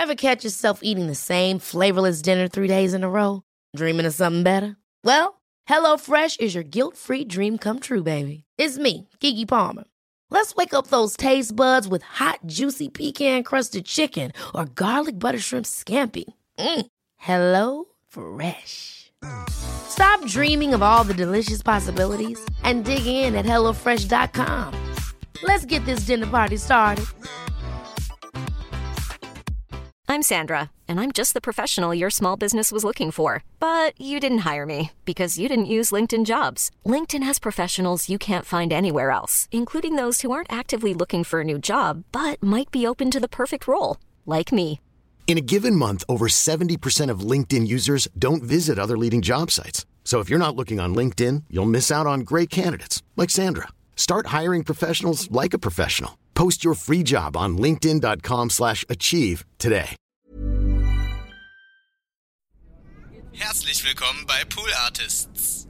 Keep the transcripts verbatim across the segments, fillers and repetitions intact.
Ever catch yourself eating the same flavorless dinner three days in a row? Dreaming of something better? Well, HelloFresh is your guilt-free dream come true, baby. It's me, Keke Palmer. Let's wake up those taste buds with hot, juicy pecan-crusted chicken or garlic butter shrimp scampi. Mm. Hello Fresh. Stop dreaming of all the delicious possibilities and dig in at hello fresh dot com. Let's get this dinner party started. I'm Sandra, and I'm just the professional your small business was looking for. But you didn't hire me because you didn't use LinkedIn Jobs. LinkedIn has professionals you can't find anywhere else, including those who aren't actively looking for a new job, but might be open to the perfect role, like me. In a given month, over seventy percent of LinkedIn users don't visit other leading job sites. So if you're not looking on LinkedIn, you'll miss out on great candidates like Sandra. Start hiring professionals like a professional. Post your free job on linkedin dot com slash achieve today. Herzlich willkommen bei Pool Artists.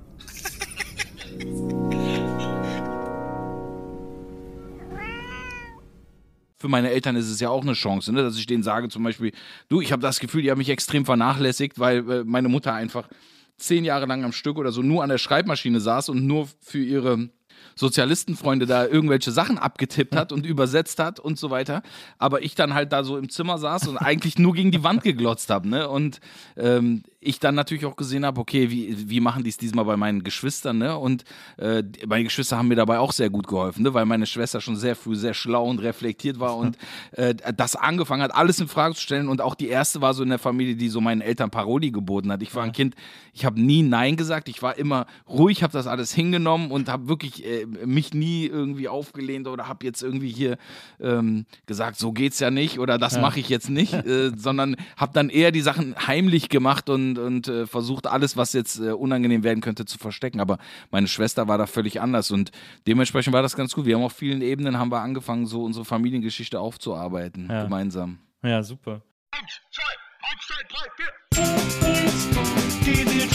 Für meine Eltern ist es ja auch eine Chance, ne? Dass ich denen sage zum Beispiel, du, ich habe das Gefühl, die haben mich extrem vernachlässigt, weil äh, meine Mutter einfach zehn Jahre lang am Stück oder so nur an der Schreibmaschine saß und nur für ihre Sozialistenfreunde da irgendwelche Sachen abgetippt hat und übersetzt hat und so weiter. Aber ich dann halt da so im Zimmer saß und eigentlich nur gegen die Wand geglotzt habe, ne? Und ähm, ich dann natürlich auch gesehen habe, okay, wie, wie machen die es diesmal bei meinen Geschwistern, ne? Und äh, meine Geschwister haben mir dabei auch sehr gut geholfen, ne? Weil meine Schwester schon sehr früh sehr schlau und reflektiert war und äh, das angefangen hat, alles in Frage zu stellen. Und auch die erste war so in der Familie, die so meinen Eltern Paroli geboten hat. Ich war ein Kind, ich habe nie Nein gesagt, ich war immer ruhig, habe das alles hingenommen und habe wirklich äh, mich nie irgendwie aufgelehnt oder habe jetzt irgendwie hier ähm, gesagt, so geht's ja nicht oder das ja. mache ich jetzt nicht, äh, sondern habe dann eher die Sachen heimlich gemacht und, und äh, versucht, alles, was jetzt äh, unangenehm werden könnte, zu verstecken. Aber meine Schwester war da völlig anders und dementsprechend war das ganz gut. Wir haben auf vielen Ebenen haben wir angefangen, so unsere Familiengeschichte aufzuarbeiten, ja. gemeinsam. Ja, super. Eins, zwei, eins, zwei, drei, vier. Die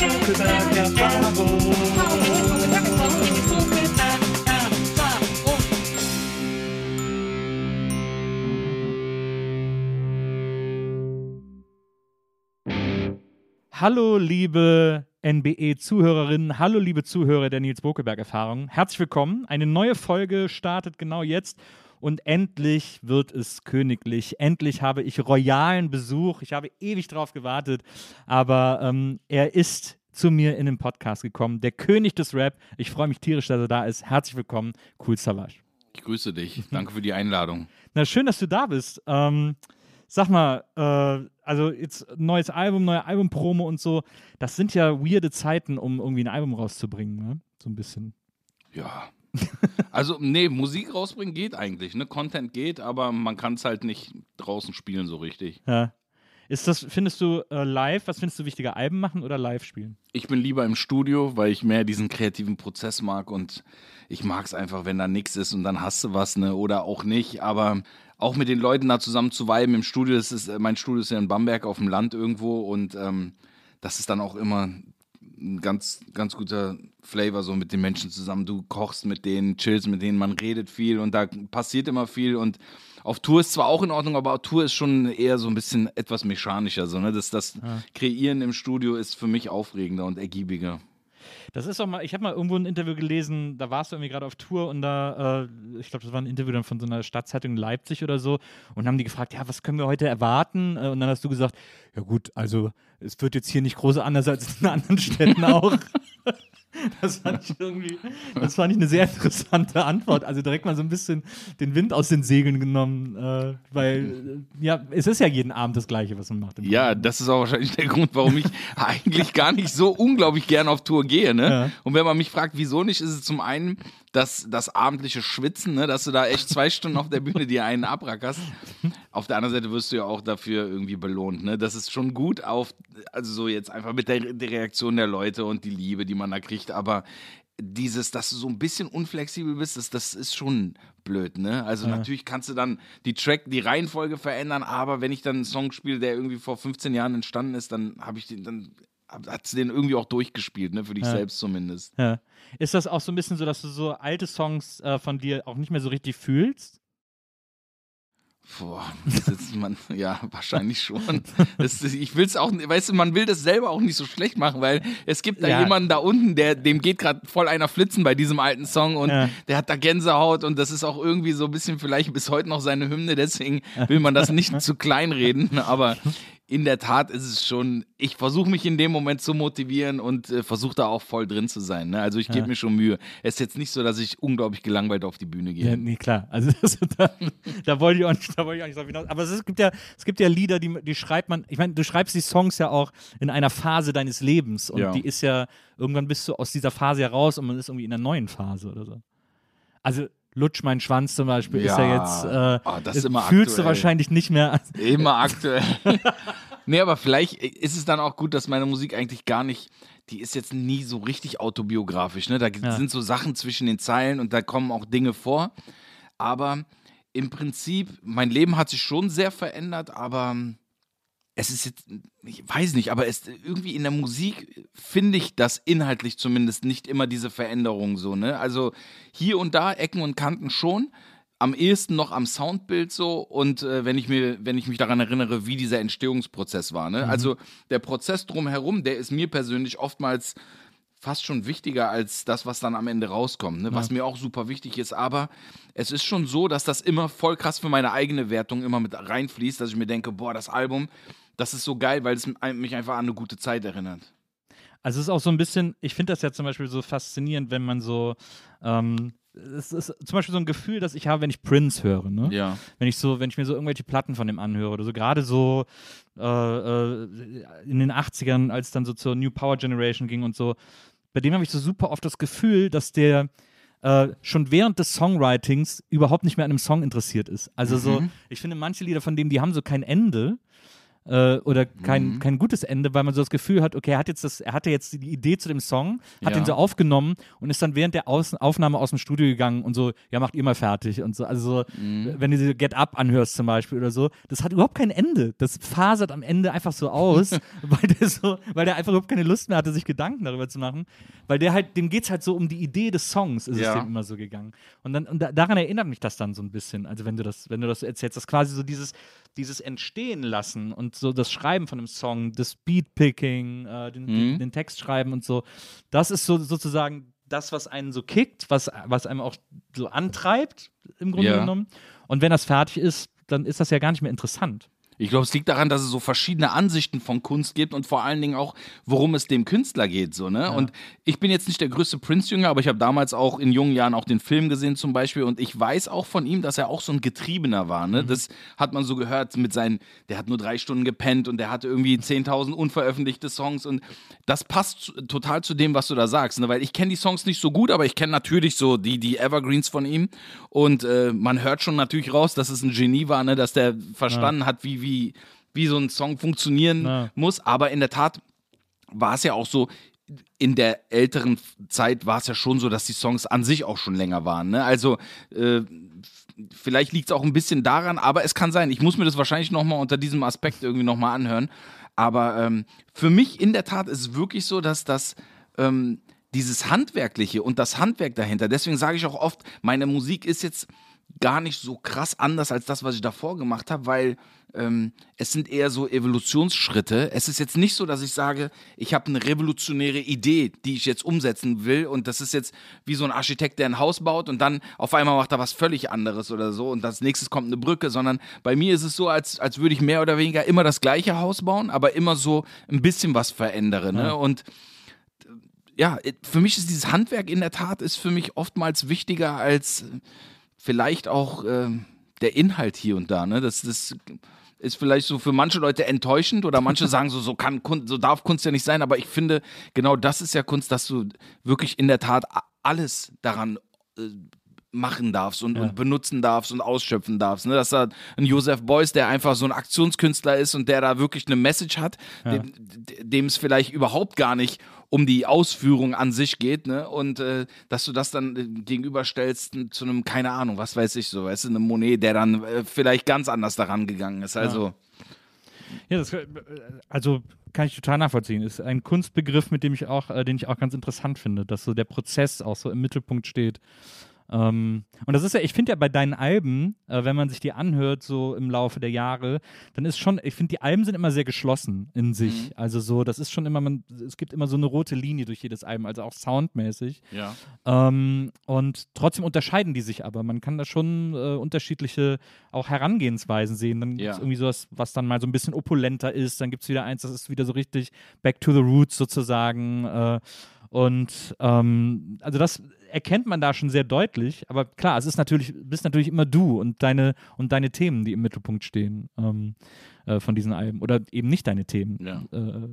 Hallo liebe N B E-Zuhörerinnen, hallo liebe Zuhörer der Nils Bokelberg-Erfahrung. Herzlich willkommen. Eine neue Folge startet genau jetzt und endlich wird es königlich. Endlich habe ich royalen Besuch. Ich habe ewig drauf gewartet, aber ähm, er ist zu mir in den Podcast gekommen. Der König des Rap. Ich freue mich tierisch, dass er da ist. Herzlich willkommen, Kool Savas. Ich grüße dich. Danke für die Einladung. Na, schön, dass du da bist. Ähm, Sag mal, äh, also jetzt neues Album, neue Albumpromo und so, das sind ja weirde Zeiten, um irgendwie ein Album rauszubringen, ne? So ein bisschen. Ja. Also, nee, Musik rausbringen geht eigentlich, ne? Content geht, aber man kann es halt nicht draußen spielen so richtig. Ja. Ist das, findest du äh, live, was findest du wichtiger, Alben machen oder live spielen? Ich bin lieber im Studio, weil ich mehr diesen kreativen Prozess mag und ich mag es einfach, wenn da nichts ist und dann hast du was, ne? Oder auch nicht, aber auch mit den Leuten da zusammen zu viben im Studio, das ist, mein Studio ist ja in Bamberg auf dem Land irgendwo und ähm, das ist dann auch immer ein ganz, ganz guter Flavor, so mit den Menschen zusammen. Du kochst mit denen, chillst mit denen, man redet viel und da passiert immer viel und auf Tour ist zwar auch in Ordnung, aber auf Tour ist schon eher so ein bisschen etwas mechanischer, so, ne? Das, das ja. Kreieren im Studio ist für mich aufregender und ergiebiger. Das ist auch mal, ich habe mal irgendwo ein Interview gelesen, da warst du irgendwie gerade auf Tour und da, äh, ich glaube, das war ein Interview dann von so einer Stadtzeitung in Leipzig oder so und haben die gefragt, ja, was können wir heute erwarten? Und dann hast du gesagt, ja gut, also es wird jetzt hier nicht groß anders als in anderen Städten auch. Das fand ich irgendwie, das fand ich eine sehr interessante Antwort. Also direkt mal so ein bisschen den Wind aus den Segeln genommen, äh, weil äh, ja, es ist ja jeden Abend das Gleiche, was man macht. Ja, das ist auch wahrscheinlich der Grund, warum ich eigentlich gar nicht so unglaublich gerne auf Tour gehe, ne? Ja. Und wenn man mich fragt, wieso nicht, ist es zum einen das, das abendliche Schwitzen, ne? Dass du da echt zwei Stunden auf der Bühne dir einen abrackerst. Auf der anderen Seite wirst du ja auch dafür irgendwie belohnt, ne? Das ist schon gut auf, also so jetzt einfach mit der, der Reaktion der Leute und die Liebe, die man da kriegt, aber dieses, dass du so ein bisschen unflexibel bist, das, das ist schon blöd, ne? Also ja. Natürlich kannst du dann die Track, die Reihenfolge verändern, aber wenn ich dann einen Song spiele, der irgendwie vor fünfzehn Jahren entstanden ist, dann habe ich den, dann hat es den irgendwie auch durchgespielt, ne? Für dich ja. selbst zumindest. Ja. Ist das auch so ein bisschen so, dass du so alte Songs äh, von dir auch nicht mehr so richtig fühlst? Boah, das ist man, ja, wahrscheinlich schon. Das, ich will's auch, weißt du, man will das selber auch nicht so schlecht machen, weil es gibt da Ja. jemanden da unten, der, dem geht gerade voll einer flitzen bei diesem alten Song und Ja. der hat da Gänsehaut und das ist auch irgendwie so ein bisschen vielleicht bis heute noch seine Hymne, deswegen will man das nicht zu klein reden, aber in der Tat ist es schon, ich versuche mich in dem Moment zu motivieren und äh, versuche da auch voll drin zu sein. Ne? Also ich gebe Ja. mir schon Mühe. Es ist jetzt nicht so, dass ich unglaublich gelangweilt auf die Bühne gehe. Ja, nee, klar. Also das, da, da wollte ich auch nicht, da wollte ich auch nicht drauf hinaus. Aber es, ist, es gibt ja, es gibt ja Lieder, die, die schreibt man, ich meine, du schreibst die Songs ja auch in einer Phase deines Lebens und Ja. die ist ja, irgendwann bist du aus dieser Phase heraus und man ist irgendwie in einer neuen Phase oder so. Also Lutsch mein Schwanz zum Beispiel ist ja Ja. jetzt, äh, Oh, das ist immer fühlst du aktuell. wahrscheinlich nicht mehr. Immer aktuell. Nee, aber vielleicht ist es dann auch gut, dass meine Musik eigentlich gar nicht, die ist jetzt nie so richtig autobiografisch. Ne? Da Ja. sind so Sachen zwischen den Zeilen und da kommen auch Dinge vor. Aber im Prinzip, mein Leben hat sich schon sehr verändert, aber es ist jetzt, ich weiß nicht, aber es, irgendwie in der Musik finde ich das inhaltlich zumindest nicht immer diese Veränderung so. Ne? Also hier und da Ecken und Kanten schon. Am ehesten noch am Soundbild so und äh, wenn ich mir, wenn ich mich daran erinnere, wie dieser Entstehungsprozess war. Ne? Mhm. Also der Prozess drumherum, der ist mir persönlich oftmals fast schon wichtiger als das, was dann am Ende rauskommt, ne? Was mir auch super wichtig ist, aber es ist schon so, dass das immer voll krass für meine eigene Wertung immer mit reinfließt, dass ich mir denke, boah, das Album, das ist so geil, weil es mich einfach an eine gute Zeit erinnert. Also es ist auch so ein bisschen, ich finde das ja zum Beispiel so faszinierend, wenn man so, ähm, es ist zum Beispiel so ein Gefühl, das ich habe, wenn ich Prince höre, ne? Ja. Wenn ich so, wenn ich mir so irgendwelche Platten von dem anhöre oder so, gerade so äh, äh, in den achtzigern, als dann so zur New Power Generation ging und so, bei dem habe ich so super oft das Gefühl, dass der äh, schon während des Songwritings überhaupt nicht mehr an einem Song interessiert ist. Also so, ich finde manche Lieder von dem, die haben so kein Ende. Äh, oder kein, Mhm. kein gutes Ende, weil man so das Gefühl hat, okay, er hat jetzt das, er hatte jetzt die Idee zu dem Song, hat Ja. den so aufgenommen und ist dann während der Aus Aufnahme aus dem Studio gegangen und so, ja, macht ihr mal fertig und so. Also so, Mhm. wenn du diese Get Up anhörst zum Beispiel oder so, das hat überhaupt kein Ende. Das fasert am Ende einfach so aus, weil der so, weil der einfach überhaupt keine Lust mehr hatte, sich Gedanken darüber zu machen. Weil der halt, dem geht's halt so um die Idee des Songs, ist Ja. es dem immer so gegangen. Und dann, und da, daran erinnert mich das dann so ein bisschen. Also wenn du das, wenn du das so erzählst, dass quasi so dieses, dieses Entstehen lassen und so das Schreiben von einem Song, das Beatpicking, äh, den, den, Mhm. den Text schreiben und so, das ist so sozusagen das, was einen so kickt, was, was einem auch so antreibt, im Grunde Ja. genommen. Und wenn das fertig ist, dann ist das ja gar nicht mehr interessant. Ich glaube, es liegt daran, dass es so verschiedene Ansichten von Kunst gibt und vor allen Dingen auch, worum es dem Künstler geht. So, ne? Und ich bin jetzt nicht der größte Prince-Jünger, aber ich habe damals auch in jungen Jahren auch den Film gesehen zum Beispiel und ich weiß auch von ihm, dass er auch so ein Getriebener war. Ne? Das hat man so gehört mit seinen, der hat nur drei Stunden gepennt und der hatte irgendwie zehntausend unveröffentlichte Songs und das passt zu- total zu dem, was du da sagst. Ne? Weil ich kenne die Songs nicht so gut, aber ich kenne natürlich so die, die Evergreens von ihm und äh, man hört schon natürlich raus, dass es ein Genie war, ne? Dass der verstanden hat, wie, wie Wie, wie so ein Song funktionieren Ja. muss. Aber in der Tat war es ja auch so, in der älteren Zeit war es ja schon so, dass die Songs an sich auch schon länger waren. Ne? Also äh, vielleicht liegt es auch ein bisschen daran, aber es kann sein, ich muss mir das wahrscheinlich nochmal unter diesem Aspekt irgendwie nochmal anhören. Aber ähm, für mich in der Tat ist es wirklich so, dass das ähm, dieses Handwerkliche und das Handwerk dahinter, deswegen sage ich auch oft, meine Musik ist jetzt gar nicht so krass anders als das, was ich davor gemacht habe, weil ähm, es sind eher so Evolutionsschritte. Es ist jetzt nicht so, dass ich sage, ich habe eine revolutionäre Idee, die ich jetzt umsetzen will und das ist jetzt wie so ein Architekt, der ein Haus baut und dann auf einmal macht er was völlig anderes oder so und als nächstes kommt eine Brücke, sondern bei mir ist es so, als, als würde ich mehr oder weniger immer das gleiche Haus bauen, aber immer so ein bisschen was verändere. Ne? Ja. Und ja, für mich ist dieses Handwerk in der Tat ist für mich oftmals wichtiger als vielleicht auch äh, der Inhalt hier und da. Ne? Das, das ist vielleicht so für manche Leute enttäuschend oder manche sagen so, so kann Kunst, so darf Kunst ja nicht sein, aber ich finde, genau das ist ja Kunst, dass du wirklich in der Tat alles daran äh, machen darfst und, Ja. und benutzen darfst und ausschöpfen darfst. Ne? Dass da ein Joseph Beuys, der einfach so ein Aktionskünstler ist und der da wirklich eine Message hat, Ja. dem, dem es vielleicht überhaupt gar nicht um die Ausführung an sich geht, ne? Und äh, dass du das dann äh, gegenüberstellst zu einem, keine Ahnung, was weiß ich so, weißt du, einem Monet, der dann äh, vielleicht ganz anders daran gegangen ist. Also, Ja, das, äh, also kann ich total nachvollziehen. Ist ein Kunstbegriff, mit dem ich auch, äh, den ich auch ganz interessant finde, dass so der Prozess auch so im Mittelpunkt steht. Ähm, und das ist ja, ich finde ja bei deinen Alben, äh, wenn man sich die anhört, so im Laufe der Jahre, dann ist schon, ich finde, die Alben sind immer sehr geschlossen in sich. Mhm. Also so, das ist schon immer, man, es gibt immer so eine rote Linie durch jedes Album, also auch soundmäßig. Ja. Ähm, und trotzdem unterscheiden die sich aber. Man kann da schon äh, unterschiedliche auch Herangehensweisen sehen. Dann gibt es Ja. irgendwie sowas, was dann mal so ein bisschen opulenter ist. Dann gibt es wieder eins, das ist wieder so richtig back to the roots sozusagen. Äh, und ähm, also das erkennt man da schon sehr deutlich. Aber klar, es ist natürlich, bist natürlich immer du und deine, und deine Themen, die im Mittelpunkt stehen ähm, äh, von diesen Alben. Oder eben nicht deine Themen. Ja. Äh,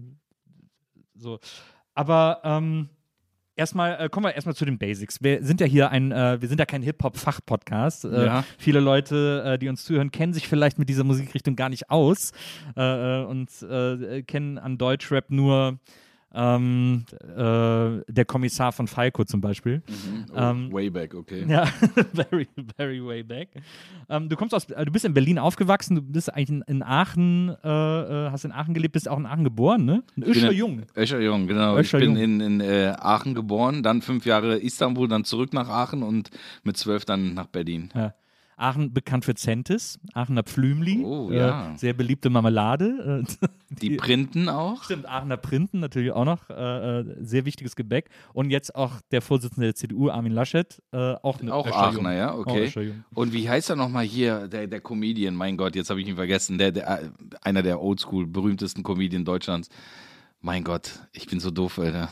so. Aber ähm, erstmal äh, kommen wir erstmal zu den Basics. Wir sind ja hier ein, äh, wir sind ja kein Hip-Hop-Fach-Podcast. Äh, Ja. Viele Leute, äh, die uns zuhören, kennen sich vielleicht mit dieser Musikrichtung gar nicht aus äh, äh, und äh, kennen an Deutschrap nur ähm, äh, der Kommissar von Falco zum Beispiel. Mhm. Oh, Ähm, way back, okay. Ja, very, very way back. Ähm, du kommst aus, äh, du bist in Berlin aufgewachsen, du bist eigentlich in, in Aachen, äh, äh, hast in Aachen gelebt, bist auch in Aachen geboren, ne? In bin Öscher in- Jung. Öscher Jung, genau. Öscher ich bin Jung. in, in äh, Aachen geboren, dann fünf Jahre Istanbul, dann zurück nach Aachen und mit zwölf dann nach Berlin. Ja. Aachen bekannt für Centis, Aachener Pflümli, Oh, äh, ja. sehr beliebte Marmelade. Äh, Die Printen auch. Stimmt, Aachener Printen natürlich auch noch, äh, äh, sehr wichtiges Gebäck. Und jetzt auch der Vorsitzende der C D U, Armin Laschet, äh, auch eine Auch Öscher Aachener, Jung. ja, Auch okay. Öscher Jung. Und wie heißt er nochmal hier, der, der Comedian, mein Gott, jetzt habe ich ihn vergessen, der, der, äh, einer der oldschool berühmtesten Comedian Deutschlands. Mein Gott, ich bin so doof, Alter.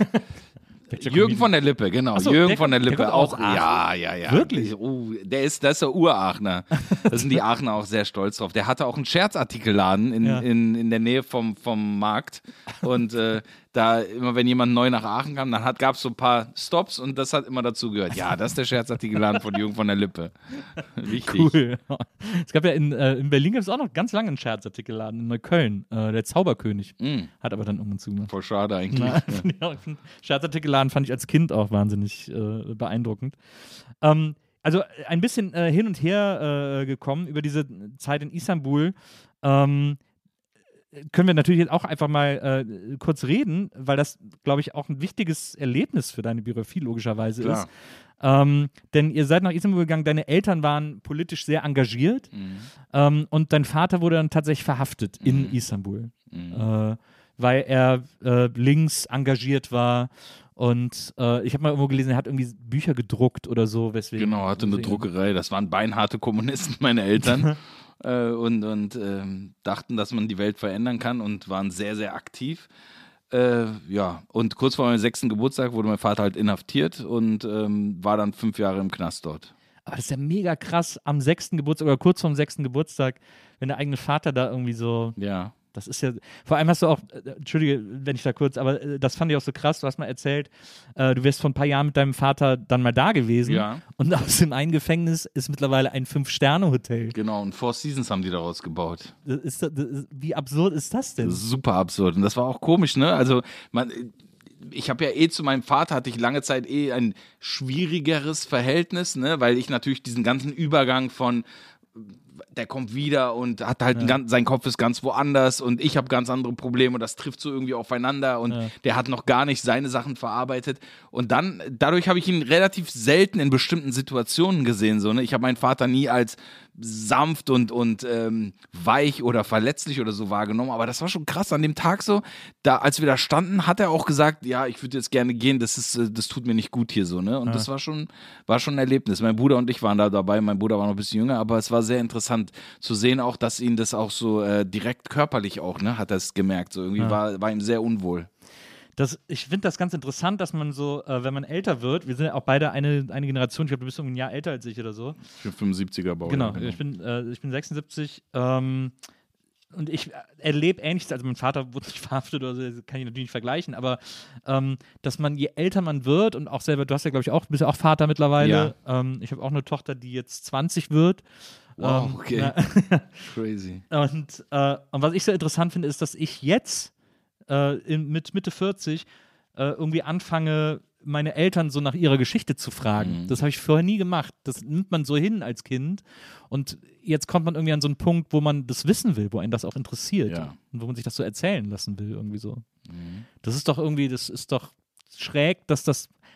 Welcher Jürgen Comedian? von der Lippe, genau. Ach so, Jürgen der von der kommt- der Lippe kommt aus auch. Aachen? Ja, ja, ja. Wirklich? Oh, der ist, das ist der Uraachener. Da sind die Aachener auch sehr stolz drauf. Der hatte auch einen Scherzartikelladen in, Ja. in, in der Nähe vom, vom Markt. Und äh, da immer, wenn jemand neu nach Aachen kam, dann gab es so ein paar Stops und das hat immer dazu gehört. Ja, das ist der Scherzartikelladen von Jürgen von der Lippe. Richtig. Cool. Es gab ja in, äh, in Berlin gibt es auch noch ganz lange einen Scherzartikelladen in Neukölln, äh, der Zauberkönig. Mm, Hat aber dann irgendwann zugemacht. voll schade eigentlich. Na, fand ich auch- ich find, Scherzartikelladen fand ich als Kind auch wahnsinnig äh, beeindruckend. Ähm, also äh, ein bisschen äh, hin und her äh, gekommen über diese Zeit in Istanbul. Ähm, können wir natürlich jetzt auch einfach mal äh, kurz reden, weil das, glaube ich, auch ein wichtiges Erlebnis für deine Biografie logischerweise Klar. ist. Ähm, denn ihr seid nach Istanbul gegangen, deine Eltern waren politisch sehr engagiert Mhm. ähm, und dein Vater wurde dann tatsächlich verhaftet in Mhm. Istanbul, Mhm. äh, weil er äh, links engagiert war. Und äh, ich habe mal irgendwo gelesen, er hat irgendwie Bücher gedruckt oder so, weswegen. Genau, hatte eine weswegen- Druckerei. Das waren beinharte Kommunisten, meine Eltern. äh, und und ähm, dachten, dass man die Welt verändern kann und waren sehr, sehr aktiv. Äh, ja, und kurz vor meinem sechsten Geburtstag wurde mein Vater halt inhaftiert und ähm, war dann fünf Jahre im Knast dort. Aber das ist ja mega krass, am sechsten Geburtstag oder kurz vorm sechsten Geburtstag, wenn der eigene Vater da irgendwie so. Ja. Das ist ja, vor allem hast du auch, äh, Entschuldige, wenn ich da kurz, aber äh, das fand ich auch so krass, du hast mal erzählt, äh, du wärst vor ein paar Jahren mit deinem Vater dann mal da gewesen Ja. und aus dem einen Gefängnis ist mittlerweile ein Fünf-Sterne-Hotel. Genau, und Four Seasons haben die daraus gebaut. Das ist, das ist, wie absurd ist das denn? Das ist super absurd. Und das war auch komisch, ne? Also, man, ich habe ja eh zu meinem Vater, hatte ich lange Zeit eh ein schwierigeres Verhältnis, ne? Weil ich natürlich diesen ganzen Übergang von der kommt wieder und hat halt Ja. ein ganz, sein Kopf ist ganz woanders und ich habe ganz andere Probleme und das trifft so irgendwie aufeinander und Ja. der hat noch gar nicht seine Sachen verarbeitet und dann, dadurch habe ich ihn relativ selten in bestimmten Situationen gesehen, so, ne? Ich habe meinen Vater nie als sanft und, und ähm, weich oder verletzlich oder so wahrgenommen, aber das war schon krass an dem Tag so, da, als wir da standen, hat er auch gesagt, ja, ich würde jetzt gerne gehen, das ist, äh, das tut mir nicht gut hier so, ne? Und Ja. das war schon, war schon ein Erlebnis. Mein Bruder und ich waren da dabei, mein Bruder war noch ein bisschen jünger, aber es war sehr interessant zu sehen auch, dass ihn das auch so äh, direkt körperlich auch, ne, hat er es gemerkt, so irgendwie Ja. war, war ihm sehr unwohl. Das, ich finde das ganz interessant, dass man so, äh, wenn man älter wird, wir sind ja auch beide eine, eine Generation, ich glaube, du bist irgendwie ein Jahr älter als ich oder so. Ich bin fünfundsiebziger Baujahr. Genau, ich bin, äh, ich bin sechsundsiebzig ähm, und ich erlebe Ähnliches, also mein Vater wurde nicht verhaftet oder so, das kann ich natürlich nicht vergleichen, aber ähm, dass man, je älter man wird und auch selber, du hast ja glaube ich auch, bist ja auch Vater mittlerweile, ähm, ich habe auch eine Tochter, die jetzt zwanzig wird. Wow, Ähm, okay. na, Crazy. Und, äh, und was ich so interessant finde, ist, dass ich jetzt äh, in, mit Mitte vierzig äh, irgendwie anfange, meine Eltern so nach ihrer Geschichte zu fragen. Mhm. Das habe ich vorher nie gemacht. Das nimmt man so hin als Kind. Und jetzt kommt man irgendwie an so einen Punkt, wo man das wissen will, wo einen das auch interessiert. Ja. Und wo man sich das so erzählen lassen will, irgendwie so. Mhm. Das ist doch irgendwie, das ist doch schräg, dass das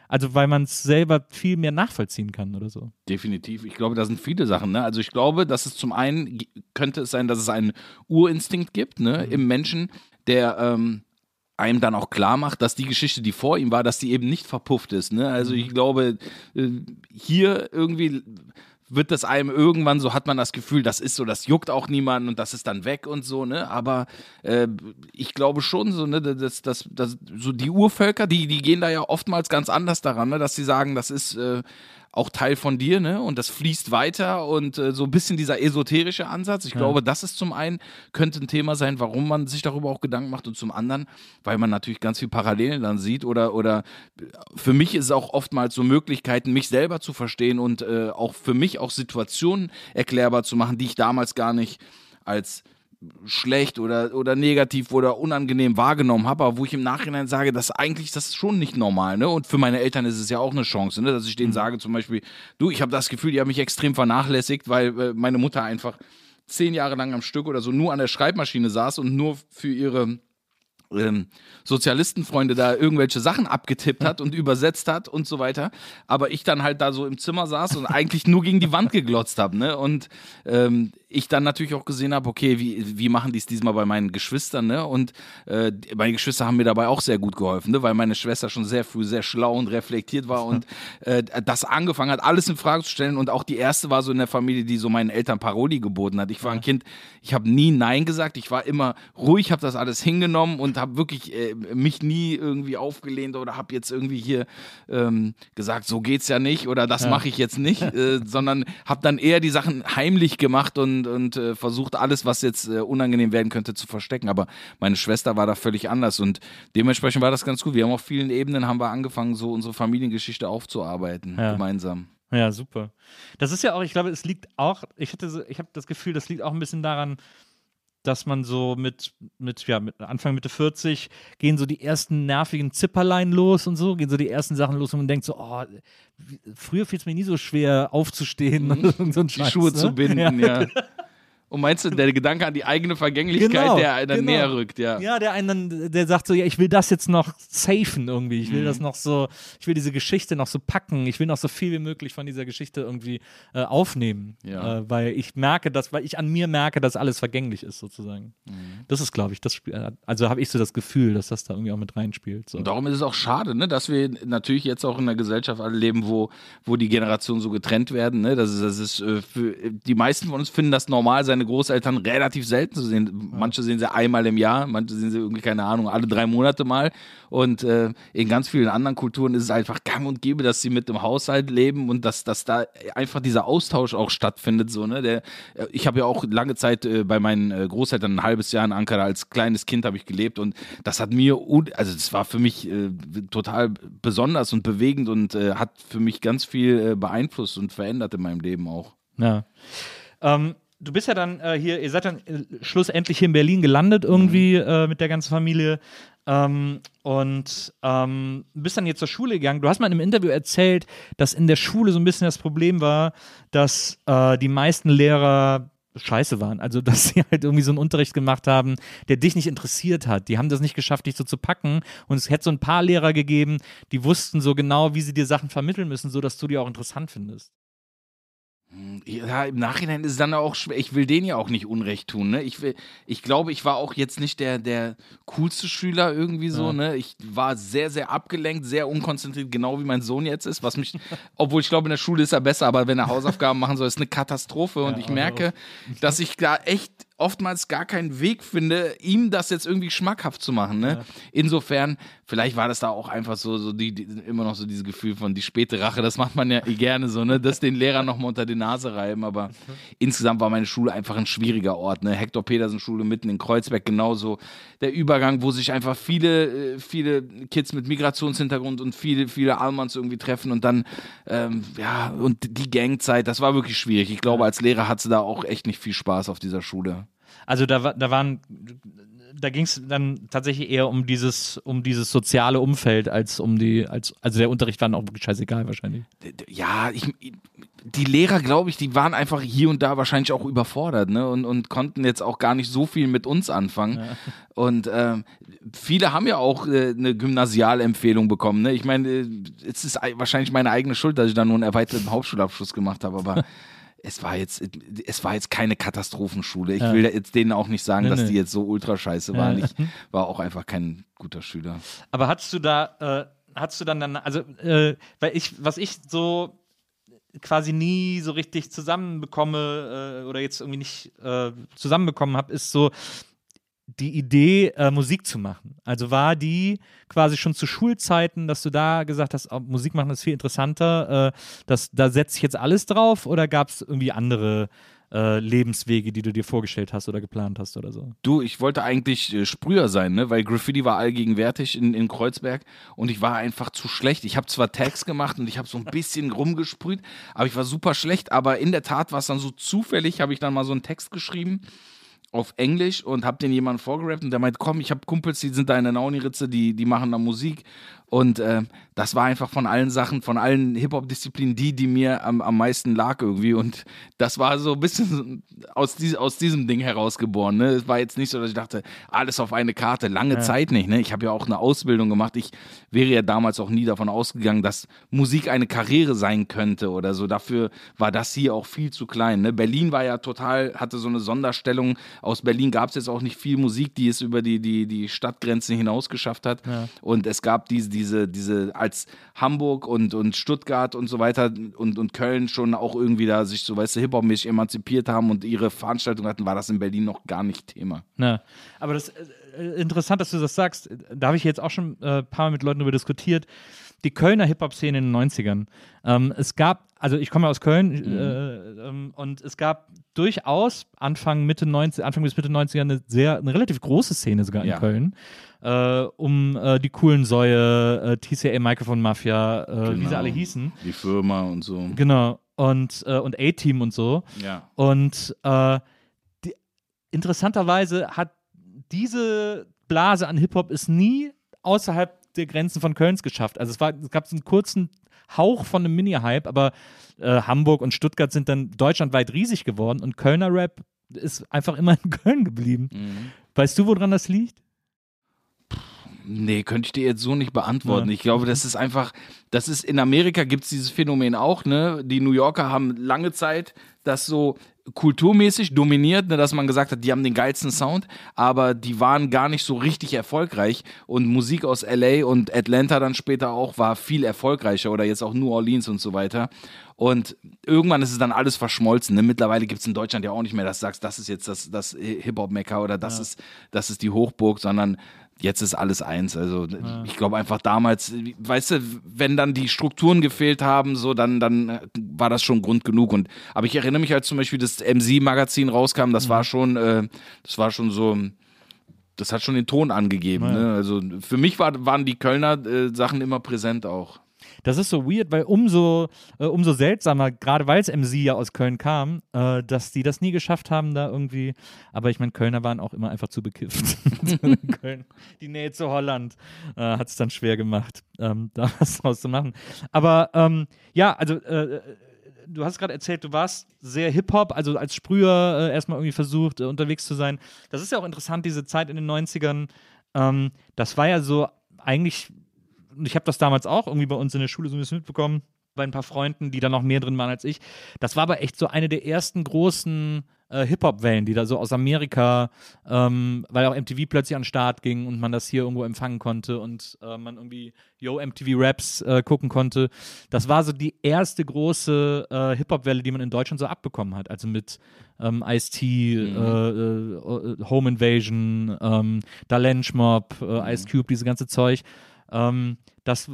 Also weil man es selber viel mehr nachvollziehen kann oder so. Definitiv. Ich glaube, da sind viele Sachen. Ne? Also ich glaube, dass es zum einen könnte es sein, dass es einen Urinstinkt gibt, ne, im Menschen, der ähm, einem dann auch klar macht, dass die Geschichte, die vor ihm war, dass die eben nicht verpufft ist. Ne? Also ich glaube, äh, hier irgendwie wird das einem irgendwann, so hat man das Gefühl, das ist so, das juckt auch niemanden und das ist dann weg und so, ne? Aber äh, ich glaube schon, so, ne, dass, dass, dass so die Urvölker, die, die gehen da ja oftmals ganz anders daran, ne? Dass sie sagen, das ist äh, auch Teil von dir, ne? Und das fließt weiter und äh, so ein bisschen dieser esoterische Ansatz. Ich ja. glaube, das ist zum einen, könnte ein Thema sein, warum man sich darüber auch Gedanken macht und zum anderen, weil man natürlich ganz viel Parallelen dann sieht oder, oder für mich ist es auch oftmals so Möglichkeiten, mich selber zu verstehen und äh, auch für mich auch Situationen erklärbar zu machen, die ich damals gar nicht als schlecht oder, oder negativ oder unangenehm wahrgenommen habe, aber wo ich im Nachhinein sage, dass eigentlich das ist schon nicht normal, ne? Und für meine Eltern ist es ja auch eine Chance, ne? Dass ich denen mhm. sage zum Beispiel, du, ich habe das Gefühl, die haben mich extrem vernachlässigt, weil äh, meine Mutter einfach zehn Jahre lang am Stück oder so nur an der Schreibmaschine saß und nur für ihre ähm, Sozialistenfreunde da irgendwelche Sachen abgetippt hat und übersetzt hat und so weiter, aber ich dann halt da so im Zimmer saß und eigentlich nur gegen die Wand geglotzt habe, ne? Und ähm, ich dann natürlich auch gesehen habe, okay, wie, wie machen die es diesmal bei meinen Geschwistern, ne? Und äh, meine Geschwister haben mir dabei auch sehr gut geholfen, ne? Weil meine Schwester schon sehr früh sehr schlau und reflektiert war und äh, das angefangen hat, alles in Frage zu stellen und auch die erste war so in der Familie, die so meinen Eltern Paroli geboten hat. Ich war ein Kind, ich habe nie Nein gesagt, ich war immer ruhig, habe das alles hingenommen und habe wirklich äh, mich nie irgendwie aufgelehnt oder habe jetzt irgendwie hier ähm, gesagt, so geht's ja nicht oder das ja. mache ich jetzt nicht, äh, sondern habe dann eher die Sachen heimlich gemacht und und äh, versucht alles, was jetzt äh, unangenehm werden könnte, zu verstecken. Aber meine Schwester war da völlig anders und dementsprechend war das ganz gut. Wir haben auf vielen Ebenen haben wir angefangen, so unsere Familiengeschichte aufzuarbeiten, ja. gemeinsam. Ja, super. Das ist ja auch, ich glaube, es liegt auch, ich hatte so, ich habe das Gefühl, das liegt auch ein bisschen daran, dass man so mit, mit, ja, mit Anfang, Mitte vierzig gehen so die ersten nervigen Zipperlein los und so, gehen so die ersten Sachen los und man denkt so, oh, wie, früher fiel es mir nie so schwer aufzustehen mhm. und so ein Die Scheiß, Schuhe ne? zu binden, ja. ja. Und meinst du, der Gedanke an die eigene Vergänglichkeit, genau, der einen genau. näher rückt, ja. Ja, der einen dann, der sagt so, ja, ich will das jetzt noch safen irgendwie, ich will mhm. das noch so, ich will diese Geschichte noch so packen, ich will noch so viel wie möglich von dieser Geschichte irgendwie äh, aufnehmen, ja. äh, weil ich merke, dass, weil ich an mir merke, dass alles vergänglich ist sozusagen. Mhm. Das ist, glaube ich, das Spiel, also habe ich so das Gefühl, dass das da irgendwie auch mit reinspielt. So. Und darum ist es auch schade, ne, dass wir natürlich jetzt auch in einer Gesellschaft alle leben, wo, wo die Generationen so getrennt werden, ne, das ist, das ist äh, für die meisten von uns finden das normal, seine Großeltern relativ selten zu sehen. Manche sehen sie einmal im Jahr, manche sehen sie irgendwie, keine Ahnung, alle drei Monate mal. Und äh, in ganz vielen anderen Kulturen ist es einfach gang und gäbe, dass sie mit im Haushalt leben und dass, dass da einfach dieser Austausch auch stattfindet. So, ne? Der, ich habe ja auch lange Zeit äh, bei meinen äh, Großeltern, ein halbes Jahr in Ankara, als kleines Kind habe ich gelebt und das hat mir, also das war für mich äh, total besonders und bewegend und äh, hat für mich ganz viel äh, beeinflusst und verändert in meinem Leben auch. Ja. Ähm, Du bist ja dann äh, hier, ihr seid dann äh, schlussendlich hier in Berlin gelandet irgendwie äh, mit der ganzen Familie ähm, und ähm, bist dann jetzt zur Schule gegangen. Du hast mal in einem Interview erzählt, dass in der Schule so ein bisschen das Problem war, dass äh, die meisten Lehrer scheiße waren. Also, dass sie halt irgendwie so einen Unterricht gemacht haben, der dich nicht interessiert hat. Die haben das nicht geschafft, dich so zu packen und es hätte so ein paar Lehrer gegeben, die wussten so genau, wie sie dir Sachen vermitteln müssen, sodass du die auch interessant findest. Ja, im Nachhinein ist es dann auch schwer. Ich will denen ja auch nicht Unrecht tun, ne? Ich will, ich glaube, ich war auch jetzt nicht der, der coolste Schüler irgendwie so, ja. ne? Ich war sehr, sehr abgelenkt, sehr unkonzentriert, genau wie mein Sohn jetzt ist, was mich, obwohl ich glaube, in der Schule ist er besser, aber wenn er Hausaufgaben machen soll, ist eine Katastrophe und ja, ich merke, auch. dass ich da echt oftmals gar keinen Weg finde, ihm das jetzt irgendwie schmackhaft zu machen, ne? Ja. Insofern, vielleicht war das da auch einfach so, so die, die, immer noch so dieses Gefühl von die späte Rache, das macht man ja gerne so, ne? Das den Lehrern nochmal unter die Nase reiben, aber mhm. insgesamt war meine Schule einfach ein schwieriger Ort, ne? Hector-Petersen-Schule mitten in Kreuzberg, genauso der Übergang, wo sich einfach viele, viele Kids mit Migrationshintergrund und viele, viele Almans irgendwie treffen und dann, ähm, ja, und die Gangzeit, das war wirklich schwierig. Ich glaube, als Lehrer hatte da auch echt nicht viel Spaß auf dieser Schule. Also da, da waren, da ging es dann tatsächlich eher um dieses, um dieses soziale Umfeld als um die, als, also der Unterricht war dann auch wirklich scheißegal wahrscheinlich. Ja, ich, die Lehrer, glaube ich, die waren einfach hier und da wahrscheinlich auch überfordert, ne? Und, und konnten jetzt auch gar nicht so viel mit uns anfangen. Ja. Und ähm, viele haben ja auch äh, eine Gymnasialempfehlung bekommen, ne? Ich meine, äh, es ist wahrscheinlich meine eigene Schuld, dass ich da nur einen erweiterten Hauptschulabschluss gemacht habe, aber es war jetzt, es war jetzt keine Katastrophenschule. Ich ja. will jetzt denen auch nicht sagen, nee, dass nee. die jetzt so ultra scheiße waren. Ich war auch einfach kein guter Schüler. Aber hattest du da, äh, hattest du dann, dann also, äh, weil ich, was ich so quasi nie so richtig zusammenbekomme äh, oder jetzt irgendwie nicht äh, zusammenbekommen habe, ist so die Idee, äh, Musik zu machen. Also war die quasi schon zu Schulzeiten, dass du da gesagt hast, oh, Musik machen ist viel interessanter, äh, das, da setze ich jetzt alles drauf, oder gab es irgendwie andere äh, Lebenswege, die du dir vorgestellt hast oder geplant hast oder so? Du, ich wollte eigentlich äh, Sprüher sein, ne? Weil Graffiti war allgegenwärtig in, in Kreuzberg und ich war einfach zu schlecht. Ich habe zwar Tags gemacht und ich habe so ein bisschen rumgesprüht, aber ich war super schlecht, aber in der Tat war es dann so zufällig, habe ich dann mal so einen Text geschrieben auf Englisch und hab den jemandem vorgerappt und der meint, komm, ich hab Kumpels, die sind da in der Nauni-Ritze, die, die machen da Musik und äh, das war einfach von allen Sachen, von allen Hip-Hop-Disziplinen die, die mir am, am meisten lag irgendwie und das war so ein bisschen aus, dies, aus diesem Ding herausgeboren, ne? Es war jetzt nicht so, dass ich dachte, alles auf eine Karte, lange ja. Zeit nicht, ne? Ich habe ja auch eine Ausbildung gemacht, ich wäre ja damals auch nie davon ausgegangen, dass Musik eine Karriere sein könnte oder so, dafür war das hier auch viel zu klein, ne? Berlin war ja total, hatte so eine Sonderstellung. Aus Berlin gab es jetzt auch nicht viel Musik, die es über die, die, die Stadtgrenzen hinaus geschafft hat. Ja. Und es gab diese, diese, diese, als Hamburg und, und Stuttgart und so weiter und, und Köln schon auch irgendwie da sich so, weißt du, Hip-Hop-mäßig emanzipiert haben und ihre Veranstaltungen hatten, war das in Berlin noch gar nicht Thema. Ja. Aber das ist äh, interessant, dass du das sagst. Da habe ich jetzt auch schon ein äh, paar Mal mit Leuten darüber diskutiert. Die Kölner Hip-Hop-Szene in den neunzigern. Ähm, es gab, also ich komme aus Köln mhm. äh, ähm, und es gab durchaus Anfang, Mitte neunzig, Anfang bis Mitte neunziger eine sehr, eine relativ große Szene sogar in ja. Köln. Äh, um äh, die coolen Säue, äh, T C A Microphone Mafia, äh, genau. wie sie alle hießen. Die Firma und so. Genau. Und, äh, und A-Team und so. Ja. Und äh, die, interessanterweise hat diese Blase an Hip-Hop es nie außerhalb der Grenzen von Kölns geschafft. Also es, war, es gab so einen kurzen Hauch von einem Mini-Hype, aber äh, Hamburg und Stuttgart sind dann deutschlandweit riesig geworden und Kölner Rap ist einfach immer in Köln geblieben. Mhm. Weißt du, woran das liegt? Nee, könnte ich dir jetzt so nicht beantworten. Ja. Ich glaube, das ist einfach, das ist, in Amerika gibt es dieses Phänomen auch, ne? Die New Yorker haben lange Zeit das so kulturmäßig dominiert, ne, dass man gesagt hat, die haben den geilsten Sound, aber die waren gar nicht so richtig erfolgreich und Musik aus L A und Atlanta dann später auch war viel erfolgreicher oder jetzt auch New Orleans und so weiter. Und irgendwann ist es dann alles verschmolzen. Ne? Mittlerweile gibt es in Deutschland ja auch nicht mehr, dass du sagst, das ist jetzt das, das Hip-Hop-Mekka oder das, ja. ist, das ist die Hochburg, sondern jetzt ist alles eins. Also ja. ich glaube einfach damals, weißt du, wenn dann die Strukturen gefehlt haben, so dann, dann war das schon Grund genug. Und, aber ich erinnere mich, als zum Beispiel das M Z-Magazin rauskam, das mhm. war schon, äh, das war schon so, das hat schon den Ton angegeben. Ja. Ne? Also für mich war, waren die Kölner äh, Sachen immer präsent auch. Das ist so weird, weil umso, äh, umso seltsamer, gerade weil es M Z ja aus Köln kam, äh, dass die das nie geschafft haben, da irgendwie, aber ich meine, Kölner waren auch immer einfach zu bekifft. Köln, die Nähe zu Holland äh, hat es dann schwer gemacht, ähm, da was draus zu machen. Aber ähm, ja, also äh, du hast gerade erzählt, du warst sehr Hip-Hop, also als Sprüher äh, erstmal irgendwie versucht, äh, unterwegs zu sein. Das ist ja auch interessant, diese Zeit in den neunzigern, ähm, das war ja so eigentlich, ich habe das damals auch irgendwie bei uns in der Schule so ein bisschen mitbekommen, bei ein paar Freunden, die da noch mehr drin waren als ich. Das war aber echt so eine der ersten großen äh, Hip-Hop-Wellen, die da so aus Amerika, ähm, weil auch M T V plötzlich an den Start ging und man das hier irgendwo empfangen konnte und äh, man irgendwie Yo M T V Raps äh, gucken konnte. Das war so die erste große äh, Hip-Hop-Welle, die man in Deutschland so abbekommen hat. Also mit ähm, Ice-T, mhm. äh, äh, Home Invasion, ähm, Da Lench Mob, äh, mhm. Ice Cube, diese ganze Zeug. Ähm, das,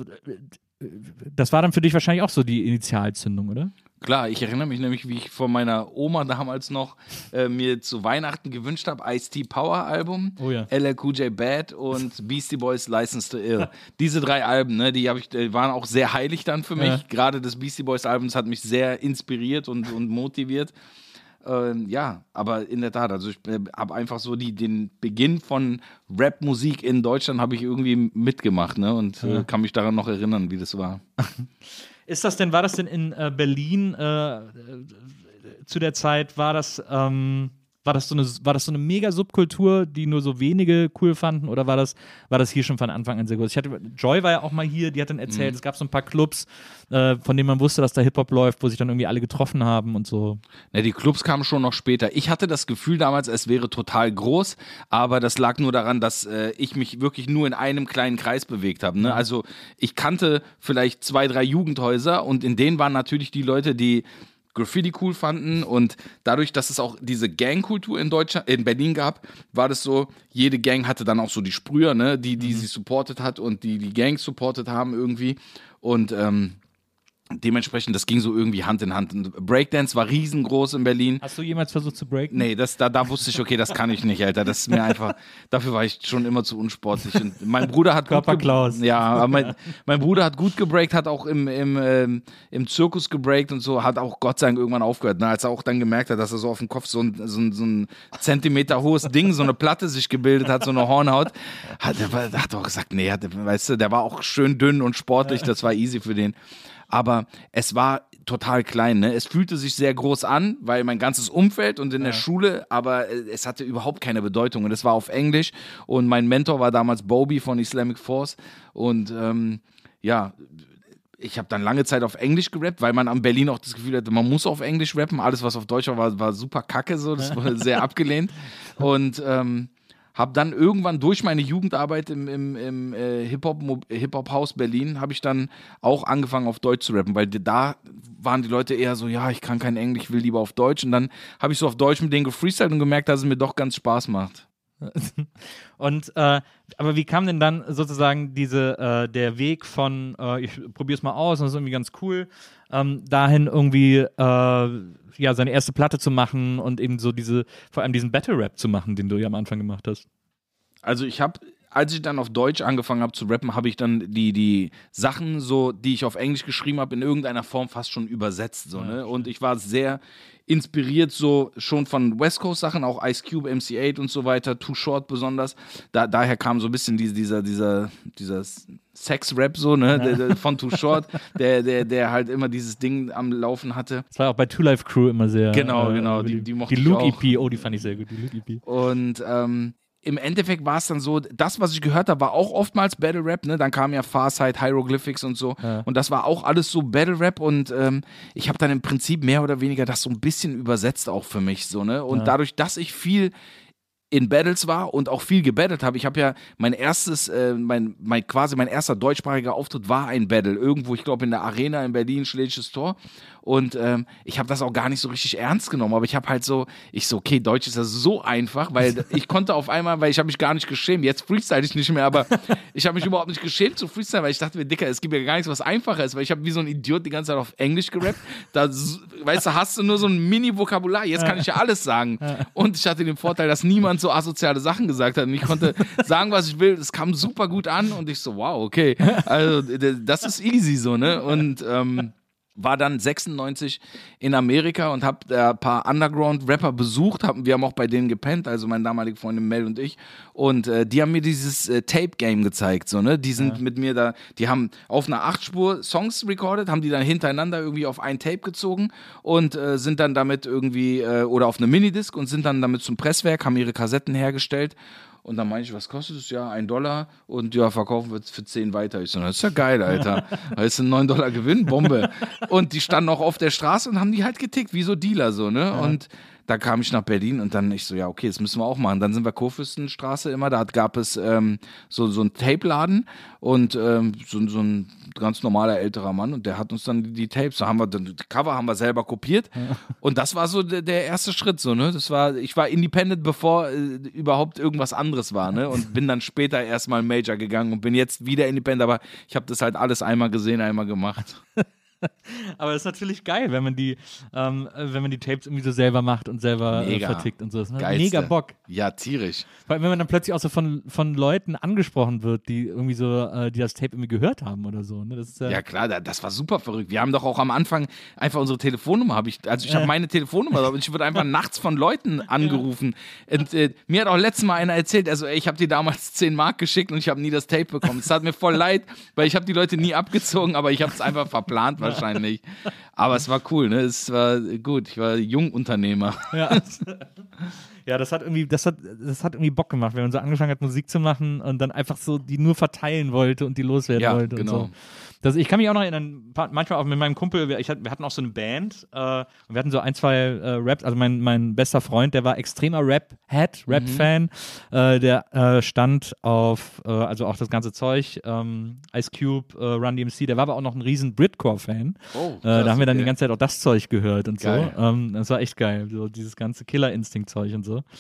das war dann für dich wahrscheinlich auch so die Initialzündung, oder? Klar, ich erinnere mich nämlich, wie ich von meiner Oma damals noch äh, mir zu Weihnachten gewünscht habe, Ice-T Power Album, oh ja. L L Cool J Bad und Beastie Boys License to Ill. Diese drei Alben, ne, die, hab ich, die waren auch sehr heilig dann für mich. Ja. Gerade das Beastie Boys Album hat mich sehr inspiriert und, und motiviert. Ähm, ja, aber in der Tat, also ich äh, habe einfach so die, den Beginn von Rap-Musik in Deutschland habe ich irgendwie mitgemacht, ne, und ja. äh, kann mich daran noch erinnern, wie das war. Ist das denn, war das denn in äh, Berlin äh, zu der Zeit, war das, ähm, war das so eine, war das so eine mega Subkultur, die nur so wenige cool fanden, oder war das, war das hier schon von Anfang an sehr groß? Ich hatte, Joy war ja auch mal hier, die hat dann erzählt, mhm. es gab so ein paar Clubs, äh, von denen man wusste, dass da Hip-Hop läuft, wo sich dann irgendwie alle getroffen haben und so. Ne, die Clubs kamen schon noch später. Ich hatte das Gefühl damals, es wäre total groß, aber das lag nur daran, dass äh, ich mich wirklich nur in einem kleinen Kreis bewegt habe. Ne? Also ich kannte vielleicht zwei, drei Jugendhäuser und in denen waren natürlich die Leute, die Graffiti cool fanden, und dadurch, dass es auch diese Gangkultur in Deutschland, in Berlin gab, war das so, jede Gang hatte dann auch so die Sprüher, ne, die, die mhm. sie supportet hat und die die Gangs supportet haben irgendwie, und ähm, dementsprechend, das ging so irgendwie Hand in Hand. Und Breakdance war riesengroß in Berlin. Hast du jemals versucht zu breaken? Nee, das, da, da wusste ich, okay, das kann ich nicht, Alter. Das ist mir einfach, dafür war ich schon immer zu unsportlich. Und mein Bruder hat Körper gut Klaus. Ja, aber mein, mein Bruder hat gut gebreakt, hat auch im, im, ähm, im Zirkus gebreakt und so, hat auch Gott sei Dank irgendwann aufgehört. Ne? Als er auch dann gemerkt hat, dass er so auf dem Kopf so ein, so ein, so ein Zentimeter hohes Ding, so eine Platte sich gebildet hat, so eine Hornhaut, hat er hat auch gesagt, nee, hat, weißt du, der war auch schön dünn und sportlich, das war easy für den. Aber es war total klein, ne? Es fühlte sich sehr groß an, weil mein ganzes Umfeld und in ja. der Schule, aber es hatte überhaupt keine Bedeutung, und es war auf Englisch, und mein Mentor war damals Bobby von Islamic Force, und ähm, ja, ich habe dann lange Zeit auf Englisch gerappt, weil man am Berlin auch das Gefühl hatte, man muss auf Englisch rappen, alles was auf Deutsch war, war, war super kacke, so, das wurde sehr abgelehnt, und ähm, habe dann irgendwann durch meine Jugendarbeit im, im, im äh, Hip-Hop, Hip-Hop-Haus Berlin, habe ich dann auch angefangen auf Deutsch zu rappen, weil da waren die Leute eher so, ja, ich kann kein Englisch, ich will lieber auf Deutsch, und dann habe ich so auf Deutsch mit denen gefreestylt und gemerkt, dass es mir doch ganz Spaß macht. Und, äh, aber wie kam denn dann sozusagen diese, äh, der Weg von, äh, ich probier's mal aus und das ist irgendwie ganz cool, ähm, dahin irgendwie, äh, ja, seine erste Platte zu machen und eben so diese, vor allem diesen Battle-Rap zu machen, den du ja am Anfang gemacht hast? Also ich habe, als ich dann auf Deutsch angefangen habe zu rappen, habe ich dann die, die Sachen so, die ich auf Englisch geschrieben habe, in irgendeiner Form fast schon übersetzt, so, ja, ne? Und ich war sehr inspiriert so schon von West Coast Sachen, auch Ice Cube, M C acht und so weiter, Too Short besonders. Da, daher kam so ein bisschen diese, dieser, dieser, dieser Sex-Rap so, ne, der, der, von Too Short, der, der, der halt immer dieses Ding am Laufen hatte. Das war auch bei Two Live Crew immer sehr. Genau, äh, genau, die, die mochte die ich auch. Die Luke E P, oh, die fand ich sehr gut, die Luke E P. Und ähm, im Endeffekt war es dann so, das, was ich gehört habe, war auch oftmals Battle Rap, ne? Dann kam ja Farsight, Hieroglyphics und so. Ja. Und das war auch alles so Battle Rap, und ähm, ich habe dann im Prinzip mehr oder weniger das so ein bisschen übersetzt auch für mich, so, ne? Und ja. dadurch, dass ich viel in Battles war und auch viel gebattelt habe. Ich habe ja mein erstes, äh, mein, mein quasi mein erster deutschsprachiger Auftritt war ein Battle. Irgendwo, ich glaube in der Arena in Berlin, Schlägisches Tor. Und ähm, ich habe das auch gar nicht so richtig ernst genommen, aber ich habe halt so, ich so, okay, Deutsch ist ja so einfach, weil ich konnte auf einmal, weil ich habe mich gar nicht geschämt, jetzt freestyle ich nicht mehr, aber ich habe mich überhaupt nicht geschämt zu freestyle, weil ich dachte mir, Dicker, es gibt ja gar nichts, was einfacher ist, weil ich habe wie so ein Idiot die ganze Zeit auf Englisch gerappt, da, weißt du, hast du nur so ein Mini-Vokabular, jetzt kann ich ja alles sagen. Und ich hatte den Vorteil, dass niemand so asoziale Sachen gesagt hat und ich konnte sagen, was ich will, es kam super gut an und ich so, wow, okay, also das ist easy so, ne, und ähm, war dann sechsundneunzig in Amerika und habe da ein paar Underground-Rapper besucht. Hab, wir haben auch bei denen gepennt, also meine damalige Freundin Mel und ich. Und äh, die haben mir dieses äh, Tape-Game gezeigt. So, ne? Die sind ja. mit mir da, die haben auf einer acht Spur Songs recorded, haben die dann hintereinander irgendwie auf ein Tape gezogen und äh, sind dann damit irgendwie, äh, oder auf eine Minidisc und sind dann damit zum Presswerk, haben ihre Kassetten hergestellt. Und dann meinte ich, was kostet es? Ja, ein Dollar und ja, verkaufen wir es für zehn weiter. Ich so, das ist ja geil, Alter. Das ist ein neun Dollar Gewinn, Bombe. Und die standen auch auf der Straße und haben die halt getickt, wie so Dealer, so, ne? Ja. Und da kam ich nach Berlin und dann ich so, ja, okay, das müssen wir auch machen. Dann sind wir Kurfürstenstraße immer, da gab es ähm, so, so einen Tape-Laden und ähm, so, so ein ganz normaler älterer Mann und der hat uns dann die, die Tapes, da haben wir dann, die Cover haben wir selber kopiert ja. und das war so der, der erste Schritt, so, ne? Das war, ich war independent, bevor äh, überhaupt irgendwas anderes war, ne? Und bin dann später erstmal Major gegangen und bin jetzt wieder independent, aber ich habe das halt alles einmal gesehen, einmal gemacht. Aber es ist natürlich geil, wenn man die, ähm, wenn man die Tapes irgendwie so selber macht und selber äh, vertickt und so. Das macht mega Bock. Ja, tierisch. Weil wenn man dann plötzlich auch so von, von Leuten angesprochen wird, die irgendwie so, äh, die das Tape irgendwie gehört haben oder so. Ne? Das ist, äh ja klar, das war super verrückt. Wir haben doch auch am Anfang einfach unsere Telefonnummer, habe ich, also ich habe meine Telefonnummer, aber ich wurde einfach nachts von Leuten angerufen. Und äh, mir hat auch letztes Mal einer erzählt, also ey, ich habe dir damals zehn Mark geschickt und ich habe nie das Tape bekommen. Es tat mir voll leid, weil ich habe die Leute nie abgezogen, aber ich habe es einfach verplant wahrscheinlich. Aber es war cool, ne? Es war gut. Ich war Jungunternehmer. Ja. Ja, das hat irgendwie, das hat, das hat irgendwie Bock gemacht, wenn man so angefangen hat, Musik zu machen und dann einfach so die nur verteilen wollte und die loswerden ja, wollte. Genau. Und so. Das, ich kann mich auch noch erinnern, manchmal auch mit meinem Kumpel, wir, ich, wir hatten auch so eine Band äh, und wir hatten so ein, zwei äh, Raps, also mein, mein bester Freund, der war extremer Rap-Head, Rap-Fan, mhm. äh, der äh, stand auf, äh, also auch das ganze Zeug, ähm, Ice Cube, äh, Run D M C, der war aber auch noch ein riesen Britcore-Fan. Oh, krass, äh, da haben wir dann okay. die ganze Zeit auch das Zeug gehört und geil. so. Ähm, das war echt geil, so dieses ganze Killer-Instinct-Zeug und so.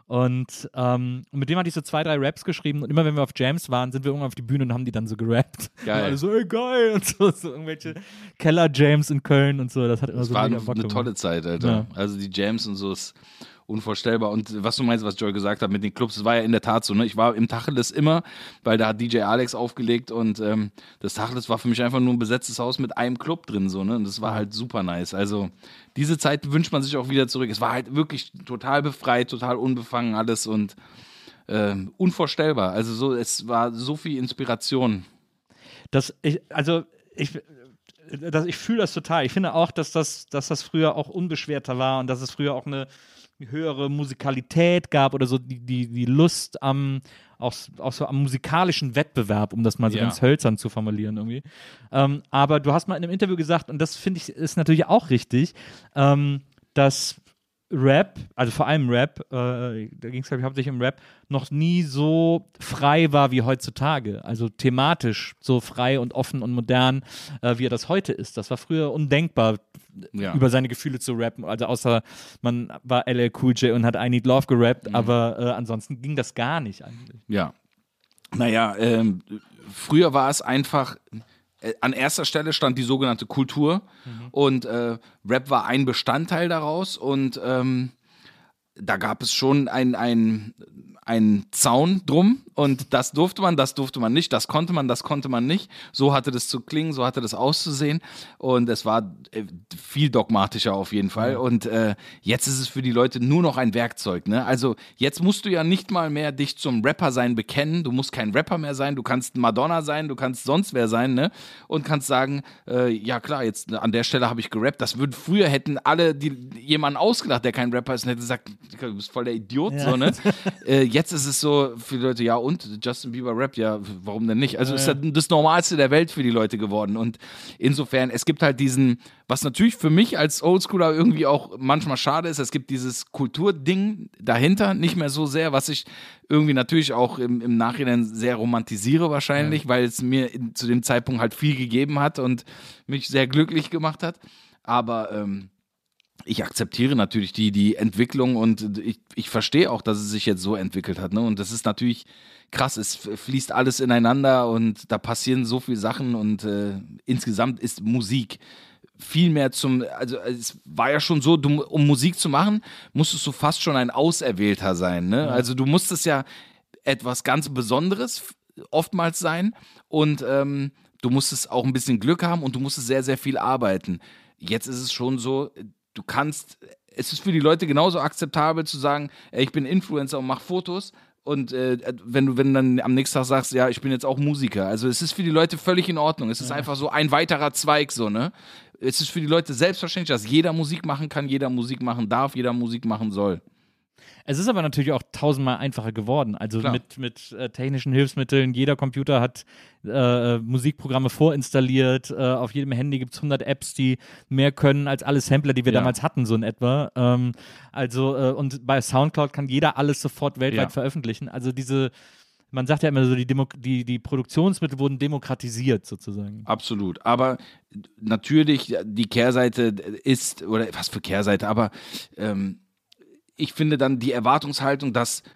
Und ähm, mit dem hatte ich so zwei, drei Raps geschrieben und immer wenn wir auf Jams waren, sind wir irgendwann auf die Bühne und haben die dann so gerappt. Geil. Und alle so, ey, geil und so, so irgendwelche Keller-Jams in Köln und so, das hat immer das so war mega eine, Bock eine tolle Zeit, Alter. Ja. Also die Jams und so ist unvorstellbar. Und was du meinst, was Joy gesagt hat mit den Clubs, das war ja in der Tat so, ne? Ich war im Tacheles immer, weil da hat D J Alex aufgelegt und ähm, das Tacheles war für mich einfach nur ein besetztes Haus mit einem Club drin, so, ne? Und das war halt super nice. Also diese Zeit wünscht man sich auch wieder zurück. Es war halt wirklich total befreit, total unbefangen alles und ähm, unvorstellbar. Also so, es war so viel Inspiration. Das, ich, also ich das, ich fühle das total. Ich finde auch, dass das, dass das früher auch unbeschwerter war und dass es früher auch eine höhere Musikalität gab oder so die, die, die Lust am auch, auch so am musikalischen Wettbewerb, um das mal so ja. ganz hölzern zu formulieren irgendwie. Ähm, aber du hast mal in einem Interview gesagt, und das finde ich ist natürlich auch richtig, ähm, dass Rap, also vor allem Rap, äh, da ging es glaube ich hauptsächlich um Rap, noch nie so frei war wie heutzutage. Also thematisch so frei und offen und modern, äh, wie er das heute ist. Das war früher undenkbar, ja. über seine Gefühle zu rappen. Also außer man war L L Cool J und hat I Need Love gerappt, mhm. aber äh, ansonsten ging das gar nicht eigentlich. Ja. Naja, ähm, früher war es einfach... An erster Stelle stand die sogenannte Kultur mhm. und äh, Rap war ein Bestandteil daraus und ähm, da gab es schon ein, ein, ein Zaun drum und das durfte man, das durfte man nicht, das konnte man, das konnte man nicht. So hatte das zu klingen, so hatte das auszusehen und es war äh, viel dogmatischer auf jeden Fall mhm. und äh, jetzt ist es für die Leute nur noch ein Werkzeug, ne? Also jetzt musst du ja nicht mal mehr dich zum Rapper sein bekennen, du musst kein Rapper mehr sein, du kannst Madonna sein, du kannst sonst wer sein, ne? Und kannst sagen, äh, ja klar, jetzt an der Stelle habe ich gerappt, das würden früher hätten alle die, jemanden ausgedacht, der kein Rapper ist und hätte gesagt, du bist voll der Idiot, ja. so, ne? äh, jetzt ist es so für die Leute, ja und, Justin Bieber rappt, ja, warum denn nicht? Also ja, ist ja das Normalste der Welt für die Leute geworden und insofern, es gibt halt diesen, was natürlich für mich als Oldschooler irgendwie auch manchmal schade ist, es gibt dieses Kulturding dahinter, nicht mehr so sehr, was ich irgendwie natürlich auch im, im Nachhinein sehr romantisiere wahrscheinlich, ja. weil es mir in, zu dem Zeitpunkt halt viel gegeben hat und mich sehr glücklich gemacht hat, aber ähm, ich akzeptiere natürlich die, die Entwicklung und ich, ich verstehe auch, dass es sich jetzt so entwickelt hat. Ne? Und das ist natürlich krass, es fließt alles ineinander und da passieren so viele Sachen und äh, insgesamt ist Musik viel mehr zum, also es war ja schon so, du, um Musik zu machen, musstest du fast schon ein Auserwählter sein. Ne? Ja. Also du musstest ja etwas ganz Besonderes oftmals sein und ähm, du musstest auch ein bisschen Glück haben und du musstest sehr, sehr viel arbeiten. Jetzt ist es schon so, du kannst, es ist für die Leute genauso akzeptabel zu sagen, ey, ich bin Influencer und mach Fotos und äh, wenn du wenn du dann am nächsten Tag sagst, ja, ich bin jetzt auch Musiker. Also es ist für die Leute völlig in Ordnung. Es ist ja. einfach so ein weiterer Zweig, so, ne? Es ist für die Leute selbstverständlich, dass jeder Musik machen kann, jeder Musik machen darf, jeder Musik machen soll. Es ist aber natürlich auch tausendmal einfacher geworden. Also Klar. mit, mit äh, technischen Hilfsmitteln. Jeder Computer hat äh, Musikprogramme vorinstalliert. Äh, auf jedem Handy gibt es hundert Apps, die mehr können als alle Sampler, die wir ja. damals hatten, so in etwa. Ähm, also, äh, und bei Soundcloud kann jeder alles sofort weltweit ja. veröffentlichen. Also diese, man sagt ja immer so, die, Demo- die, die Produktionsmittel wurden demokratisiert sozusagen. Absolut. Aber natürlich, die Kehrseite ist, oder was für Kehrseite, aber ähm, ich finde dann die Erwartungshaltung, dass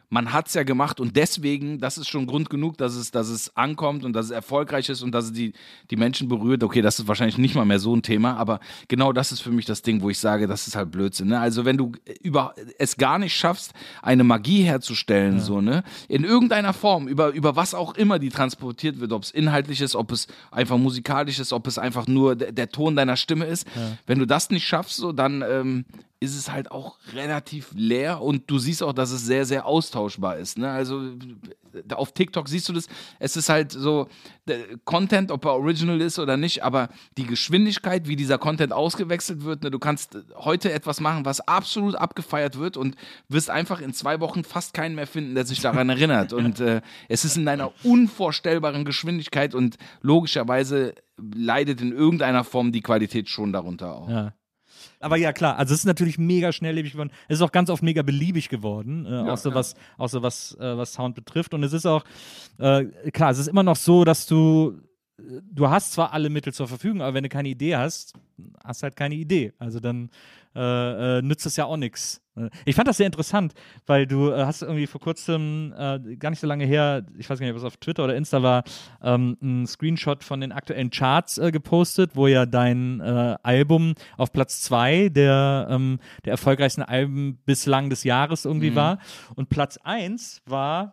man hat es ja gemacht und deswegen, das ist schon Grund genug, dass es, dass es ankommt und dass es erfolgreich ist und dass es die, die Menschen berührt. Okay, das ist wahrscheinlich nicht mal mehr so ein Thema, aber genau das ist für mich das Ding, wo ich sage, das ist halt Blödsinn. Ne? Also wenn du über, es gar nicht schaffst, eine Magie herzustellen, ja. so, ne, in irgendeiner Form, über, über was auch immer die transportiert wird, ob es inhaltlich ist, ob es einfach musikalisch ist, ob es einfach nur der, der Ton deiner Stimme ist, ja. wenn du das nicht schaffst, so, dann ähm, ist es halt auch relativ leer und du siehst auch, dass es sehr, sehr austauschbar ist. Ne? Also auf TikTok siehst du das, es ist halt so Content, ob er original ist oder nicht, aber die Geschwindigkeit, wie dieser Content ausgewechselt wird, ne? Du kannst heute etwas machen, was absolut abgefeiert wird und wirst einfach in zwei Wochen fast keinen mehr finden, der sich daran erinnert. Und äh, es ist in einer unvorstellbaren Geschwindigkeit und logischerweise leidet in irgendeiner Form die Qualität schon darunter auch. Ja. Aber ja, klar, also es ist natürlich mega schnelllebig geworden. Es ist auch ganz oft mega beliebig geworden, äh, ja, auch so ja. was, auch so was, äh, was Sound betrifft. Und es ist auch, äh, klar, es ist immer noch so, dass du, du hast zwar alle Mittel zur Verfügung, aber wenn du keine Idee hast, hast halt keine Idee. Also dann äh, äh, nützt es ja auch nichts. Ich fand das sehr interessant, weil du äh, hast irgendwie vor kurzem, äh, gar nicht so lange her, ich weiß gar nicht, ob es auf Twitter oder Insta war, ähm, ein Screenshot von den aktuellen Charts äh, gepostet, wo ja dein äh, Album auf Platz zwei der, ähm, der erfolgreichsten Alben bislang des Jahres irgendwie mhm. war. Und Platz eins war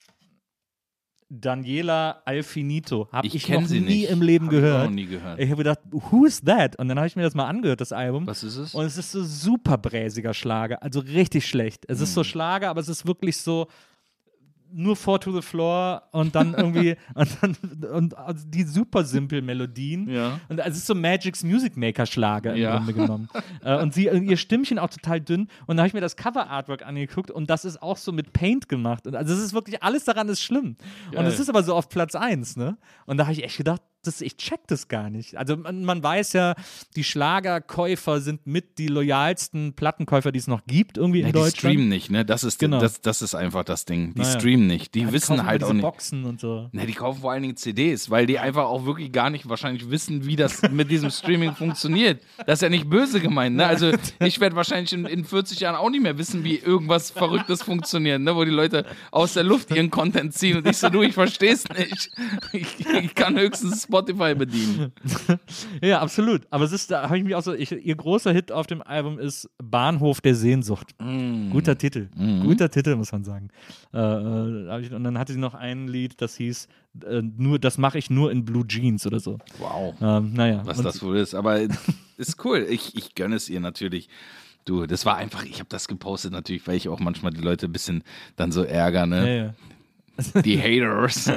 Daniela Alfinito. Habe ich, ich noch sie nie nicht. im Leben hab gehört. Ich auch noch nie gehört. Ich habe gedacht, who is that? Und dann habe ich mir das mal angehört, das Album. Was ist es? Und es ist so super bräsiger Schlager, also richtig schlecht. Es mm. ist so Schlager, aber es ist wirklich so nur Four to the Floor und dann irgendwie und, dann, und also die super simpel Melodien. Ja. Und es ist so Magic's Music Maker Schlager im ja. Grunde genommen. äh, und sie, ihr Stimmchen auch total dünn. Und da habe ich mir das Cover-Artwork angeguckt und das ist auch so mit Paint gemacht. Und also es ist wirklich, alles daran ist schlimm. Geil. Und es ist aber so auf Platz eins, ne? Und da habe ich echt gedacht, das, ich check das gar nicht. Also man, man weiß ja, die Schlagerkäufer sind mit die loyalsten Plattenkäufer, die es noch gibt, irgendwie in ja, die Deutschland. Die streamen nicht, ne? Das ist, genau. das, das ist einfach das Ding. Die naja. streamen nicht. Die ja, die wissen halt auch nicht. Boxen und so. Ne, die kaufen vor allen Dingen C Ds, weil die einfach auch wirklich gar nicht wahrscheinlich wissen, wie das mit diesem Streaming funktioniert. Das ist ja nicht böse gemeint, ne? Also ich werde wahrscheinlich in, in vierzig Jahren auch nicht mehr wissen, wie irgendwas Verrücktes funktioniert, ne? Wo die Leute aus der Luft ihren Content ziehen und ich so, du, ich versteh's nicht. Ich, ich kann höchstens Spotify bedienen. Ja, absolut. Aber es ist, da habe ich mich auch so, ich, ihr großer Hit auf dem Album ist Bahnhof der Sehnsucht. Mm. Guter Titel. Mm. Guter Titel, muss man sagen. Äh, und dann hatte sie noch ein Lied, das hieß, äh, nur, das mache ich nur in Blue Jeans oder so. Wow. Ähm, naja. Was und, das wohl ist. Aber ist cool. Ich, ich gönne es ihr natürlich. Du, das war einfach, ich habe das gepostet natürlich, weil ich auch manchmal die Leute ein bisschen dann so ärgere, ne? Ja, ja. Die Haters.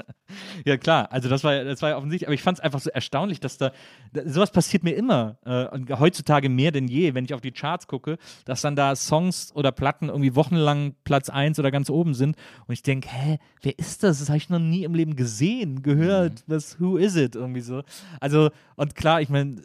Ja, klar, also das war, das war ja offensichtlich, aber ich fand es einfach so erstaunlich, dass da, da, sowas passiert mir immer, äh, und heutzutage mehr denn je, wenn ich auf die Charts gucke, dass dann da Songs oder Platten irgendwie wochenlang Platz eins oder ganz oben sind und ich denke, hä, wer ist das? Das habe ich noch nie im Leben gesehen, gehört, mhm. was, who is it? Irgendwie so. Also, und klar, ich meine,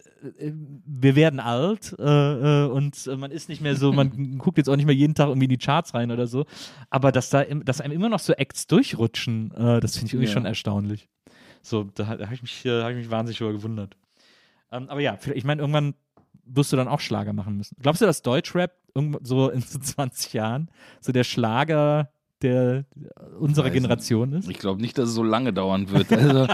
wir werden alt äh, und man ist nicht mehr so, man guckt jetzt auch nicht mehr jeden Tag irgendwie in die Charts rein oder so, aber dass da, dass einem immer noch so Acts durchrutschen, äh, das finde ich irgendwie ja. schon erstaunlich. So, da, da habe ich, mich, äh, hab ich mich wahnsinnig über gewundert. Ähm, aber ja, ich meine, irgendwann wirst du dann auch Schlager machen müssen. Glaubst du, dass Deutschrap so in so zwanzig Jahren so der Schlager der unserer Generation ist? Ich glaube nicht, dass es so lange dauern wird. Also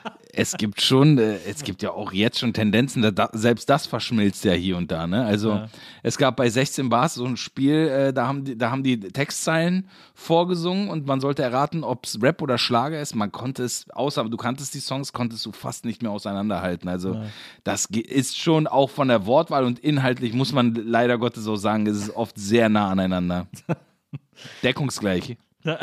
es gibt schon, äh, es gibt ja auch jetzt schon Tendenzen, da, da, selbst das verschmilzt ja hier und da. Ne? Also ja. es gab bei sechzehn Bars so ein Spiel, äh, da, haben die, da haben die Textzeilen vorgesungen und man sollte erraten, ob es Rap oder Schlager ist. Man konnte es, außer du kanntest die Songs, konntest du fast nicht mehr auseinanderhalten. Also ja. das ist schon auch von der Wortwahl und inhaltlich, muss man leider Gottes so sagen, ist es oft sehr nah aneinander. Deckungsgleich.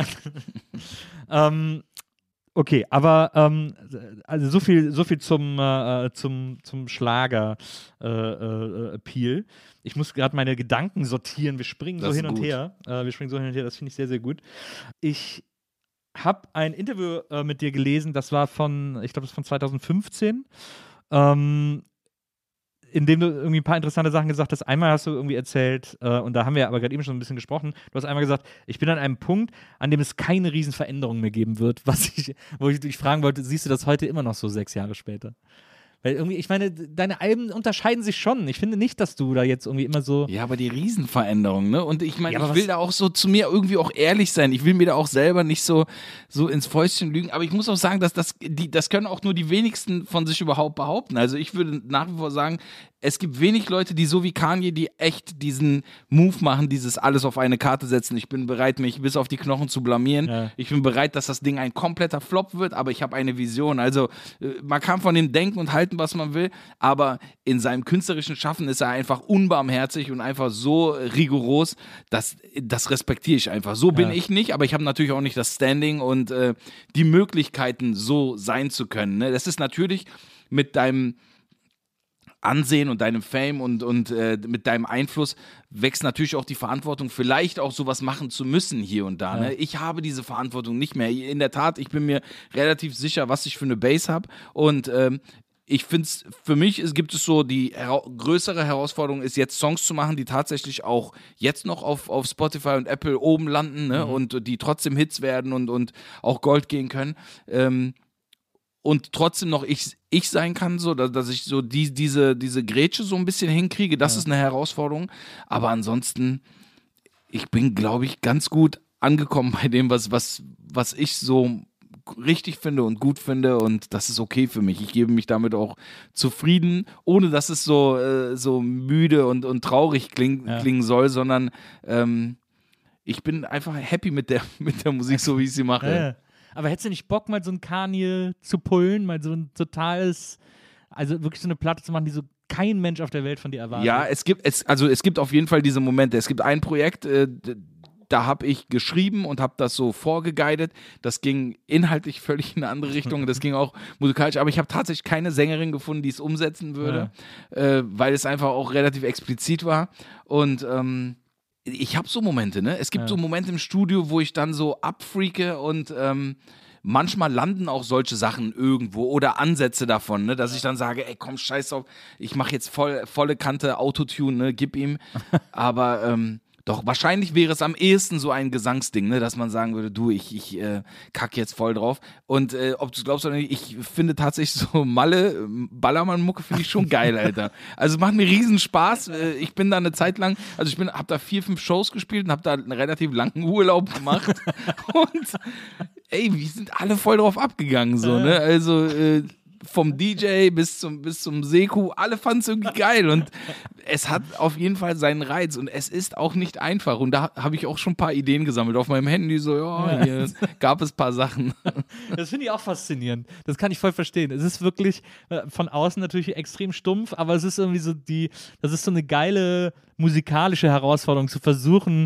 ähm, okay, aber ähm, also so viel, so viel zum, äh, zum, zum Schlager äh, äh, Appeal. Ich muss gerade meine Gedanken sortieren. Wir springen das so hin und gut. her. Äh, wir springen so hin und her. Das finde ich sehr, sehr gut. Ich habe ein Interview äh, mit dir gelesen. Das war von, ich glaube, das ist von zwanzig fünfzehn. Ähm, in dem du irgendwie ein paar interessante Sachen gesagt hast. Einmal hast du irgendwie erzählt, äh, und da haben wir aber gerade eben schon ein bisschen gesprochen, du hast einmal gesagt, ich bin an einem Punkt, an dem es keine Riesenveränderung mehr geben wird, was ich, wo ich dich fragen wollte, siehst du das heute immer noch so sechs Jahre später? Weil irgendwie, ich meine, deine Alben unterscheiden sich schon. Ich finde nicht, dass du da jetzt irgendwie immer so. Ja, aber die Riesenveränderung, ne? Und ich meine, Ja, aber ich will was- da auch so zu mir irgendwie auch ehrlich sein. Ich will mir da auch selber nicht so, so ins Fäustchen lügen. Aber ich muss auch sagen, dass das, die, das können auch nur die wenigsten von sich überhaupt behaupten. Also ich würde nach wie vor sagen, es gibt wenig Leute, die so wie Kanye, die echt diesen Move machen, dieses alles auf eine Karte setzen. Ich bin bereit, mich bis auf die Knochen zu blamieren. Ja. Ich bin bereit, dass das Ding ein kompletter Flop wird, aber ich habe eine Vision. Also äh, man kann von dem denken und halten, was man will, aber in seinem künstlerischen Schaffen ist er einfach unbarmherzig und einfach so rigoros, dass, das respektiere ich einfach. So bin Ja. ich nicht, aber ich habe natürlich auch nicht das Standing und äh, die Möglichkeiten, so sein zu können. Ne? Das ist natürlich mit deinem Ansehen und deinem Fame und, und äh, mit deinem Einfluss wächst natürlich auch die Verantwortung, vielleicht auch sowas machen zu müssen hier und da. Ja. Ne? Ich habe diese Verantwortung nicht mehr. In der Tat, ich bin mir relativ sicher, was ich für eine Base habe und ähm, ich finde es, für mich ist, gibt es so die hera- größere Herausforderung ist jetzt Songs zu machen, die tatsächlich auch jetzt noch auf, auf Spotify und Apple oben landen, ne? Mhm. Und die trotzdem Hits werden und, und auch Gold gehen können. Ähm, und trotzdem noch ich, ich sein kann, so, dass, dass ich so die, diese, diese Grätsche so ein bisschen hinkriege, das Ja. ist eine Herausforderung. Aber ansonsten, ich bin, glaube ich, ganz gut angekommen bei dem, was, was, was ich so richtig finde und gut finde und das ist okay für mich. Ich gebe mich damit auch zufrieden, ohne dass es so, äh, so müde und, und traurig kling, Ja. klingen soll, sondern ähm, ich bin einfach happy mit der, mit der Musik, so wie ich sie mache. Ja, ja. Aber hättest du nicht Bock, mal so ein Kanye zu pullen, mal so ein totales, also wirklich so eine Platte zu machen, die so kein Mensch auf der Welt von dir erwartet? Ja, es gibt, es, also es gibt auf jeden Fall diese Momente. Es gibt ein Projekt, äh, d- da habe ich geschrieben und habe das so vorgeguidet. Das ging inhaltlich völlig in eine andere Richtung. Das ging auch musikalisch. Aber ich habe tatsächlich keine Sängerin gefunden, die es umsetzen würde, äh, weil es einfach auch relativ explizit war. Und ähm, ich habe so Momente, ne? Es gibt Ja. so Momente im Studio, wo ich dann so abfreake und ähm, manchmal landen auch solche Sachen irgendwo oder Ansätze davon, ne? Dass ich dann sage, ey, komm, scheiß drauf, ich mache jetzt voll, volle Kante Autotune, ne? Gib ihm. Aber ähm, doch, wahrscheinlich wäre es am ehesten so ein Gesangsding, ne? Dass man sagen würde, du, ich, ich äh, kack jetzt voll drauf. Und äh, ob du es glaubst oder nicht, ich finde tatsächlich so Malle, ähm, Ballermann-Mucke finde ich schon geil, Alter. Also macht mir riesen Spaß. Äh, ich bin da eine Zeit lang, also ich bin, hab da vier, fünf Shows gespielt und hab da einen relativ langen Urlaub gemacht. Und ey, wir sind alle voll drauf abgegangen, so, ne? Also äh, vom D J bis zum, bis zum Seku, alle fanden es irgendwie geil und es hat auf jeden Fall seinen Reiz und es ist auch nicht einfach und da habe ich auch schon ein paar Ideen gesammelt auf meinem Handy, so, ja, hier gab es ein paar Sachen. Das finde ich auch faszinierend. Das kann ich voll verstehen. Es ist wirklich äh, von außen natürlich extrem stumpf, aber es ist irgendwie so die, das ist so eine geile musikalische Herausforderung, zu versuchen,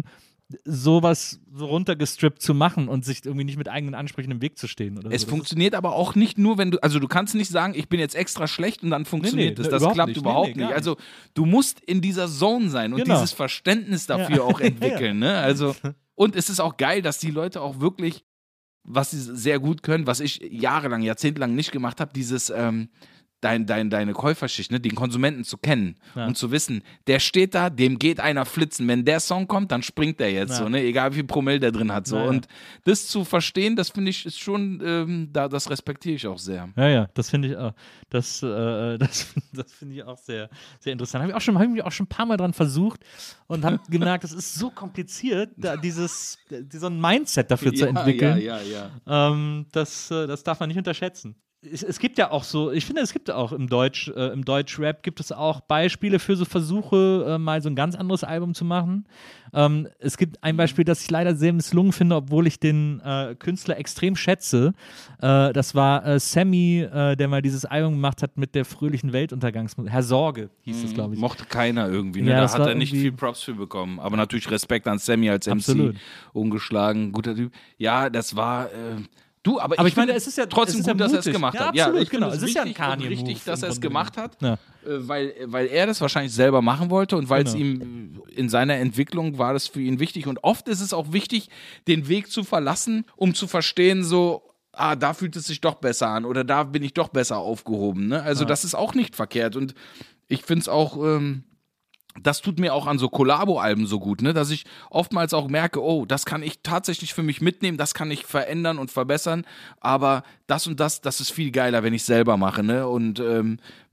sowas so runtergestrippt zu machen und sich irgendwie nicht mit eigenen Ansprüchen im Weg zu stehen. Oder Es so. Das funktioniert aber auch nicht nur, wenn du, also du kannst nicht sagen, ich bin jetzt extra schlecht und dann funktioniert nee, es. ne, Das überhaupt klappt nicht. Nee, überhaupt nee, gar nicht. nicht. Also du musst in dieser Zone sein und Genau. dieses Verständnis dafür Ja. auch entwickeln. Ne? Also, und es ist auch geil, dass die Leute auch wirklich, was sie sehr gut können, was ich jahrelang, jahrzehntelang nicht gemacht habe, dieses ähm, dein, dein, deine Käuferschicht, ne, den Konsumenten zu kennen Ja. und zu wissen, der steht da, dem geht einer flitzen. Wenn der Song kommt, dann springt der jetzt Ja. so, ne, egal wie viel Promille der drin hat. So. Ja, ja. Und das zu verstehen, das finde ich, ist schon, ähm, da, das respektiere ich auch sehr. Ja, ja, das finde ich auch. Das, äh, das, das finde ich auch sehr, sehr interessant. Habe ich auch schon, hab ich mich auch schon ein paar Mal dran versucht und habe gemerkt, es ist so kompliziert, da dieses, so ein Mindset dafür zu entwickeln. Ja, ja, ja. Ähm, das, äh, das darf man nicht unterschätzen. Es, es gibt ja auch so, ich finde, es gibt auch im Deutsch, äh, im Deutsch-Rap gibt es auch Beispiele für so Versuche, äh, mal so ein ganz anderes Album zu machen. Ähm, es gibt ein Beispiel, das ich leider sehr misslungen finde, obwohl ich den äh, Künstler extrem schätze. Äh, das war äh, Sammy, äh, der mal dieses Album gemacht hat mit der fröhlichen Weltuntergangsmusik. Herr Sorge hieß es, glaube ich. Mochte keiner irgendwie, ne? Ja, Da das hat war er nicht irgendwie- viel Props für bekommen. Aber natürlich Respekt an Sammy als M C. Absolut. Ungeschlagen, guter Typ. Ja, das war. Äh, Du, aber, Aber ich, ich meine, finde es ist ja- trotzdem es ist ja gut, dass er es mutig. gemacht Ja, hat. absolut, ich finde genau. Es ist ja ein wichtig und Kanye-Move richtig, dass im er es Grunde gemacht hat, Ja. äh, weil, weil er das wahrscheinlich selber machen wollte und weil es Genau. ihm in seiner Entwicklung war das für ihn wichtig. Und oft ist es auch wichtig, den Weg zu verlassen, um zu verstehen, so, ah, da fühlt es sich doch besser an oder da bin ich doch besser aufgehoben. Ne? Also das ist auch nicht verkehrt und ich finde es auch, ähm, das tut mir auch an so Kollabo-Alben so gut, ne? Dass ich oftmals auch merke, oh, das kann ich tatsächlich für mich mitnehmen, das kann ich verändern und verbessern, aber das und das, das ist viel geiler, wenn ich selber mache, ne? Und ähm,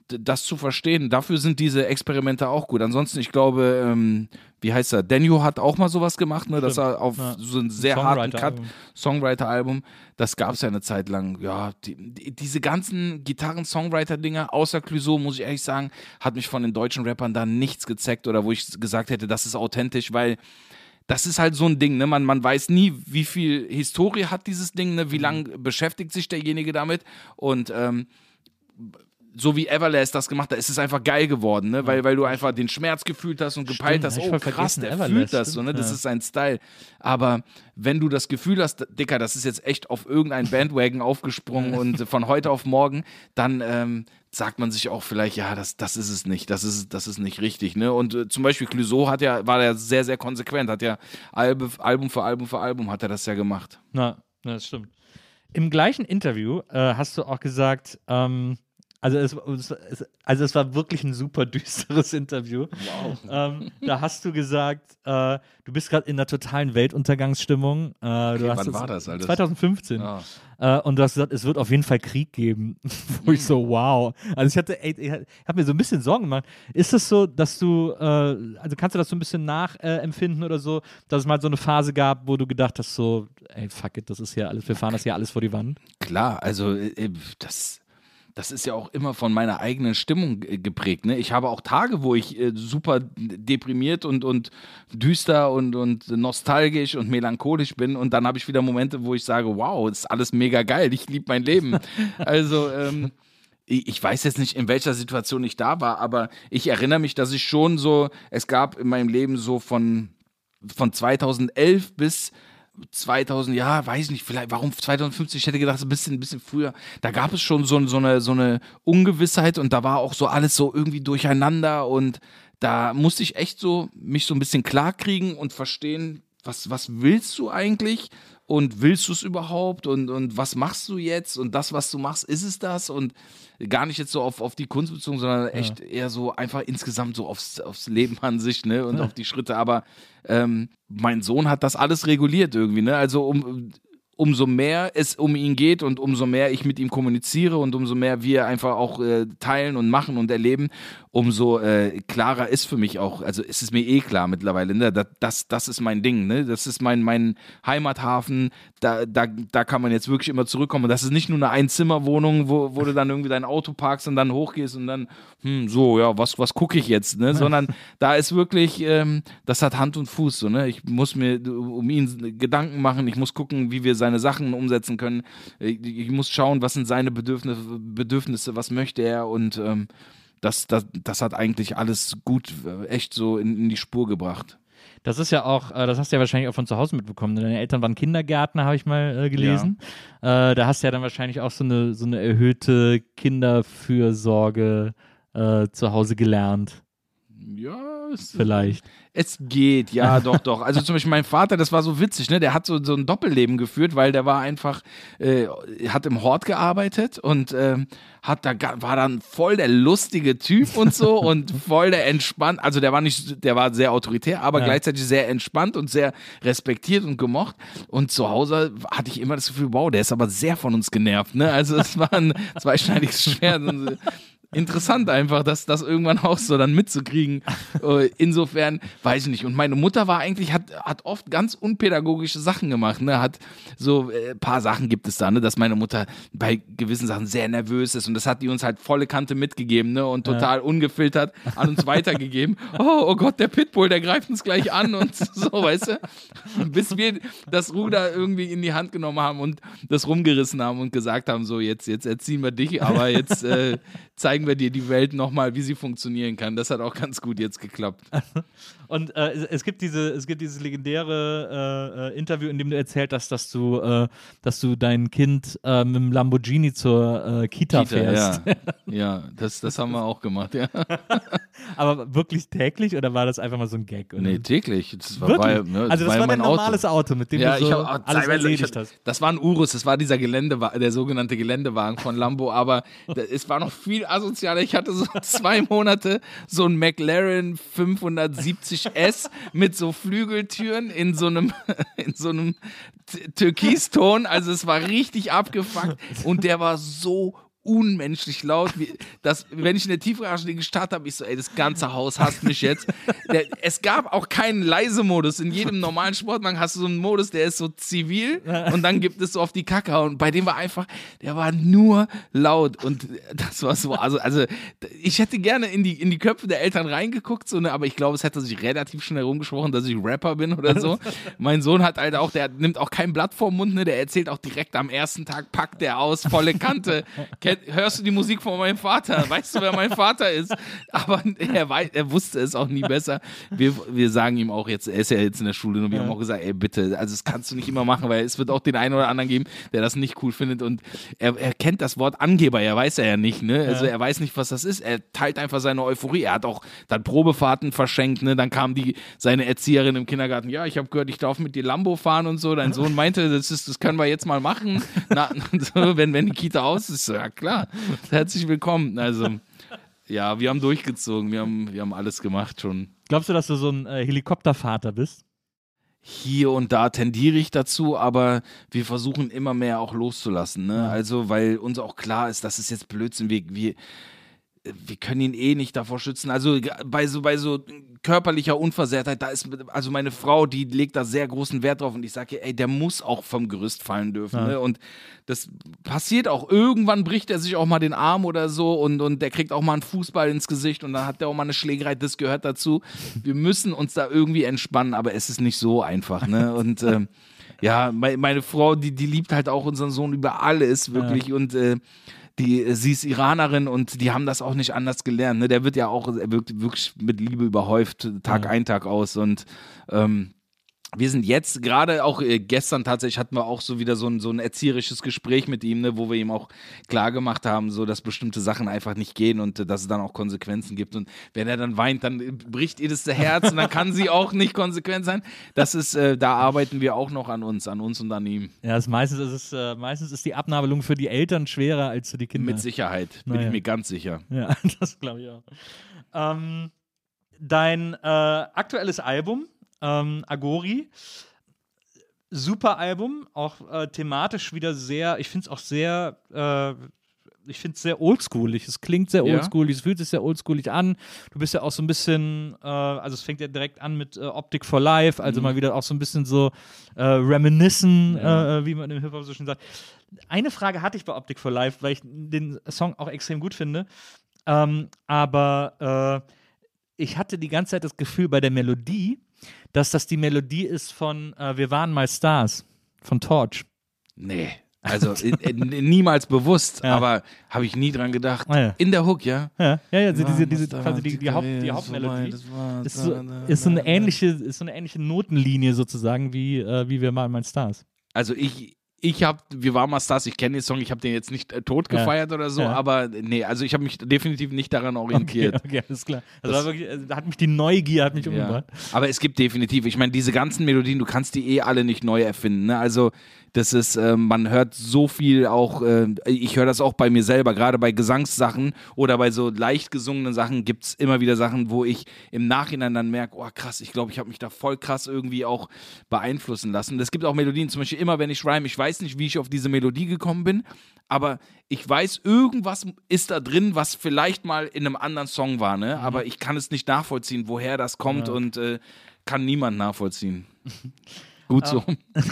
d- das zu verstehen, dafür sind diese Experimente auch gut. Ansonsten, ich glaube, ähm, wie heißt er? Daniel hat auch mal sowas gemacht, ne, dass er auf Ja. so einen sehr harten Cut, Songwriter-Album. Songwriter-Album, das gab es ja eine Zeit lang. Ja, die, die, diese ganzen Gitarren-Songwriter-Dinger, außer Clouseau, muss ich ehrlich sagen, hat mich von den deutschen Rappern da nichts gezeckt oder wo ich gesagt hätte, das ist authentisch, weil das ist halt so ein Ding, ne? Man, man weiß nie, wie viel Historie hat dieses Ding, ne? Wie lange beschäftigt sich derjenige damit und ähm, so wie Everlast das gemacht hat, ist es einfach geil geworden, ne? Weil, weil du einfach den Schmerz gefühlt hast und gepeilt Stimmt, hast, hab ich oh voll krass, vergessen, der Everlast, fühlt das so, stimmt, ne? Das ja. ist sein Style. Aber wenn du das Gefühl hast, Dicker, das ist jetzt echt auf irgendein Bandwagon aufgesprungen und von heute auf morgen, dann ähm, sagt man sich auch vielleicht, ja, das, das ist es nicht, das ist, das ist nicht richtig, ne? Und äh, zum Beispiel Clouseau hat ja, war ja sehr, sehr konsequent, hat ja Albe, Album für Album für Album hat er das ja gemacht. Na, na, das stimmt. Im gleichen Interview äh, hast du auch gesagt, ähm, also es, es, also es war wirklich ein super düsteres Interview. Wow. Ähm, da hast du gesagt, äh, du bist gerade in einer totalen Weltuntergangsstimmung. Äh, Okay, du hast wann es- war das, Alter? zwanzig fünfzehn. Ah. Äh, und du hast gesagt, es wird auf jeden Fall Krieg geben. Wo ich so, wow. Also ich hatte, ey, ich habe mir so ein bisschen Sorgen gemacht. Ist es so, dass du, äh, also kannst du das so ein bisschen nachempfinden oder so, dass es mal so eine Phase gab, wo du gedacht hast, so, ey, fuck it, das ist hier alles, wir fahren das hier alles vor die Wand? Klar, also äh, das, das ist ja auch immer von meiner eigenen Stimmung äh, geprägt. Ne? Ich habe auch Tage, wo ich äh, super deprimiert und, und düster und, und nostalgisch und melancholisch bin und dann habe ich wieder Momente, wo ich sage, wow, ist alles mega geil, ich liebe mein Leben. Also ähm, ich ich weiß jetzt nicht, in welcher Situation ich da war, aber ich erinnere mich, dass ich schon so, es gab in meinem Leben so von, von zweitausendelf bis zweitausend, ja, weiß nicht, vielleicht, warum zweitausendfünfzehn, ich hätte gedacht, ein bisschen, ein bisschen früher, da gab es schon so, so, eine, so eine Ungewissheit und da war auch so alles so irgendwie durcheinander und da musste ich echt so mich so ein bisschen klarkriegen und verstehen, was, was willst du eigentlich und willst du es überhaupt und, und was machst du jetzt und das, was du machst, ist es das und gar nicht jetzt so auf, auf die Kunst bezogen, sondern echt eher so einfach insgesamt so aufs, aufs Leben an sich, ne, und auf die Schritte, aber ähm, mein Sohn hat das alles reguliert irgendwie, ne, also um, umso mehr es um ihn geht und umso mehr ich mit ihm kommuniziere und umso mehr wir einfach auch äh, teilen und machen und erleben, umso äh, klarer ist für mich auch, also es ist mir eh klar mittlerweile, ne, das, das, das ist mein Ding, ne, das ist mein, mein Heimathafen, da, da, da kann man jetzt wirklich immer zurückkommen und das ist nicht nur eine Einzimmerwohnung, wo, wo du dann irgendwie dein Auto parkst und dann hochgehst und dann, hm, so, ja, was, was gucke ich jetzt, ne, sondern da ist wirklich, ähm, das hat Hand und Fuß, so, ne, ich muss mir um ihn Gedanken machen, ich muss gucken, wie wir seine Sachen umsetzen können, ich, ich muss schauen, was sind seine Bedürfnisse, Bedürfnisse, was möchte er und ähm, Das, das, das hat eigentlich alles gut, äh, echt so in, in die Spur gebracht. Das ist ja auch, äh, das hast du ja wahrscheinlich auch von zu Hause mitbekommen. Deine Eltern waren Kindergärtner, habe ich mal äh, gelesen. Äh, da hast du ja dann wahrscheinlich auch so eine, so eine erhöhte Kinderfürsorge äh, zu Hause gelernt. Ja, es, Vielleicht. es geht, ja, doch, doch. Also zum Beispiel mein Vater, das war so witzig, ne? Der hat so, so ein Doppelleben geführt, weil der war einfach, äh, hat im Hort gearbeitet und ähm, hat da ga- war dann voll der lustige Typ und so und voll der entspannt. Also der war nicht, der war sehr autoritär, aber Ja. gleichzeitig sehr entspannt und sehr respektiert und gemocht. Und zu Hause hatte ich immer das Gefühl, wow, der ist aber sehr von uns genervt, ne? Also es war ein zweischneidiges Schwert. Und, interessant einfach, das, das irgendwann auch so dann mitzukriegen. Äh, Insofern, weiß ich nicht. Und meine Mutter war eigentlich, hat, hat oft ganz unpädagogische Sachen gemacht. Ne? Hat so ein äh, paar Sachen gibt es da, ne? Dass meine Mutter bei gewissen Sachen sehr nervös ist. Und das hat die uns halt volle Kante mitgegeben, ne? Und total ungefiltert an uns weitergegeben. Oh, oh Gott, der Pitbull, der greift uns gleich an und so, weißt du? Bis wir das Ruder irgendwie in die Hand genommen haben und das rumgerissen haben und gesagt haben, so jetzt, jetzt erziehen wir dich, aber jetzt äh, zeigen wir dir die Welt nochmal, wie sie funktionieren kann. Das hat auch ganz gut jetzt geklappt. Und äh, es, es gibt diese, es gibt dieses legendäre äh, äh, Interview, in dem du erzählt hast, dass du, äh, dass du dein Kind äh, mit dem Lamborghini zur äh, Kita, Kita, fährst. ja, ja das, das haben wir auch gemacht, ja. Aber wirklich täglich oder war das einfach mal so ein Gag? Oder? Nee, täglich. Das war, Wirklich? war, ne, also das ja war mein dein normales Auto, mit dem Ja, du so ich hab, alles teilweise- erledigt ich, hast. Das war ein Urus, das war dieser Geländewagen, der sogenannte Geländewagen von Lambo, aber da- es war noch viel asozialer. Ich hatte so zwei Monate so ein McLaren fünfhundertsiebzig S mit so Flügeltüren in so einem, in so einem T- Türkiston, also es war richtig abgefuckt und der war so unmenschlich laut. Wie, das, wenn ich in der Tiefgarage den gestartet habe, ich so, ey, das ganze Haus hasst mich jetzt. Der, es gab auch keinen Leise-Modus. In jedem normalen Sportwagen hast du so einen Modus, der ist so zivil und dann gibt es so auf die Kacke. Und bei dem war einfach, der war nur laut. Und das war so, also, also ich hätte gerne in die, in die Köpfe der Eltern reingeguckt, so, ne, aber ich glaube, es hätte sich relativ schnell rumgesprochen, dass ich Rapper bin oder so. Mein Sohn hat halt auch, der nimmt auch kein Blatt vorm Mund, ne, der erzählt auch direkt am ersten Tag, packt der aus, volle Kante. Hörst du die Musik von meinem Vater? Weißt du, wer mein Vater ist? Aber er, weiß, er wusste es auch nie besser. Wir, wir sagen ihm auch jetzt, er ist ja jetzt in der Schule und wir ja. haben auch gesagt, ey bitte, also das kannst du nicht immer machen, weil es wird auch den einen oder anderen geben, der das nicht cool findet und er, er kennt das Wort Angeber, er weiß er ja nicht, ne? Also ja. er weiß nicht, was das ist, er teilt einfach seine Euphorie, er hat auch dann Probefahrten verschenkt, ne? Dann kam die, seine Erzieherin im Kindergarten, ja, ich habe gehört, ich darf mit dir Lambo fahren und so, dein Sohn meinte, das, ist, das können wir jetzt mal machen, Na, so, wenn, wenn die Kita aus ist, ja klar, herzlich willkommen. Also, ja, wir haben durchgezogen, wir haben, wir haben alles gemacht schon. Glaubst du, dass du so ein äh, Helikoptervater bist? Hier und da tendiere ich dazu, aber wir versuchen immer mehr auch loszulassen. Ne? Ja. Also, weil uns auch klar ist, das ist jetzt Blödsinn, wir, wir, wir können ihn eh nicht davor schützen. Also bei so, bei so körperlicher Unversehrtheit, da ist, also meine Frau, die legt da sehr großen Wert drauf und ich sage, ey, der muss auch vom Gerüst fallen dürfen. Ja. Ne? Und das passiert auch. Irgendwann bricht er sich auch mal den Arm oder so und, und der kriegt auch mal einen Fußball ins Gesicht und dann hat der auch mal eine Schlägerei, das gehört dazu. Wir müssen uns da irgendwie entspannen, aber es ist nicht so einfach. Ne? Und ähm, ja, meine, meine Frau, die, die liebt halt auch unseren Sohn über alles, wirklich. Ja. Und äh, die, sie ist Iranerin und die haben das auch nicht anders gelernt. Ne? Der wird ja auch er wird wirklich mit Liebe überhäuft, Tag ja. ein, Tag aus. Und ähm, wir sind jetzt, gerade auch äh, gestern tatsächlich hatten wir auch so wieder so ein, so ein erzieherisches Gespräch mit ihm, ne, wo wir ihm auch klar gemacht haben, so, dass bestimmte Sachen einfach nicht gehen und äh, dass es dann auch Konsequenzen gibt. Und wenn er dann weint, dann äh, bricht ihr das Herz und dann kann sie auch nicht konsequent sein. Das ist, äh, da arbeiten wir auch noch an uns, an uns und an ihm. Ja, das meistens, ist es, äh, meistens ist die Abnabelung für die Eltern schwerer als für die Kinder. Mit Sicherheit, bin naja. ich mir ganz sicher. Ja, das glaube ich auch. Ähm, dein äh, aktuelles Album, Ähm, Agori, super Album, auch äh, thematisch wieder sehr, ich finde es auch sehr, äh, ich finde es sehr oldschoolig, es klingt sehr Ja. oldschoolig, es fühlt sich sehr oldschoolig an, du bist ja auch so ein bisschen, äh, also es fängt ja direkt an mit äh, Optic for Life, also Mhm. mal wieder auch so ein bisschen so äh, reminiscen, Ja. äh, wie man im Hip-Hop so schön sagt. Eine Frage hatte ich bei Optic for Life, weil ich den Song auch extrem gut finde, ähm, aber äh, ich hatte die ganze Zeit das Gefühl bei der Melodie, dass das die Melodie ist von äh, Wir waren mal Stars, von Torch. Nee, also äh, äh, niemals bewusst, Ja. aber habe ich nie dran gedacht. Ah, ja. In der Hook, ja? Ja, ja, ja also Wir diese, waren diese, mal quasi Stars, die, die, Haupt, die Karriere Hauptmelodie ist vorbei, das ist war so, da, da, ist so eine da, ähnliche, ist so eine ähnliche Notenlinie sozusagen wie, äh, wie Wir waren mal Stars. Also ich, ich habe, wir waren mal Stars, ich kenne den Song, ich habe den jetzt nicht äh, tot Ja. gefeiert oder so, Ja. aber nee, also ich habe mich definitiv nicht daran orientiert. Okay, okay, alles klar. Also Das- war wirklich, also, da hat mich die Neugier hat mich Ja. umgebracht. Aber es gibt definitiv, ich meine, diese ganzen Melodien, du kannst die eh alle nicht neu erfinden. Ne? Also das ist, äh, man hört so viel auch, äh, ich höre das auch bei mir selber, gerade bei Gesangssachen oder bei so leicht gesungenen Sachen gibt es immer wieder Sachen, wo ich im Nachhinein dann merke, oh krass, ich glaube, ich habe mich da voll krass irgendwie auch beeinflussen lassen. Es gibt auch Melodien, zum Beispiel immer, wenn ich rhyme, ich weiß nicht, wie ich auf diese Melodie gekommen bin, aber ich weiß, irgendwas ist da drin, was vielleicht mal in einem anderen Song war, ne? Mhm. Aber ich kann es nicht nachvollziehen, woher das kommt Ja. und äh, kann niemand nachvollziehen. Gut so.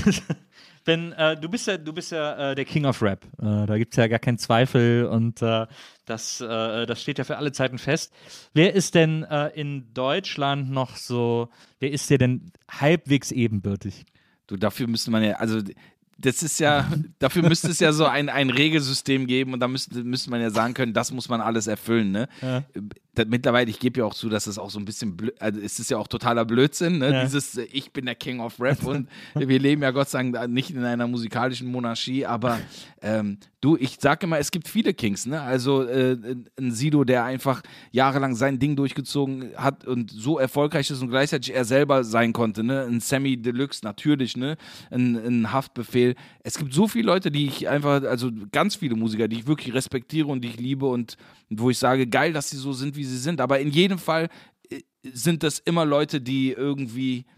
Wenn, äh, du bist ja, du bist ja äh, der King of Rap. Äh, da gibt es ja gar keinen Zweifel und äh, das, äh, das steht ja für alle Zeiten fest. Wer ist denn äh, in Deutschland noch so, wer ist dir denn halbwegs ebenbürtig? Du, dafür müsste man ja, also das ist ja, dafür müsste es ja so ein, ein Regelsystem geben und da müsste, müsste man ja sagen können, das muss man alles erfüllen, ne? Ja. Da, mittlerweile, ich gebe ja auch zu, dass es auch so ein bisschen, blö- also es ist ja auch totaler Blödsinn, ne? Ja. Dieses, äh, ich bin der King of Rap und wir leben ja Gott sei Dank nicht in einer musikalischen Monarchie, aber ähm, du, ich sage immer, es gibt viele Kings, ne? Also äh, ein Sido, der einfach jahrelang sein Ding durchgezogen hat und so erfolgreich ist und gleichzeitig er selber sein konnte, ne? Ein Sammy Deluxe natürlich, ne? Ein, ein Haftbefehl. Es gibt so viele Leute, die ich einfach, also ganz viele Musiker, die ich wirklich respektiere und die ich liebe und, und wo ich sage, geil, dass sie so sind, wie sie sind. Aber in jedem Fall äh, sind das immer Leute, die irgendwie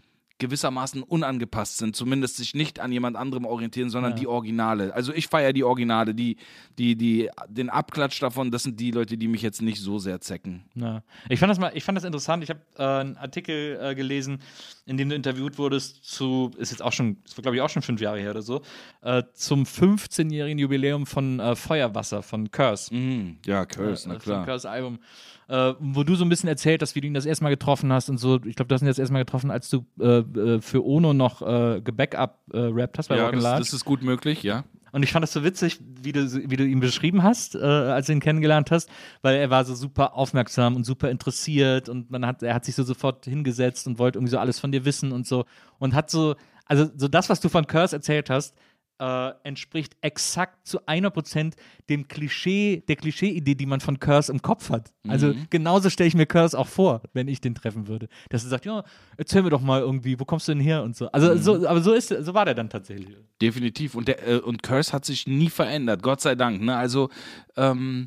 gewissermaßen unangepasst sind, zumindest sich nicht an jemand anderem orientieren, sondern Ja. die Originale. Also ich feiere die Originale, die, die, die, den Abklatsch davon, das sind die Leute, die mich jetzt nicht so sehr zecken. Ja. Ich fand das mal, ich fand das interessant. Ich habe äh, einen Artikel äh, gelesen, in dem du interviewt wurdest zu, ist jetzt auch schon, das war glaube ich auch schon fünf Jahre her oder so, äh, zum fünfzehnjährigen Jubiläum von äh, Feuerwasser von Curse. Mhm. Ja, Curse, na Von klar. Curse Album. Äh, wo du so ein bisschen erzählt hast, wie du ihn das erste Mal getroffen hast und so. Ich glaube, du hast ihn das erste Mal getroffen, als du äh, äh, für Ono noch äh, gebackup-rappt hast bei Ja, Rock and das, Large. das ist gut möglich, ja. Und ich fand das so witzig, wie du, wie du ihn beschrieben hast, äh, als du ihn kennengelernt hast, weil er war so super aufmerksam und super interessiert und man hat, er hat sich so sofort hingesetzt und wollte irgendwie so alles von dir wissen und so. Und hat so, also so das, was du von Curse erzählt hast, äh, entspricht exakt zu hundert Prozent dem Klischee, der Klischee-Idee, die man von Curse im Kopf hat. Also genauso stelle ich mir Curse auch vor, wenn ich den treffen würde. Dass er sagt, ja, erzähl mir doch mal irgendwie, wo kommst du denn her und so. Also so, aber so ist, so war der dann tatsächlich. Definitiv. Und, der, äh, und Curse hat sich nie verändert, Gott sei Dank. Ne? Also, ähm,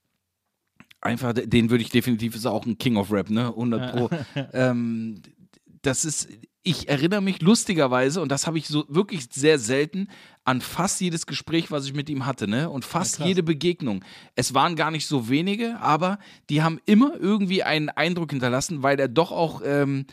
einfach, den würde ich definitiv, ist auch ein King of Rap, ne? hundert Pro. ähm, das ist, ich erinnere mich lustigerweise, und das habe ich so wirklich sehr selten, an fast jedes Gespräch, was ich mit ihm hatte, ne? Und fast Ja, krass. jede Begegnung. Es waren gar nicht so wenige, aber die haben immer irgendwie einen Eindruck hinterlassen, weil er doch auch, ähm,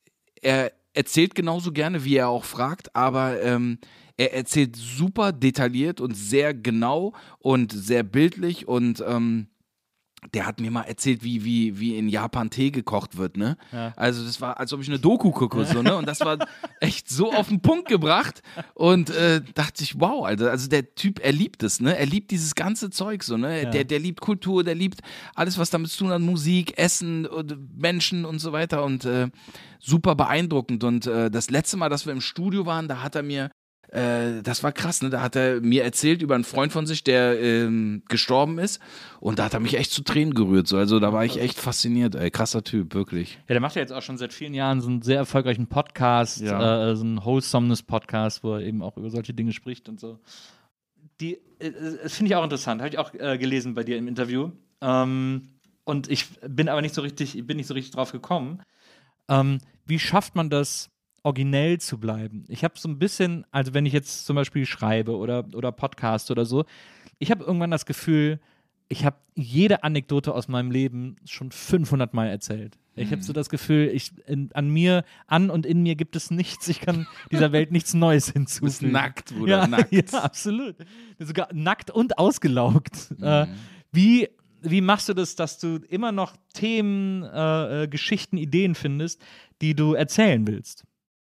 er erzählt genauso gerne, wie er auch fragt, aber ähm, er erzählt super detailliert und sehr genau und sehr bildlich und ähm, der hat mir mal erzählt, wie, wie, wie in Japan Tee gekocht wird, ne? Ja. Also das war, als ob ich eine Doku gucke, so, ne? Und das war echt so auf den Punkt gebracht und äh, dachte ich, wow, Alter, also der Typ, er liebt es, ne? Er liebt dieses ganze Zeug, so, ne? Ja. Der, der liebt Kultur, der liebt alles, was damit zu tun hat, Musik, Essen, und Menschen und so weiter und äh, super beeindruckend und äh, das letzte Mal, dass wir im Studio waren, da hat er mir Äh, das war krass, ne? Da hat er mir erzählt über einen Freund von sich, der ähm, gestorben ist. Und da hat er mich echt zu Tränen gerührt. So. Also da war ich echt fasziniert, ey. Krasser Typ, wirklich. Ja, der macht ja jetzt auch schon seit vielen Jahren so einen sehr erfolgreichen Podcast, Ja. äh, so einen Wholesomeness-Podcast, wo er eben auch über solche Dinge spricht und so. Die, äh, das finde ich auch interessant, habe ich auch äh, gelesen bei dir im Interview. Ähm, und ich bin aber nicht so richtig, bin nicht so richtig drauf gekommen. Ähm, wie schafft man das, originell zu bleiben? Ich habe so ein bisschen, also wenn ich jetzt zum Beispiel schreibe oder, oder Podcast oder so, ich habe irgendwann das Gefühl, ich habe jede Anekdote aus meinem Leben schon fünfhundert Mal erzählt. Ich habe so das Gefühl, ich, in, an mir, an und in mir gibt es nichts. Ich kann dieser Welt nichts Neues hinzufügen. Du bist nackt, Bruder, ja, nackt. Ja, absolut. Sogar nackt und ausgelaugt. Äh, wie, wie machst du das, dass du immer noch Themen, äh, äh, Geschichten, Ideen findest, die du erzählen willst?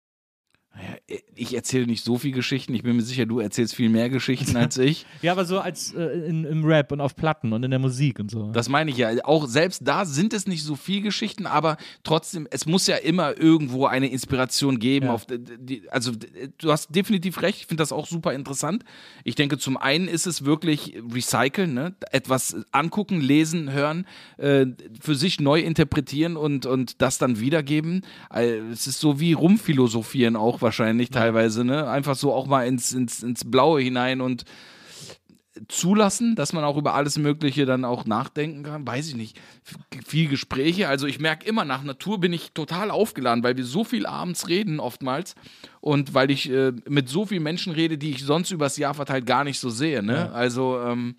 Ja, ich erzähle nicht so viel Geschichten. Ich bin mir sicher, du erzählst viel mehr Geschichten als ich. Ja, aber so als äh, in, im Rap und auf Platten und in der Musik und so. Das meine ich ja. Auch selbst da sind es nicht so viel Geschichten, aber trotzdem, es muss ja immer irgendwo eine Inspiration geben. Ja. Auf die, also du hast definitiv recht, ich finde das auch super interessant. Ich denke, zum einen ist es wirklich recyceln, ne? Etwas angucken, lesen, hören, äh, für sich neu interpretieren und, und das dann wiedergeben. Äh, es ist so wie rumphilosophieren auch wahrscheinlich teilweise, ne? Einfach so auch mal ins, ins, ins Blaue hinein und zulassen, dass man auch über alles Mögliche dann auch nachdenken kann, weiß ich nicht. F- viel Gespräche, also ich merke immer, nach Natur bin ich total aufgeladen, weil wir so viel abends reden oftmals und weil ich äh, mit so vielen Menschen rede, die ich sonst übers Jahr verteilt gar nicht so sehe, ne? Ja. Also ähm,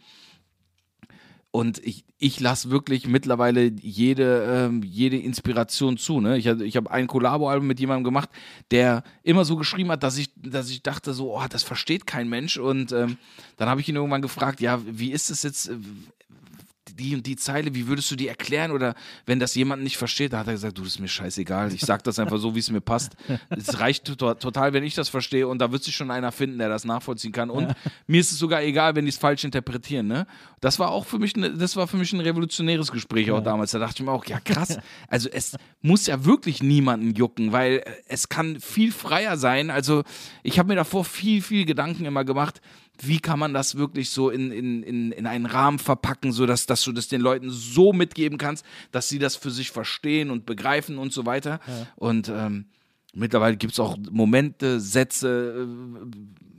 und ich, ich lasse wirklich mittlerweile jede, ähm, jede Inspiration zu. Ne? Ich, ich habe ein Collabo-Album mit jemandem gemacht, der immer so geschrieben hat, dass ich, dass ich dachte so, oh, das versteht kein Mensch. Und ähm, dann habe ich ihn irgendwann gefragt, ja, wie ist es jetzt, äh, die und die Zeile, wie würdest du die erklären? Oder wenn das jemand nicht versteht, dann hat er gesagt, du, das ist mir scheißegal. Ich sag das einfach so, wie es mir passt. Es reicht to- total, wenn ich das verstehe und da wird sich schon einer finden, der das nachvollziehen kann. Und ja. Mir ist es sogar egal, wenn die es falsch interpretieren. Ne? Das war auch für mich, ne, das war für mich ein revolutionäres Gespräch auch Ja. damals. Da dachte ich mir auch, ja krass, also es muss ja wirklich niemanden jucken, weil es kann viel freier sein. Also ich habe mir davor viel, viel Gedanken immer gemacht, wie kann man das wirklich so in, in, in, in einen Rahmen verpacken, sodass dass du das den Leuten so mitgeben kannst, dass sie das für sich verstehen und begreifen und so weiter. Ja. Und ähm, mittlerweile gibt es auch Momente, Sätze, äh,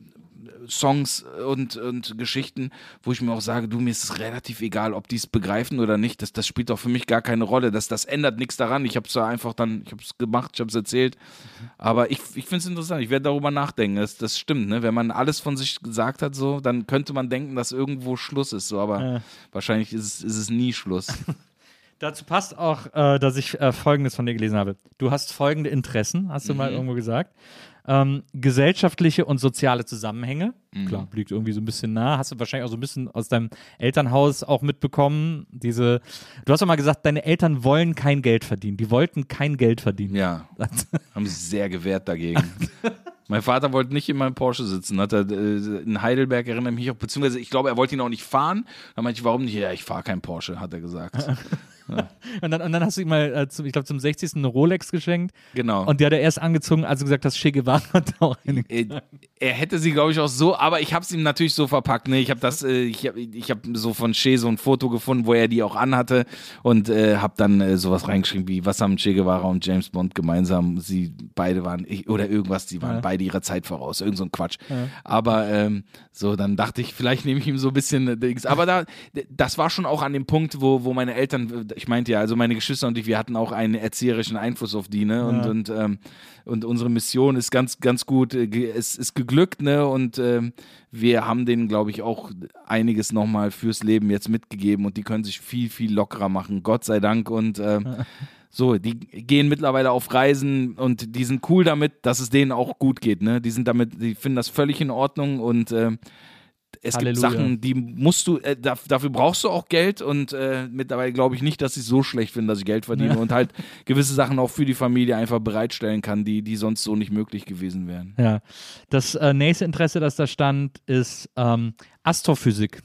Songs und, und Geschichten, wo ich mir auch sage, du, mir ist es relativ egal, ob die es begreifen oder nicht. Das, das spielt doch für mich gar keine Rolle. Das, das ändert nichts daran. Ich habe es einfach dann, ich habe es gemacht, ich habe es erzählt. Aber ich, ich finde es interessant. Ich werde darüber nachdenken. Das, das stimmt, ne? Wenn man alles von sich gesagt hat, so, dann könnte man denken, dass irgendwo Schluss ist. So, aber Ja. wahrscheinlich ist es, ist es nie Schluss. Dazu passt auch, äh, dass ich äh, Folgendes von dir gelesen habe. Du hast folgende Interessen, hast du mal irgendwo gesagt. Ähm, gesellschaftliche und soziale Zusammenhänge. Klar, liegt irgendwie so ein bisschen nah. Hast du wahrscheinlich auch so ein bisschen aus deinem Elternhaus auch mitbekommen. Diese, du hast doch mal gesagt, deine Eltern wollen kein Geld verdienen. Die wollten kein Geld verdienen. Ja, haben sich sehr gewehrt dagegen. Mein Vater wollte nicht in meinem Porsche sitzen. Hat er, äh, in Heidelberg erinnere ich mich auch, beziehungsweise ich glaube, er wollte ihn auch nicht fahren. Dann meinte ich, warum nicht? Ja, ich fahre keinen Porsche, hat er gesagt. Ja. Und, dann, und dann hast du ihm mal, äh, zum, ich glaube, zum sechzigsten eine Rolex geschenkt. Genau. Und die hat er erst angezogen, als du gesagt hast, Che Guevara hat auch eine. Er, er hätte sie, glaube ich, auch so, aber ich habe es ihm natürlich so verpackt. Ne? Ich habe das, äh, ich habe ich hab so von Che so ein Foto gefunden, wo er die auch anhatte und äh, habe dann äh, sowas reingeschrieben wie, was haben Che Guevara und James Bond gemeinsam? Sie beide waren, ich, oder irgendwas, die waren Ja. beide ihrer Zeit voraus. Irgend so ein Quatsch. Ja. Aber ähm, so, dann dachte ich, vielleicht nehme ich ihm so ein bisschen äh, Dings. Aber da, das war schon auch an dem Punkt, wo, wo meine Eltern, ich meinte ja, also meine Geschwister und ich, wir hatten auch einen erzieherischen Einfluss auf die, ne? Und, Ja. und, ähm, und unsere Mission ist ganz, ganz gut, äh, ge- es ist geglückt, ne? Und ähm, wir haben denen, glaube ich, auch einiges nochmal fürs Leben jetzt mitgegeben und die können sich viel, viel lockerer machen, Gott sei Dank. Und ähm, so, die gehen mittlerweile auf Reisen und die sind cool damit, dass es denen auch gut geht, ne? Die sind damit, die finden das völlig in Ordnung und ähm, es Halleluja. gibt Sachen, die musst du, äh, da, dafür brauchst du auch Geld und äh, mittlerweile glaube ich nicht, dass ich so schlecht finde, dass ich Geld verdiene Ja. und halt gewisse Sachen auch für die Familie einfach bereitstellen kann, die, die sonst so nicht möglich gewesen wären. Ja. Das äh, nächste Interesse, das da stand, ist ähm, Astrophysik.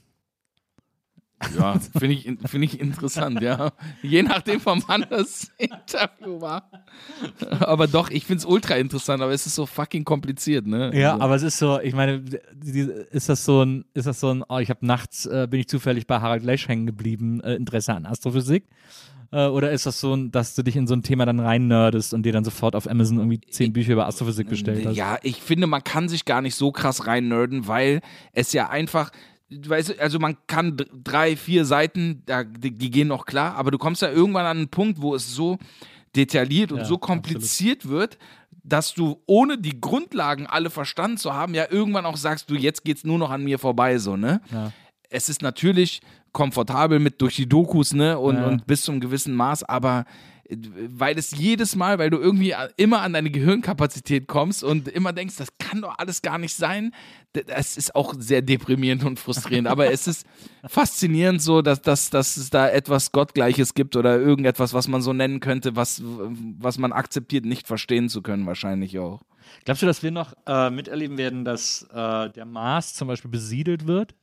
Ja, finde ich, find ich interessant, ja. Je nachdem, vom Mann das Interview war. Aber doch, ich finde es ultra interessant, aber es ist so fucking kompliziert, ne? Ja, Also, aber es ist so, ich meine, die, ist das so ein, ist das so ein, oh, ich habe nachts, äh, bin ich zufällig bei Harald Lesch hängen geblieben, äh, Interesse an Astrophysik? Äh, oder ist das so, ein, dass du dich in so ein Thema dann rein nerdest und dir dann sofort auf Amazon irgendwie zehn Bücher über Astrophysik bestellt hast? Ja, ich finde, man kann sich gar nicht so krass rein nerden, weil es ja einfach, weißt du, also man kann d- drei, vier Seiten, da, die, die gehen noch klar, aber du kommst ja irgendwann an einen Punkt, wo es so detailliert und Ja, so kompliziert wird, dass du, ohne die Grundlagen alle verstanden zu haben, ja irgendwann auch sagst, du, jetzt geht's nur noch an mir vorbei, so, ne? Ja. Es ist natürlich komfortabel mit durch die Dokus, ne, und, Ja. und bis zum gewissen Maß, aber äh, weil es jedes Mal, weil du irgendwie a- immer an deine Gehirnkapazität kommst und immer denkst, das kann doch alles gar nicht sein, d- das ist auch sehr deprimierend und frustrierend, aber es ist faszinierend so, dass, dass, dass es da etwas Gottgleiches gibt oder irgendetwas, was man so nennen könnte, was, was man akzeptiert, nicht verstehen zu können wahrscheinlich auch. Glaubst du, dass wir noch äh, miterleben werden, dass äh, der Mars zum Beispiel besiedelt wird?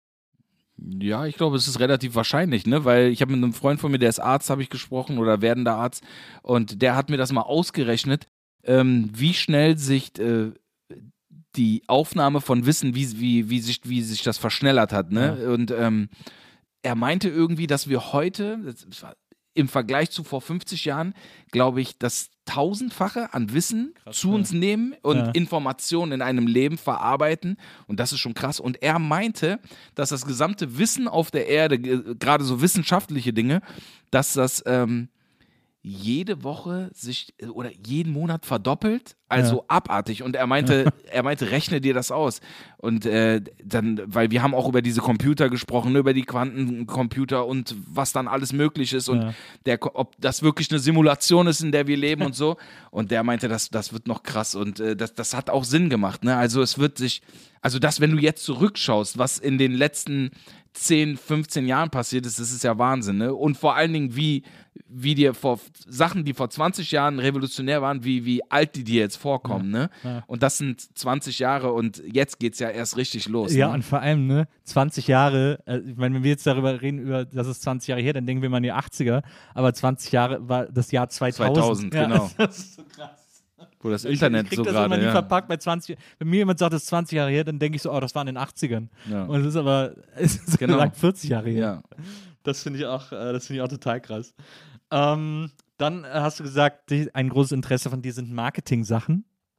Ja, ich glaube, es ist relativ wahrscheinlich, ne? Weil ich habe mit einem Freund von mir, der ist Arzt, habe ich gesprochen oder werdender Arzt, und der hat mir das mal ausgerechnet, ähm, wie schnell sich äh, die Aufnahme von Wissen, wie, wie, wie, sich, wie sich das verschnellert hat, ne? Ja. Und ähm, er meinte irgendwie, dass wir heute, das war im Vergleich zu vor fünfzig Jahren, glaube ich, das Tausendfache an Wissen zu ja. uns nehmen und Ja. Informationen in einem Leben verarbeiten. Und das ist schon krass. Und er meinte, dass das gesamte Wissen auf der Erde, ge- gerade so wissenschaftliche Dinge, dass das ähm, jede Woche sich äh, oder jeden Monat verdoppelt, also Ja. abartig. Und er meinte, er meinte, rechne dir das aus. Und äh, dann, weil wir haben auch über diese Computer gesprochen, über die Quantencomputer und was dann alles möglich ist und Ja. der, ob das wirklich eine Simulation ist, in der wir leben und so. Und der meinte, das, das wird noch krass. Und äh, das, das hat auch Sinn gemacht. Ne? Also es wird sich, also das, wenn du jetzt zurückschaust, was in den letzten zehn, fünfzehn Jahren passiert ist, das ist ja Wahnsinn. Ne? Und vor allen Dingen, wie, wie dir vor Sachen, die vor zwanzig Jahren revolutionär waren, wie, wie alt die dir jetzt vorkommen. Ne? Ja. Und das sind zwanzig Jahre und jetzt geht's ja erst richtig los. Ja, ne? und vor allem, ne, zwanzig Jahre, äh, ich meine, wenn wir jetzt darüber reden, über, das ist zwanzig Jahre her, dann denken wir mal an die achtziger, aber zwanzig Jahre war das Jahr zweitausend. zweitausend, Ja, genau. Das ist so krass. Wo das Ich, Internet ich krieg so das gerade, immer nie ja. verpackt bei zwanzig. Wenn mir jemand sagt, das ist zwanzig Jahre her, dann denke ich so, oh, das war in den achtzigern. Ja. Und es ist aber, es ist Genau. gesagt vierzig Jahre her. Ja. Das finde ich auch, äh, das finde ich auch total krass. Ähm, dann äh, hast du gesagt, die, ein großes Interesse von dir sind Marketing-Sachen.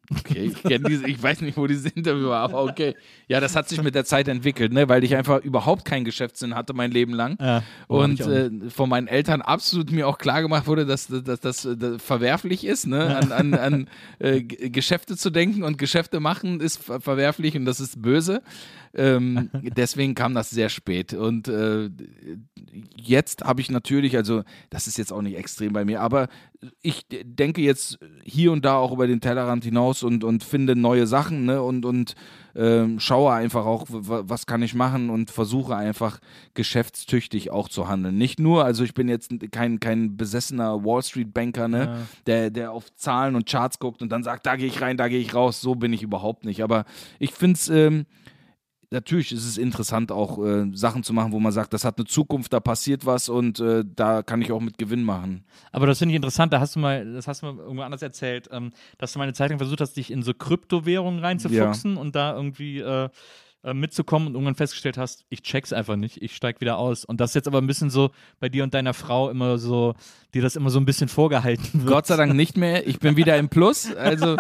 Okay, ich kenne diese, ich weiß nicht, wo dieses Interview war, aber okay. Ja, das hat sich mit der Zeit entwickelt, ne, weil ich einfach überhaupt keinen Geschäftssinn hatte mein Leben lang. Ja, und äh, von meinen Eltern absolut mir auch klar gemacht wurde, dass das dass, dass, dass verwerflich ist, ne, an, an, an äh, Geschäfte zu denken und Geschäfte machen ist ver- verwerflich und das ist böse. Ähm, deswegen kam das sehr spät. Und äh, jetzt habe ich natürlich, also das ist jetzt auch nicht extrem bei mir, aber ich denke jetzt hier und da auch über den Tellerrand hinaus und, und finde neue Sachen, ne, und, und ähm, schaue einfach auch, w- was kann ich machen und versuche einfach geschäftstüchtig auch zu handeln. Nicht nur, also ich bin jetzt kein, kein besessener Wall-Street-Banker, ne, Ja. der, der auf Zahlen und Charts guckt und dann sagt, da gehe ich rein, da gehe ich raus, so bin ich überhaupt nicht. Aber ich finde es, ähm, natürlich ist es interessant, auch äh, Sachen zu machen, wo man sagt, das hat eine Zukunft, da passiert was und äh, da kann ich auch mit Gewinn machen. Aber das finde ich interessant, da hast du mal, das hast du mal irgendwo anders erzählt, ähm, dass du mal eine Zeit lang versucht hast, dich in so Kryptowährungen reinzufuchsen und da irgendwie äh, äh, mitzukommen und irgendwann festgestellt hast, ich check's einfach nicht, ich steig wieder aus. Und das ist jetzt aber ein bisschen so bei dir und deiner Frau immer so, dir das immer so ein bisschen vorgehalten wird. Gott sei Dank nicht mehr, ich bin wieder im Plus, also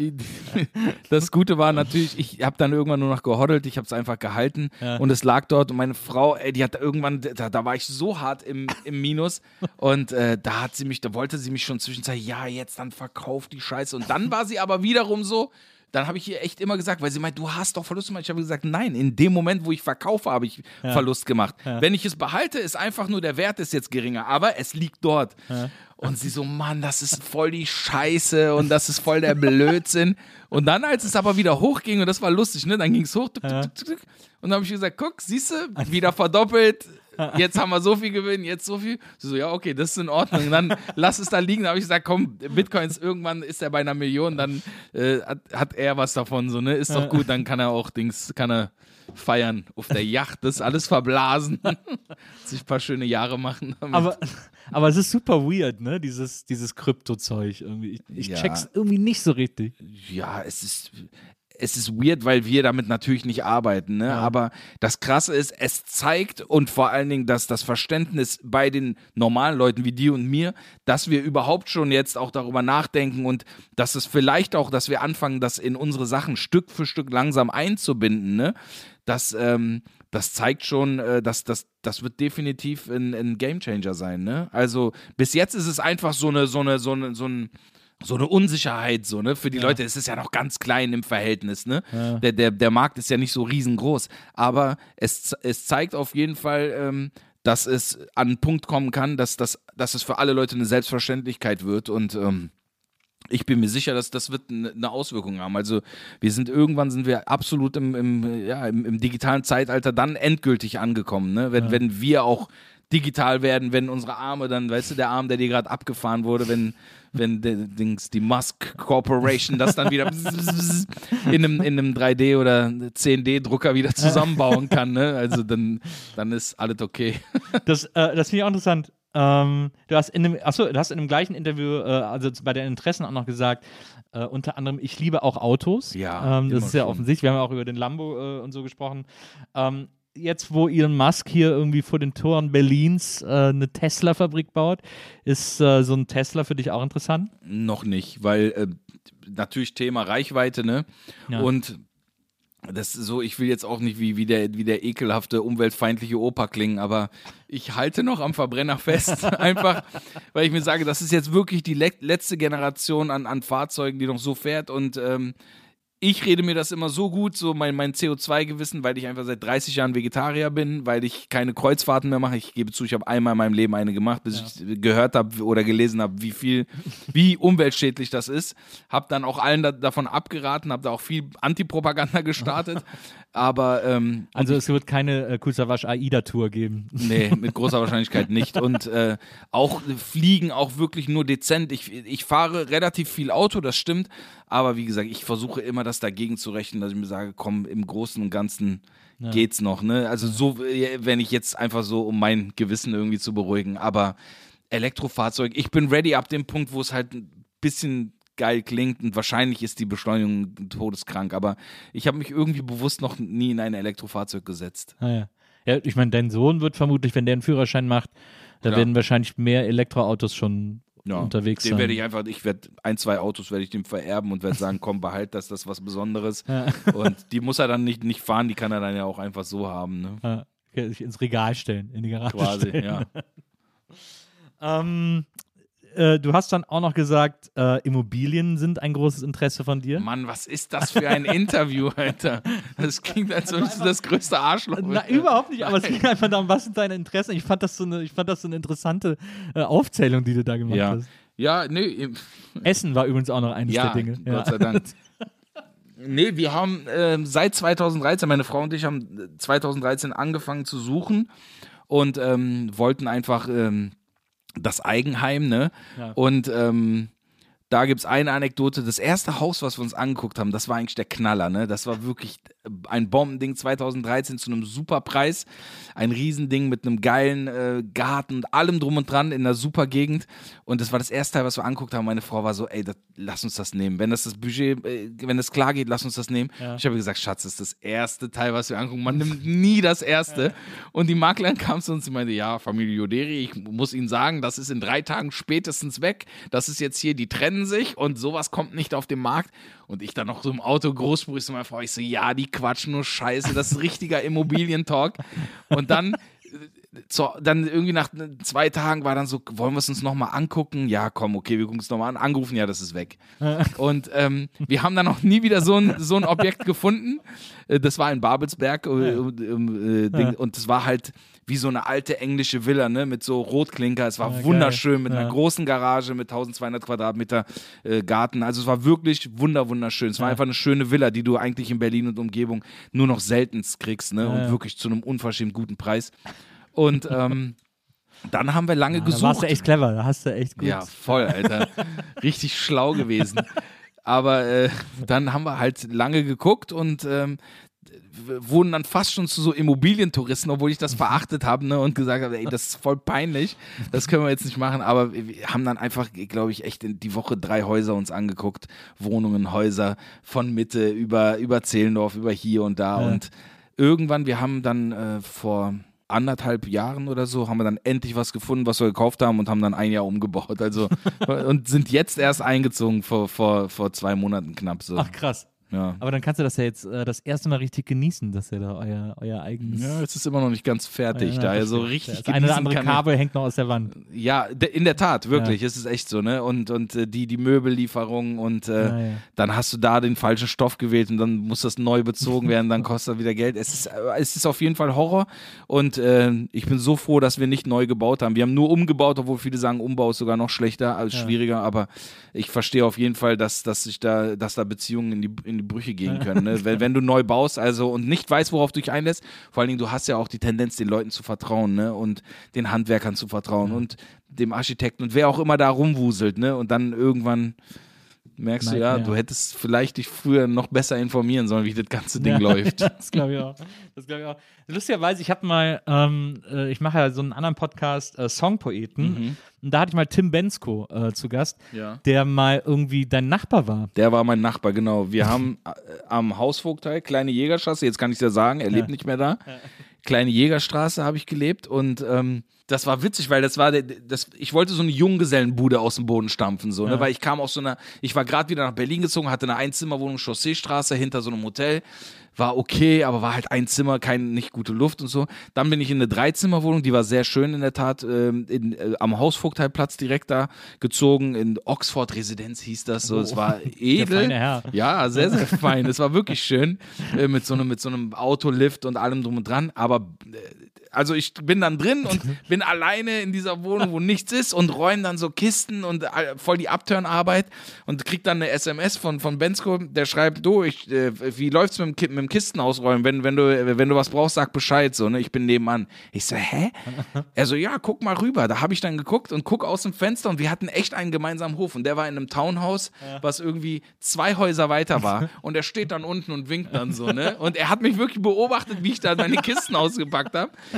das Gute war natürlich, ich habe dann irgendwann nur noch gehoddelt, ich habe es einfach gehalten Ja. und es lag dort und meine Frau, ey, die hat irgendwann, da, da war ich so hart im, im Minus und äh, da hat sie mich, da wollte sie mich schon zwischenzeitlich, ja, jetzt dann verkauf die Scheiße und dann war sie aber wiederum so, dann habe ich ihr echt immer gesagt, weil sie meint, du hast doch Verlust gemacht. Ich habe gesagt, nein, in dem Moment, wo ich verkaufe, habe ich Ja. Verlust gemacht. Ja. Wenn ich es behalte, ist einfach nur, der Wert ist jetzt geringer, aber es liegt dort. Ja. Und sie so, Mann, das ist voll die Scheiße und das ist voll der Blödsinn. Und dann, als es aber wieder hochging, und das war lustig, ne, dann ging es hoch, tuk, tuk, tuk, tuk, und dann habe ich gesagt, guck, siehst du, wieder verdoppelt, jetzt haben wir so viel Gewinn, jetzt so viel. Sie so, ja, okay, das ist in Ordnung. Und dann lass es da liegen. Da habe ich gesagt, komm, Bitcoins, irgendwann ist er bei einer Million, dann äh, hat, hat er was davon, so, ne, ist doch gut, dann kann er auch Dings, kann er feiern auf der Yacht, das alles verblasen, sich ein paar schöne Jahre machen damit. Aber, aber es ist super weird, ne, dieses, dieses Krypto-Zeug irgendwie. Ich, ich Ja. check's irgendwie nicht so richtig. Ja, es ist, es ist weird, weil wir damit natürlich nicht arbeiten, ne? Aber das Krasse ist, es zeigt und vor allen Dingen das, das Verständnis bei den normalen Leuten wie dir und mir, dass wir überhaupt schon jetzt auch darüber nachdenken und dass es vielleicht auch, dass wir anfangen, das in unsere Sachen Stück für Stück langsam einzubinden, ne? Das, ähm, das zeigt schon, äh, dass das, das wird definitiv ein, ein Gamechanger sein, ne? Also bis jetzt ist es einfach so eine, so eine, so eine, so ein so eine Unsicherheit, so, ne? Für die Ja. Leute ist es ja noch ganz klein im Verhältnis, ne? Der, der, der Markt ist ja nicht so riesengroß. Aber es, es zeigt auf jeden Fall, ähm, dass es an einen Punkt kommen kann, dass, dass, dass es für alle Leute eine Selbstverständlichkeit wird und ähm, ich bin mir sicher, dass das wird eine Auswirkung haben. Also wir sind irgendwann sind wir absolut im, im, ja, im, im digitalen Zeitalter dann endgültig angekommen, ne? Wenn, Ja. wenn wir auch digital werden, wenn unsere Arme dann, weißt du, der Arm, der dir gerade abgefahren wurde, wenn, wenn der, Dings, die Musk Corporation das dann wieder in einem, in einem drei D oder zehn D Drucker wieder zusammenbauen kann, ne? Also dann, dann ist alles okay. Das, äh, das finde ich auch interessant. Ähm, du hast in dem, achso, du hast in dem gleichen Interview, äh, also bei den Interessen auch noch gesagt, äh, unter anderem, ich liebe auch Autos. Ja, ähm, das immer ist ja schon. offensichtlich. Wir haben ja auch über den Lambo äh, und so gesprochen. Ähm, jetzt, wo Elon Musk hier irgendwie vor den Toren Berlins äh, eine Tesla-Fabrik baut, ist äh, so ein Tesla für dich auch interessant? Noch nicht, weil äh, natürlich Thema Reichweite, ne? Ja. Und das ist so, ich will jetzt auch nicht wie, wie, der, wie der ekelhafte, umweltfeindliche Opa klingen, aber ich halte noch am Verbrenner fest. Einfach, weil ich mir sage, das ist jetzt wirklich die le- letzte Generation an, an Fahrzeugen, die noch so fährt und ähm, ich rede mir das immer so gut, so mein, mein C O zwei Gewissen, weil ich einfach seit dreißig Jahren Vegetarier bin, weil ich keine Kreuzfahrten mehr mache. Ich gebe zu, ich habe einmal in meinem Leben eine gemacht, bis ja. ich gehört habe oder gelesen habe, wie viel, wie umweltschädlich das ist. Habe dann auch allen da, davon abgeraten, habe da auch viel Antipropaganda gestartet. Aber ähm, Also es wird keine äh, Kusawasch AIDA-Tour geben. Nee, mit großer Wahrscheinlichkeit nicht. Und äh, auch Fliegen auch wirklich nur dezent. Ich, ich fahre relativ viel Auto, das stimmt. Aber wie gesagt, ich versuche immer das dagegen zu rechnen, dass ich mir sage, komm, im Großen und Ganzen ja. geht's noch. Ne? Also so, wenn ich jetzt einfach so, um mein Gewissen irgendwie zu beruhigen. Aber Elektrofahrzeug, ich bin ready ab dem Punkt, wo es halt ein bisschen geil klingt und wahrscheinlich ist die Beschleunigung todeskrank. Aber ich habe mich irgendwie bewusst noch nie in ein Elektrofahrzeug gesetzt. Ah, ja. Ja, ich meine, dein Sohn wird vermutlich, wenn der einen Führerschein macht, da Klar. werden wahrscheinlich mehr Elektroautos schon Ja, unterwegs den sein. werde ich einfach, ich werde ein, zwei Autos werde ich dem vererben und werde sagen, komm, behalt das, das ist was Besonderes. Ja. Und die muss er dann nicht, nicht fahren, die kann er dann ja auch einfach so haben. Ne? Ja, okay, sich ins Regal stellen, in die Garage Quasi, stellen. ja. ähm, äh, du hast dann auch noch gesagt, äh, Immobilien sind ein großes Interesse von dir. Mann, was ist das für ein Interview, Alter? Das klingt, als ob ich das größte Arschloch bin. Na, überhaupt nicht, aber es ging einfach darum, was sind deine Interessen? Ich fand das so eine, ich fand das so eine interessante äh, Aufzählung, die du da gemacht Ja, hast. ja, nee. Essen war übrigens auch noch eines Ja, der Dinge. Gott sei Dank. Nee, wir haben äh, seit zwanzig dreizehn, meine Frau und ich haben zwanzig dreizehn angefangen zu suchen und ähm, wollten einfach ähm, das Eigenheim, ne? Ja. Und ähm, da gibt es eine Anekdote. Das erste Haus, was wir uns angeguckt haben, das war eigentlich der Knaller, ne? Das war wirklich ein Bombending zwanzig dreizehn zu einem super Preis. Ein Riesending mit einem geilen äh, Garten und allem drum und dran in einer super Gegend. Und das war das erste Teil, was wir angeguckt haben. Meine Frau war so, ey, das, lass uns das nehmen. Wenn das das Budget, äh, wenn das klar geht, lass uns das nehmen. Ja. Ich habe gesagt, Schatz, das ist das erste Teil, was wir angucken. Man nimmt nie das erste. Ja. Und die Maklerin kam zu uns und meinte, ja, Familie Joderi, ich muss Ihnen sagen, das ist in drei Tagen spätestens weg. Das ist jetzt hier, die trennen sich und sowas kommt nicht auf den Markt. Und ich dann noch so im Auto großspurig zu meiner Frau, ich so, ja, die quatschen nur Scheiße, das ist richtiger Immobilientalk. Und dann, so, dann irgendwie nach zwei Tagen war dann so, wollen wir es uns nochmal angucken? Ja, komm, okay, wir gucken es nochmal an. Angerufen, ja, das ist weg. Und ähm, wir haben dann auch nie wieder so ein, so ein Objekt gefunden. Das war in Babelsberg äh, äh, Ding, und das war halt wie so eine alte englische Villa, ne, mit so Rotklinker. Es war ja, wunderschön, mit ja. einer großen Garage, mit tausendzweihundert Quadratmeter äh, Garten. Also es war wirklich wunder, wunderschön. Es war ja. einfach eine schöne Villa, die du eigentlich in Berlin und Umgebung nur noch selten kriegst, ne, ja, und ja. wirklich zu einem unverschämt guten Preis. Und ähm, dann haben wir lange Ja, gesucht. da warst du echt clever, da hast du echt gut. Ja, voll, Alter. Richtig schlau gewesen. Aber äh, dann haben wir halt lange geguckt und ähm, wurden dann fast schon zu so Immobilientouristen, obwohl ich das verachtet habe, ne, und gesagt habe, ey, das ist voll peinlich, das können wir jetzt nicht machen, aber wir haben dann einfach, glaube ich, echt in die Woche drei Häuser uns angeguckt, Wohnungen, Häuser von Mitte über, über Zehlendorf, über hier und da Ja. und irgendwann, wir haben dann äh, vor anderthalb Jahren oder so, haben wir dann endlich was gefunden, was wir gekauft haben und haben dann ein Jahr umgebaut, also und sind jetzt erst eingezogen vor, vor, vor zwei Monaten knapp so. Ach krass. Ja. Aber dann kannst du das ja jetzt äh, das erste Mal richtig genießen, dass ihr da euer, euer eigenes... Ja, es ist immer noch nicht ganz fertig, Ja, daher so verstehe. richtig Das eine oder genießen andere kann ich- Kabel hängt noch aus der Wand. Ja, de- in der Tat, wirklich, es ist echt so, ne? Und, und äh, die, die Möbellieferung und äh, Ja, ja. dann hast du da den falschen Stoff gewählt und dann muss das neu bezogen werden, dann kostet das wieder Geld. Es ist, äh, es ist auf jeden Fall Horror und äh, ich bin so froh, dass wir nicht neu gebaut haben. Wir haben nur umgebaut, obwohl viele sagen, Umbau ist sogar noch schlechter, als Ja. schwieriger, aber ich verstehe auf jeden Fall, dass, dass sich da, dass da Beziehungen in die, in die Brüche gehen können. Ne? Wenn, wenn du neu baust, also und nicht weißt, worauf du dich einlässt, vor allen Dingen, du hast ja auch die Tendenz, den Leuten zu vertrauen, ne? Und den Handwerkern zu vertrauen und dem Architekten und wer auch immer da rumwuselt, ne? Und dann irgendwann merkst du, ja, Nightmare. du hättest vielleicht dich früher noch besser informieren sollen, wie das ganze Ding Ja, läuft. Das glaube ich auch. Das glaube ich auch. Lustigerweise, ich habe mal, ähm, äh, ich mache ja so einen anderen Podcast, äh, Songpoeten, und da hatte ich mal Tim Bensko äh, zu Gast, Ja. der mal irgendwie dein Nachbar war. Der war mein Nachbar, genau. Wir haben äh, am Hausvogtei, kleine Jägerstraße, jetzt kann ich es ja sagen, er lebt nicht mehr da. Kleine Jägerstraße habe ich gelebt und ähm, das war witzig, weil das war, der, das, ich wollte so eine Junggesellenbude aus dem Boden stampfen, so, ne? Ja. Weil ich kam aus so einer, ich war gerade wieder nach Berlin gezogen, hatte eine Einzimmerwohnung, Chausseestraße, hinter so einem Hotel, war okay, aber war halt ein Zimmer, keine, nicht gute Luft und so. Dann bin ich in eine Dreizimmerwohnung, die war sehr schön in der Tat, ähm, in, äh, am Hausvogteiplatz direkt da gezogen, in Oxford Residenz hieß das, so, es war edel. feine Herr. Ja, sehr, sehr fein. Es war wirklich schön. Äh, mit, so einem, mit so einem Autolift und allem drum und dran. Aber äh, also ich bin dann drin und bin alleine in dieser Wohnung, wo nichts ist und räume dann so Kisten und äh, voll die Upturn-Arbeit und krieg dann eine S M S von, von Bensko, der schreibt, du, ich, äh, wie läuft's mit dem, Ki- mit dem Kisten ausräumen? Wenn, wenn, du, wenn du was brauchst, sag Bescheid. So, ne? Ich bin nebenan. Ich so, hä? Er so, ja, guck mal rüber. Da habe ich dann geguckt und guck aus dem Fenster und wir hatten echt einen gemeinsamen Hof und der war in einem Townhouse, was irgendwie zwei Häuser weiter war und er steht dann unten und winkt dann so, ne? Und er hat mich wirklich beobachtet, wie ich da meine Kisten ausgepackt habe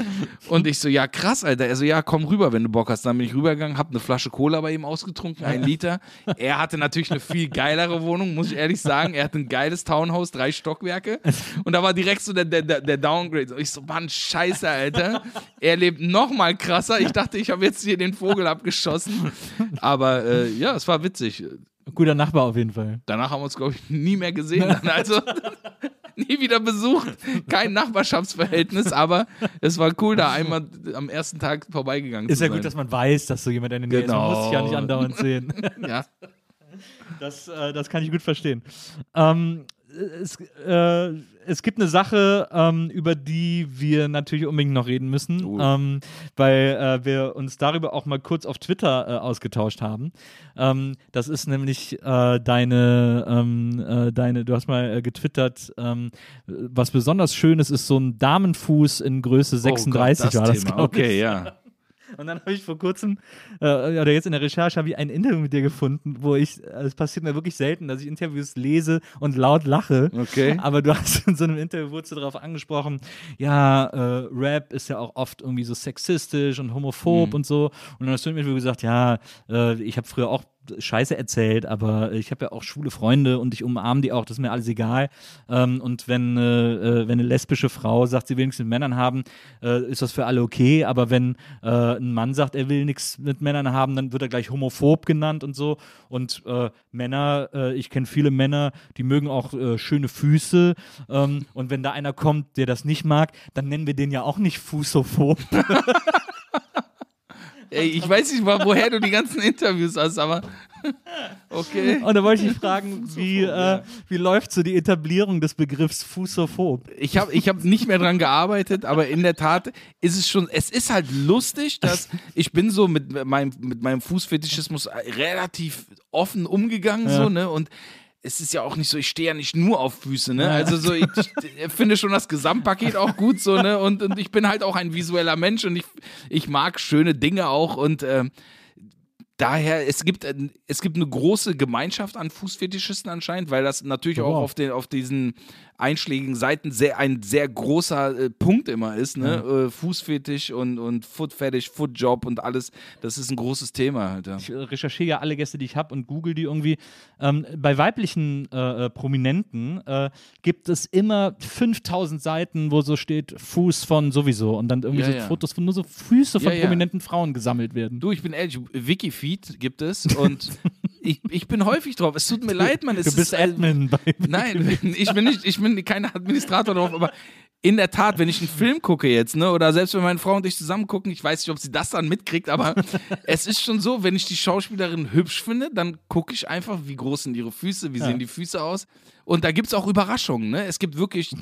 Und ich so, ja krass, Alter. Er so, ja, komm rüber, wenn du Bock hast. Dann bin ich rübergegangen, hab eine Flasche Cola bei ihm ausgetrunken, ein Liter. Er hatte natürlich eine viel geilere Wohnung, muss ich ehrlich sagen. Er hatte ein geiles Townhouse, drei Stockwerke. Und da war direkt so der, der, der Downgrade. Ich so, Mann, scheiße, Alter. Er lebt noch mal krasser. Ich dachte, ich habe jetzt hier den Vogel abgeschossen. Aber äh, ja, es war witzig. Guter Nachbar auf jeden Fall. Danach haben wir uns, glaube ich, nie mehr gesehen. Also nie wieder besucht. Kein Nachbarschaftsverhältnis, aber es war cool, da einmal am ersten Tag vorbeigegangen ist zu sein. Ist ja gut, dass man weiß, dass so jemand in der Nähe genau. ist. Man muss sich ja nicht andauernd sehen. Ja. Das, äh, das kann ich gut verstehen. Ähm, es, äh, es gibt eine Sache, ähm, über die wir natürlich unbedingt noch reden müssen, uh. ähm, weil äh, wir uns darüber auch mal kurz auf Twitter äh, ausgetauscht haben. Ähm, das ist nämlich äh, deine, ähm, äh, deine, du hast mal äh, getwittert, ähm, was besonders Schönes ist so ein Damenfuß in Größe sechsunddreißig, oh Gott, das war das, Thema. Okay, ja. Und dann habe ich vor kurzem, äh, oder jetzt in der Recherche, habe ich ein Interview mit dir gefunden, wo ich, äh, es passiert mir wirklich selten, dass ich Interviews lese und laut lache. Okay. Aber du hast in so einem Interview, wurdest du darauf angesprochen, ja, äh, Rap ist ja auch oft irgendwie so sexistisch und homophob mhm. und so. Und dann hast du mir gesagt, ja, äh, ich habe früher auch Scheiße erzählt, aber ich habe ja auch schwule Freunde und ich umarme die auch, das ist mir alles egal. Ähm, und wenn, äh, wenn eine lesbische Frau sagt, sie will nichts mit Männern haben, äh, ist das für alle okay, aber wenn äh, ein Mann sagt, er will nichts mit Männern haben, dann wird er gleich homophob genannt und so. Und äh, Männer, äh, ich kenne viele Männer, die mögen auch äh, schöne Füße ähm, und wenn da einer kommt, der das nicht mag, dann nennen wir den ja auch nicht Fußophob. Ey, ich weiß nicht mal, woher du die ganzen Interviews hast, aber okay. Und da wollte ich dich fragen, wie, äh, wie läuft so die Etablierung des Begriffs Fußophob? Ich habe ich hab nicht mehr dran gearbeitet, aber in der Tat ist es schon, es ist halt lustig, dass ich bin so mit meinem, mit meinem Fußfetischismus relativ offen umgegangen, ja. so, ne, und es ist ja auch nicht so, ich stehe ja nicht nur auf Füße, ne? Also so, ich, ich finde schon das Gesamtpaket auch gut, so, ne? Und, und ich bin halt auch ein visueller Mensch und ich, ich mag schöne Dinge auch und ähm, daher, es gibt, es gibt eine große Gemeinschaft an Fußfetischisten anscheinend, weil das natürlich oh, auch wow. auf, den, auf diesen einschlägigen Seiten sehr, ein sehr großer äh, Punkt immer ist, ne? Ja. Äh, Fußfetisch und, und Footfetisch, Footjob und alles, das ist ein großes Thema. Halt, ja. Ich recherchiere ja alle Gäste, die ich habe und google die irgendwie. Ähm, bei weiblichen äh, Prominenten äh, gibt es immer fünftausend Seiten, wo so steht Fuß von sowieso und dann irgendwie ja, so ja. Fotos von nur so Füße von ja, ja. prominenten Frauen gesammelt werden. Du, ich bin ehrlich, Wikifeed gibt es und ich, ich bin häufig drauf. Es tut mir leid, man. Es du bist ist, Admin bei Nein, ich bin nicht, ich bin kein Administrator drauf, aber in der Tat, wenn ich einen Film gucke jetzt, ne, oder selbst wenn meine Frau und ich zusammen gucken, ich weiß nicht, ob sie das dann mitkriegt, aber es ist schon so, wenn ich die Schauspielerin hübsch finde, dann gucke ich einfach, wie groß sind ihre Füße, wie ja. sehen die Füße aus. Und da gibt es auch Überraschungen, ne? Es gibt wirklich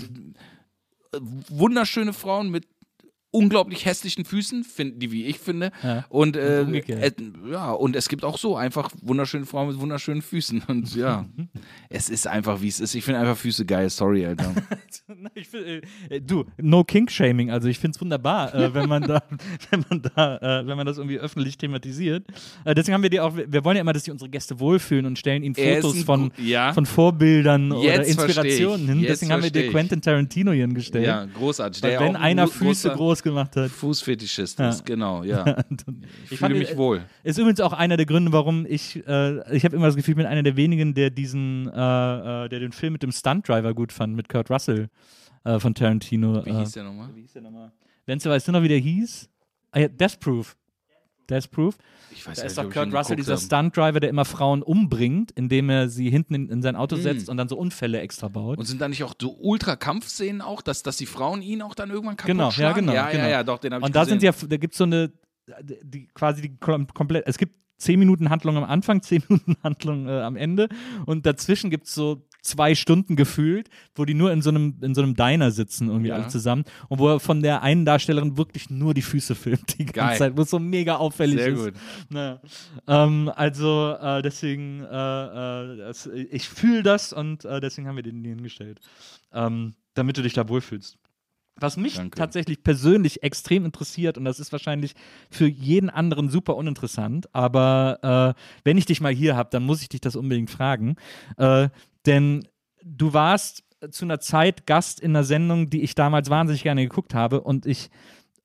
wunderschöne Frauen mit unglaublich hässlichen Füßen, find, die wie ich finde. Ja. Und, äh, und äh, ja, und es gibt auch so einfach wunderschöne Frauen mit wunderschönen Füßen. Und ja, es ist einfach, wie es ist. Ich finde einfach Füße geil. Sorry, Alter. ich find, äh, du, no Kink-Shaming. Also ich finde es wunderbar, äh, wenn man da, wenn man da, äh, wenn man das irgendwie öffentlich thematisiert. Äh, deswegen haben wir die auch, wir wollen ja immer, dass sich unsere Gäste wohlfühlen und stellen ihnen Fotos von, ja. von Vorbildern Jetzt oder Inspirationen hin. Jetzt deswegen haben wir dir Quentin Tarantino hier hingestellt. Ja, großartig. Weil Der wenn auch einer ein Füße groß gemacht hat. Füßfetischist ja. ist, genau, ja. ich, ich fühle mich wohl. Ist übrigens auch einer der Gründe, warum ich, äh, ich habe immer das Gefühl, ich bin einer der wenigen, der diesen, äh, äh, der den Film mit dem Stunt-Driver gut fand, mit Kurt Russell äh, von Tarantino. Wie äh, hieß der nochmal? Wie hieß der nochmal? Wenzel, weißt du noch, wie der hieß? Ah, ja, Death Proof. Death Proof. Ich weiß da nicht, ist doch ob ich Kurt ihn Russell, geguckt dieser Stunt-Driver, der immer Frauen umbringt, indem er sie hinten in, in sein Auto Mm. setzt und dann so Unfälle extra baut. Und sind da nicht auch so Ultra-Kampfszenen auch, dass, dass die Frauen ihn auch dann irgendwann kaputt Genau, schlagen? ja, genau. Ja, genau. ja, ja, doch, den habe ich Und da gesehen. sind ja, da gibt es so eine, die, quasi die kom- komplett, es gibt zehn Minuten Handlung am Anfang, zehn Minuten Handlung äh, am Ende und dazwischen gibt es so zwei Stunden gefühlt, wo die nur in so einem, in so einem Diner sitzen, irgendwie Ja. alle zusammen und wo er von der einen Darstellerin wirklich nur die Füße filmt die ganze Geil. Zeit, wo es so mega auffällig Sehr ist. gut. Naja. Ähm, also äh, deswegen, äh, äh, das, ich fühle das und äh, deswegen haben wir den hier hingestellt, ähm, damit du dich da wohlfühlst. Was mich Danke. tatsächlich persönlich extrem interessiert, und das ist wahrscheinlich für jeden anderen super uninteressant, aber äh, wenn ich dich mal hier habe, dann muss ich dich das unbedingt fragen. Äh, denn du warst zu einer Zeit Gast in einer Sendung, die ich damals wahnsinnig gerne geguckt habe und ich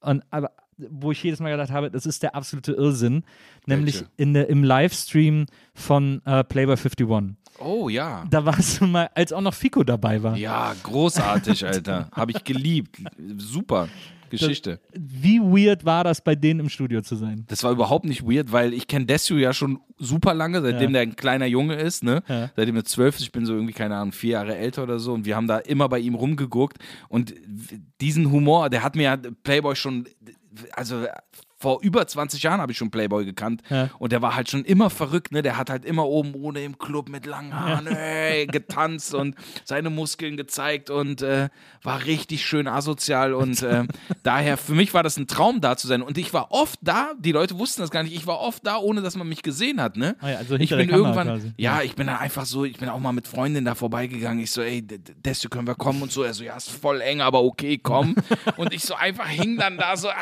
Und, aber wo ich jedes Mal gedacht habe, das ist der absolute Irrsinn, nämlich Welche? in der, im Livestream von äh, Playboy einundfünfzig. Oh ja. Da warst du mal, als auch noch Fico dabei war. Ja, großartig, Alter. Habe ich geliebt. Super Geschichte. Das, wie weird war das, bei denen im Studio zu sein? Das war überhaupt nicht weird, weil ich kenne Desio ja schon super lange, seitdem Ja. der ein kleiner Junge ist, ne? Ja. Seitdem er zwölf ist, ich bin so irgendwie, keine Ahnung, vier Jahre älter oder so und wir haben da immer bei ihm rumgeguckt und diesen Humor, der hat mir ja Playboy schon, also vor über zwanzig Jahren habe ich schon Playboy gekannt Ja. und der war halt schon immer verrückt, ne? Der hat halt immer oben ohne im Club mit langen Haaren ey, getanzt und seine Muskeln gezeigt und äh, war richtig schön asozial und äh, daher, für mich war das ein Traum, da zu sein und ich war oft da, die Leute wussten das gar nicht, ich war oft da, ohne dass man mich gesehen hat, ne? Ah ja, also ich hinter bin der Kamera irgendwann, quasi. ja, ich bin dann einfach so, ich bin auch mal mit Freundinnen da vorbeigegangen, ich so, ey, Desio, können wir kommen und so, er so, ja, ist voll eng, aber okay, komm und ich so einfach hing dann da so,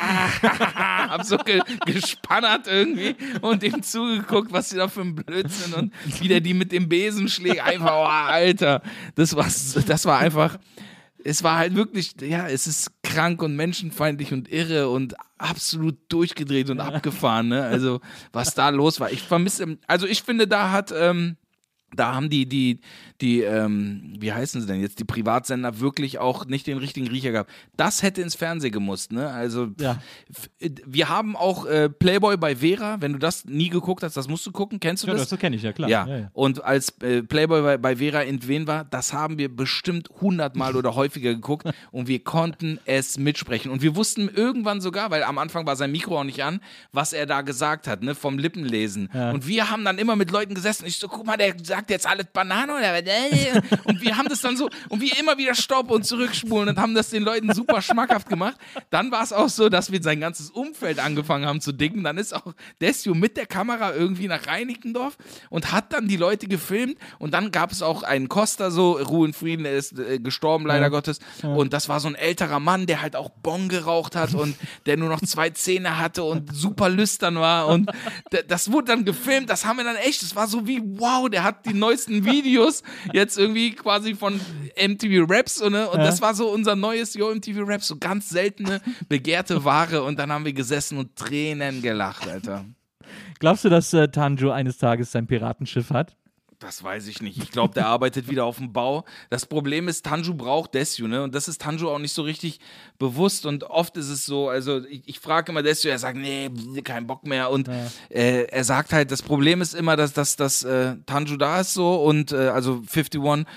ah, hab so ge gespannert irgendwie und ihm zugeguckt, was sie da für ein Blödsinn und wie der die mit dem Besen schlägt, einfach, oh, Alter, das war, das war einfach, es war halt wirklich, ja, es ist krank und menschenfeindlich und irre und absolut durchgedreht und abgefahren, ne? Also, was da los war. Ich vermisse, also ich finde, da hat, ähm, da haben die, die, die, ähm, wie heißen sie denn jetzt, die Privatsender wirklich auch nicht den richtigen Riecher gehabt. Das hätte ins Fernsehen gemusst, ne? Also, Ja. f- wir haben auch äh, Playboy bei Vera, wenn du das nie geguckt hast, das musst du gucken, kennst du Ja, das? das so kenne ich, ja klar. Ja. Ja, ja. Und als äh, Playboy bei, bei Vera in Wen war, das haben wir bestimmt hundertmal oder häufiger geguckt und wir konnten es mitsprechen. Und wir wussten irgendwann sogar, weil am Anfang war sein Mikro auch nicht an, was er da gesagt hat, ne, vom Lippenlesen. Ja. Und wir haben dann immer mit Leuten gesessen. Ich so, guck mal, der sagt jetzt alles Banane oder was? Und wir haben das dann so, und wir immer wieder Stopp und zurückspulen und haben das den Leuten super schmackhaft gemacht. Dann war es auch so, dass wir sein ganzes Umfeld angefangen haben zu dicken. Dann ist auch Desio mit der Kamera irgendwie nach Reinickendorf und hat dann die Leute gefilmt. Und dann gab es auch einen Costa, so, Ruhe in Frieden, er ist äh, gestorben, leider Ja. Gottes. Und das war so ein älterer Mann, der halt auch Bon geraucht hat und der nur noch zwei Zähne hatte und super lüstern war. Und d- das wurde dann gefilmt, das haben wir dann echt, das war so wie, wow, der hat die neuesten Videos jetzt irgendwie quasi von M T V Raps und, ne? und Ja. das war so unser neues Yo M T V Raps, so ganz seltene, begehrte Ware und dann haben wir gesessen und Tränen gelacht, Alter. Glaubst du, dass äh, Tanjo eines Tages sein Piratenschiff hat? Das weiß ich nicht. Ich glaube, der arbeitet wieder auf dem Bau. Das Problem ist, Tanju braucht Desio, ne? Und das ist Tanju auch nicht so richtig bewusst. Und oft ist es so, also ich, ich frage immer Desio, er sagt, nee, kein Bock mehr. Und Ja. äh, er sagt halt, das Problem ist immer, dass, dass, dass äh, Tanju da ist so und äh, also einundfünfzig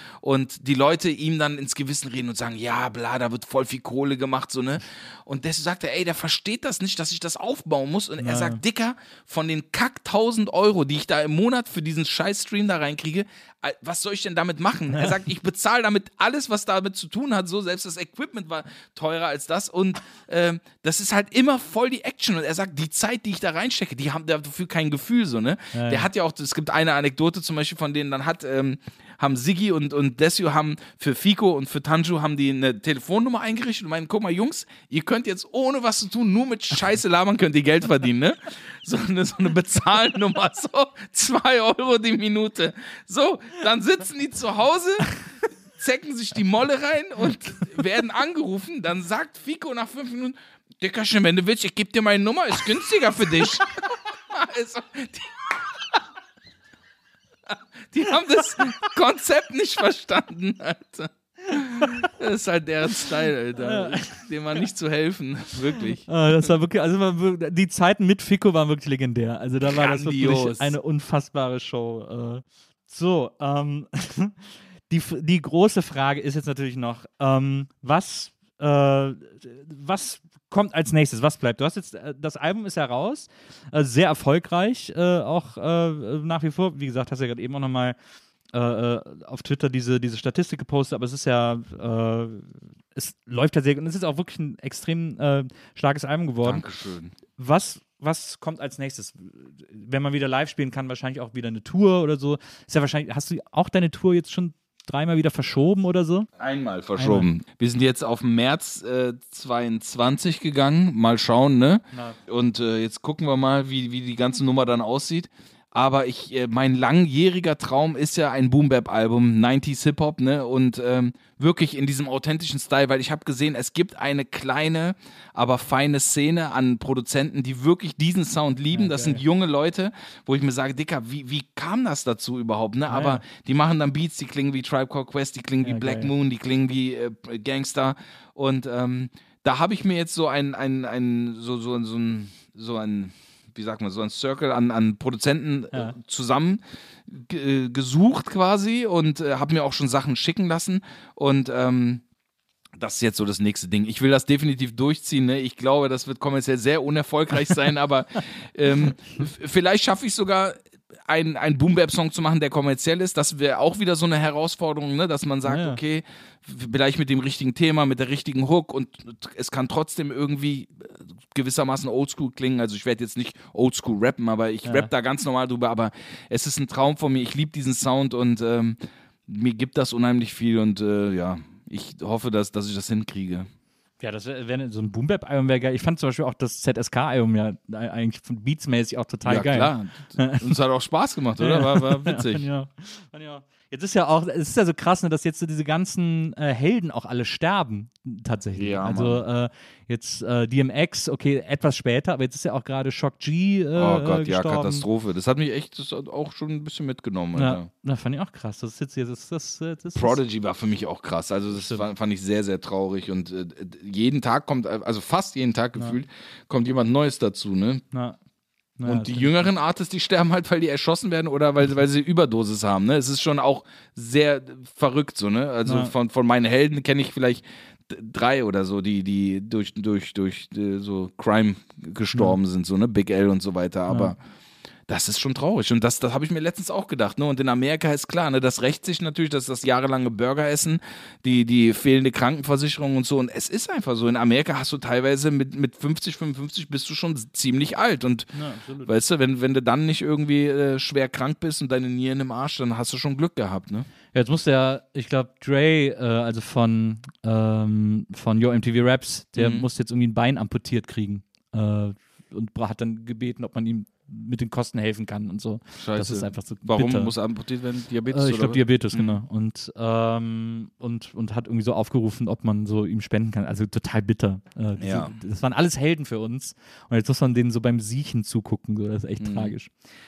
und die Leute ihm dann ins Gewissen reden und sagen, ja, bla, da wird voll viel Kohle gemacht, so, ne? Und Desio sagt er, ey, der versteht das nicht, dass ich das aufbauen muss. Und er Ja. sagt, Dicker, von den kack tausend Euro, die ich da im Monat für diesen Scheiß-Stream da reinkriege, äh, was soll ich denn damit machen? Er sagt, ich bezahle damit alles, was damit zu tun hat, so, selbst das Equipment war teurer als das und ähm, das ist halt immer voll die Action und er sagt, die Zeit, die ich da reinstecke, die haben dafür kein Gefühl, so, ne? Ja, Der ja. hat ja auch, es gibt eine Anekdote zum Beispiel von denen, dann hat, ähm, haben Siggi und, und Desio haben für Fico und für Tanju haben die eine Telefonnummer eingerichtet und meinen, guck mal, Jungs, ihr könnt jetzt ohne was zu tun, nur mit Scheiße labern, könnt ihr Geld verdienen, ne? So eine, so eine Bezahlnummer, so zwei Euro die Minute. So, dann sitzen die zu Hause, zecken sich die Molle rein und werden angerufen. Dann sagt Fico nach fünf Minuten, Dickerchen, wenn du willst, ich gebe dir meine Nummer, ist günstiger für dich. Also, die, die haben das Konzept nicht verstanden, Alter. Das ist halt deren Style, Alter. Dem war nicht zu helfen, wirklich. Ah, das war wirklich, also war wirklich, die Zeiten mit Fico waren wirklich legendär. Also da war das Grandios. wirklich eine unfassbare Show. Äh, so, ähm, die, die große Frage ist jetzt natürlich noch, ähm, was, äh, was kommt als nächstes? Was bleibt? Du hast jetzt, äh, das Album ist ja raus, äh, sehr erfolgreich, äh, auch äh, nach wie vor. Wie gesagt, hast du ja gerade eben auch nochmal äh, auf Twitter diese, diese Statistik gepostet, aber es ist ja, äh, es läuft ja sehr gut und es ist auch wirklich ein extrem äh, starkes Album geworden. Dankeschön. Was, was kommt als nächstes? Wenn man wieder live spielen kann, wahrscheinlich auch wieder eine Tour oder so. Ist ja wahrscheinlich, hast du auch deine Tour jetzt schon dreimal wieder verschoben oder so? Einmal verschoben. Wir sind jetzt auf März äh, zweiundzwanzig gegangen. Mal schauen, ne? Na. Und äh, jetzt gucken wir mal, wie, wie die ganze Nummer dann aussieht. Aber ich, äh, mein langjähriger Traum ist ja ein Boom-Bap-Album, neunziger Hip-Hop, ne? Und ähm, wirklich in diesem authentischen Style, weil ich habe gesehen, es gibt eine kleine, aber feine Szene an Produzenten, die wirklich diesen Sound lieben. Ja, das geil. sind junge Leute, wo ich mir sage, Dicker, wie, wie kam das dazu überhaupt, ne? Ja, Aber ja. die machen dann Beats, die klingen wie Tribe Called Quest, die klingen wie Ja, Black geil. Moon, die klingen wie äh, Gangster. Und ähm, da habe ich mir jetzt so ein, ein, ein, so, so, so ein, so ein, wie sagt man, so ein Circle an, an Produzenten Ja. äh, zusammen g- äh, gesucht quasi und äh, habe mir auch schon Sachen schicken lassen und ähm, das ist jetzt so das nächste Ding. Ich will das definitiv durchziehen. Ne? Ich glaube, das wird kommerziell sehr unerfolgreich sein, aber ähm, f- vielleicht schaffe ich sogar einen, einen Boom-Bap-Song zu machen, der kommerziell ist. Das wäre auch wieder so eine Herausforderung, ne? Dass man sagt, Ja, ja. okay, vielleicht mit dem richtigen Thema, mit der richtigen Hook und es kann trotzdem irgendwie gewissermaßen Oldschool klingen. Also ich werde jetzt nicht Oldschool rappen, aber ich Ja. rapp da ganz normal drüber. Aber es ist ein Traum von mir. Ich liebe diesen Sound und ähm, mir gibt das unheimlich viel und äh, ja, ich hoffe, dass, dass ich das hinkriege. Ja, das wäre wär, so ein Boom-Bap-Album wäre geil. Ich fand zum Beispiel auch das Z S K-Album ja eigentlich von beatsmäßig auch total ja, geil. klar. Uns hat auch Spaß gemacht, oder? War, war witzig. Ja, ja, ja. Jetzt ist ja auch, es ist ja so krass, ne, dass jetzt so diese ganzen äh, Helden auch alle sterben, tatsächlich. Ja, also äh, jetzt äh, D M X, okay, etwas später, aber jetzt ist ja auch gerade Shock G äh, Oh Gott, äh, ja, gestorben. Katastrophe. Das hat mich echt das hat auch schon ein bisschen mitgenommen. Ja, Alter. na, fand ich auch krass. Das ist jetzt hier, das, das, das, das Prodigy war für mich auch krass. Also das Stimmt. war, fand ich sehr, sehr traurig. Und äh, jeden Tag kommt, also fast jeden Tag gefühlt, kommt jemand Neues dazu, ne? Na, na, Und das die stimmt. jüngeren Artists, die sterben halt, weil die erschossen werden oder weil, weil sie Überdosis haben. Ne? Es ist schon auch sehr verrückt so, ne? Also Ja. von, von meinen Helden kenne ich vielleicht d- drei oder so, die, die durch, durch, durch äh, so Crime gestorben sind, so, ne? Big L und so weiter. Aber das ist schon traurig. Und das, das habe ich mir letztens auch gedacht. Ne? Und in Amerika ist klar, ne? Das rächt sich natürlich, dass das jahrelange Burgeressen, die, die fehlende Krankenversicherung und so. Und es ist einfach so. In Amerika hast du teilweise mit, mit fünfzig, fünfundfünfzig bist du schon ziemlich alt. Und Ja, absolut. weißt du, wenn, wenn du dann nicht irgendwie äh, schwer krank bist und deine Nieren im Arsch, dann hast du schon Glück gehabt. Ne? Ja, jetzt musste ja, ich glaube, Dre, äh, also von, ähm, von Yo M T V Raps, der Mhm. musste jetzt irgendwie ein Bein amputiert kriegen. Äh, und hat dann gebeten, ob man ihm mit den Kosten helfen kann und so. Scheiße. Das ist einfach so Warum bitter. muss amputiert werden? Diabetes? Äh, ich oder glaube was? Diabetes, Mhm. genau. Und, ähm, und, und hat irgendwie so aufgerufen, ob man so ihm spenden kann. Also total bitter. Äh, diese, Ja. Das waren alles Helden für uns. Und jetzt muss man denen so beim Siechen zugucken. So. Das ist echt Mhm. tragisch.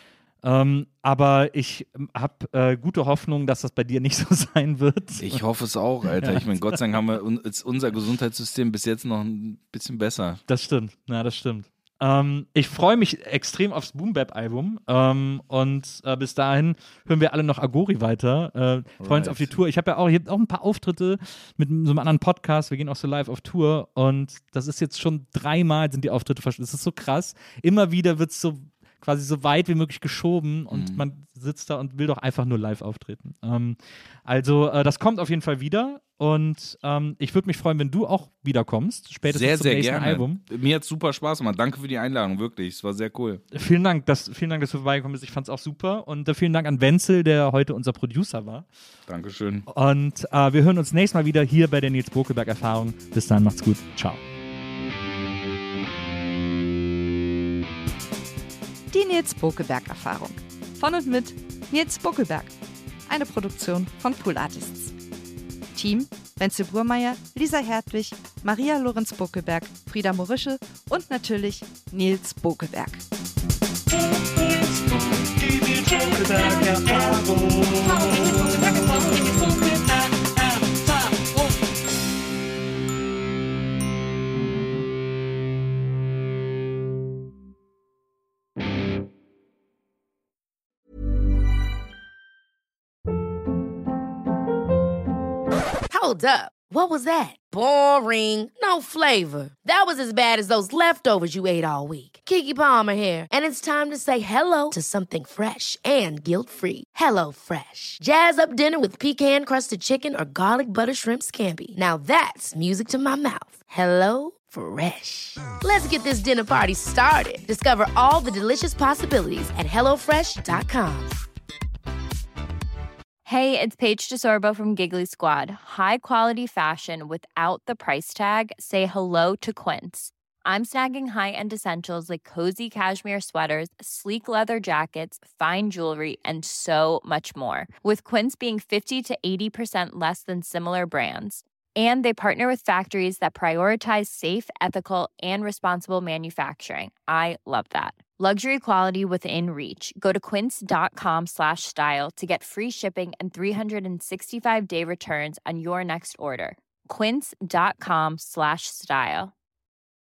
Ähm, aber ich habe äh, gute Hoffnung, dass das bei dir nicht so sein wird. Ich hoffe es auch, Alter. Ich meine, Gott sei Dank haben wir un- ist unser Gesundheitssystem bis jetzt noch ein bisschen besser. Das stimmt, ja, das stimmt. Ähm, ich freue mich extrem aufs Boom-Bap-Album ähm, und äh, bis dahin hören wir alle noch Agori weiter. Äh, freuen uns Right. auf die Tour. Ich habe ja auch, ich hab auch ein paar Auftritte mit so einem anderen Podcast. Wir gehen auch so live auf Tour und das ist jetzt schon dreimal sind die Auftritte verschoben. Das ist so krass. Immer wieder wird es so quasi so weit wie möglich geschoben und Mhm. man sitzt da und will doch einfach nur live auftreten. Ähm, also äh, das kommt auf jeden Fall wieder und ähm, ich würde mich freuen, wenn du auch wiederkommst, spätestens Sehr, zum sehr nächsten gerne. Album. Mir hat es super Spaß gemacht. Danke für die Einladung, wirklich. Es war sehr cool. Vielen Dank, dass, vielen Dank, dass du vorbeigekommen bist. Ich fand es auch super und äh, vielen Dank an Wenzel, der heute unser Producer war. Dankeschön. Und äh, wir hören uns nächstes Mal wieder hier bei der Nils Bokelberg-Erfahrung. Bis dann, macht's gut. Ciao. Die Nils Bokelberg-Erfahrung. Von und mit Nils Bokelberg. Eine Produktion von Pool Artists. Team: Wenzel Burmeier, Lisa Hertwig, Maria Lorenz Bokelberg, Frieda Morische und natürlich Nils Bokelberg. Die Nils Bokelberg-Erfahrung. Hold up. What was that? Boring. No flavor. That was as bad as those leftovers you ate all week. Keke Palmer here, and it's time to say hello to something fresh and guilt-free. Hello Fresh. Jazz up dinner with pecan-crusted chicken or garlic butter shrimp scampi. Now that's music to my mouth. Hello Fresh. Let's get this dinner party started. Discover all the delicious possibilities at hello fresh dot com. Hey, it's Paige DeSorbo from Giggly Squad. High quality fashion without the price tag. Say hello to Quince. I'm snagging high-end essentials like cozy cashmere sweaters, sleek leather jackets, fine jewelry, and so much more. With Quince being fifty to eighty percent less than similar brands. And they partner with factories that prioritize safe, ethical, and responsible manufacturing. I love that. Luxury quality within reach. Go to quince.com slash style to get free shipping and three sixty-five day returns on your next order. Quince.com slash style.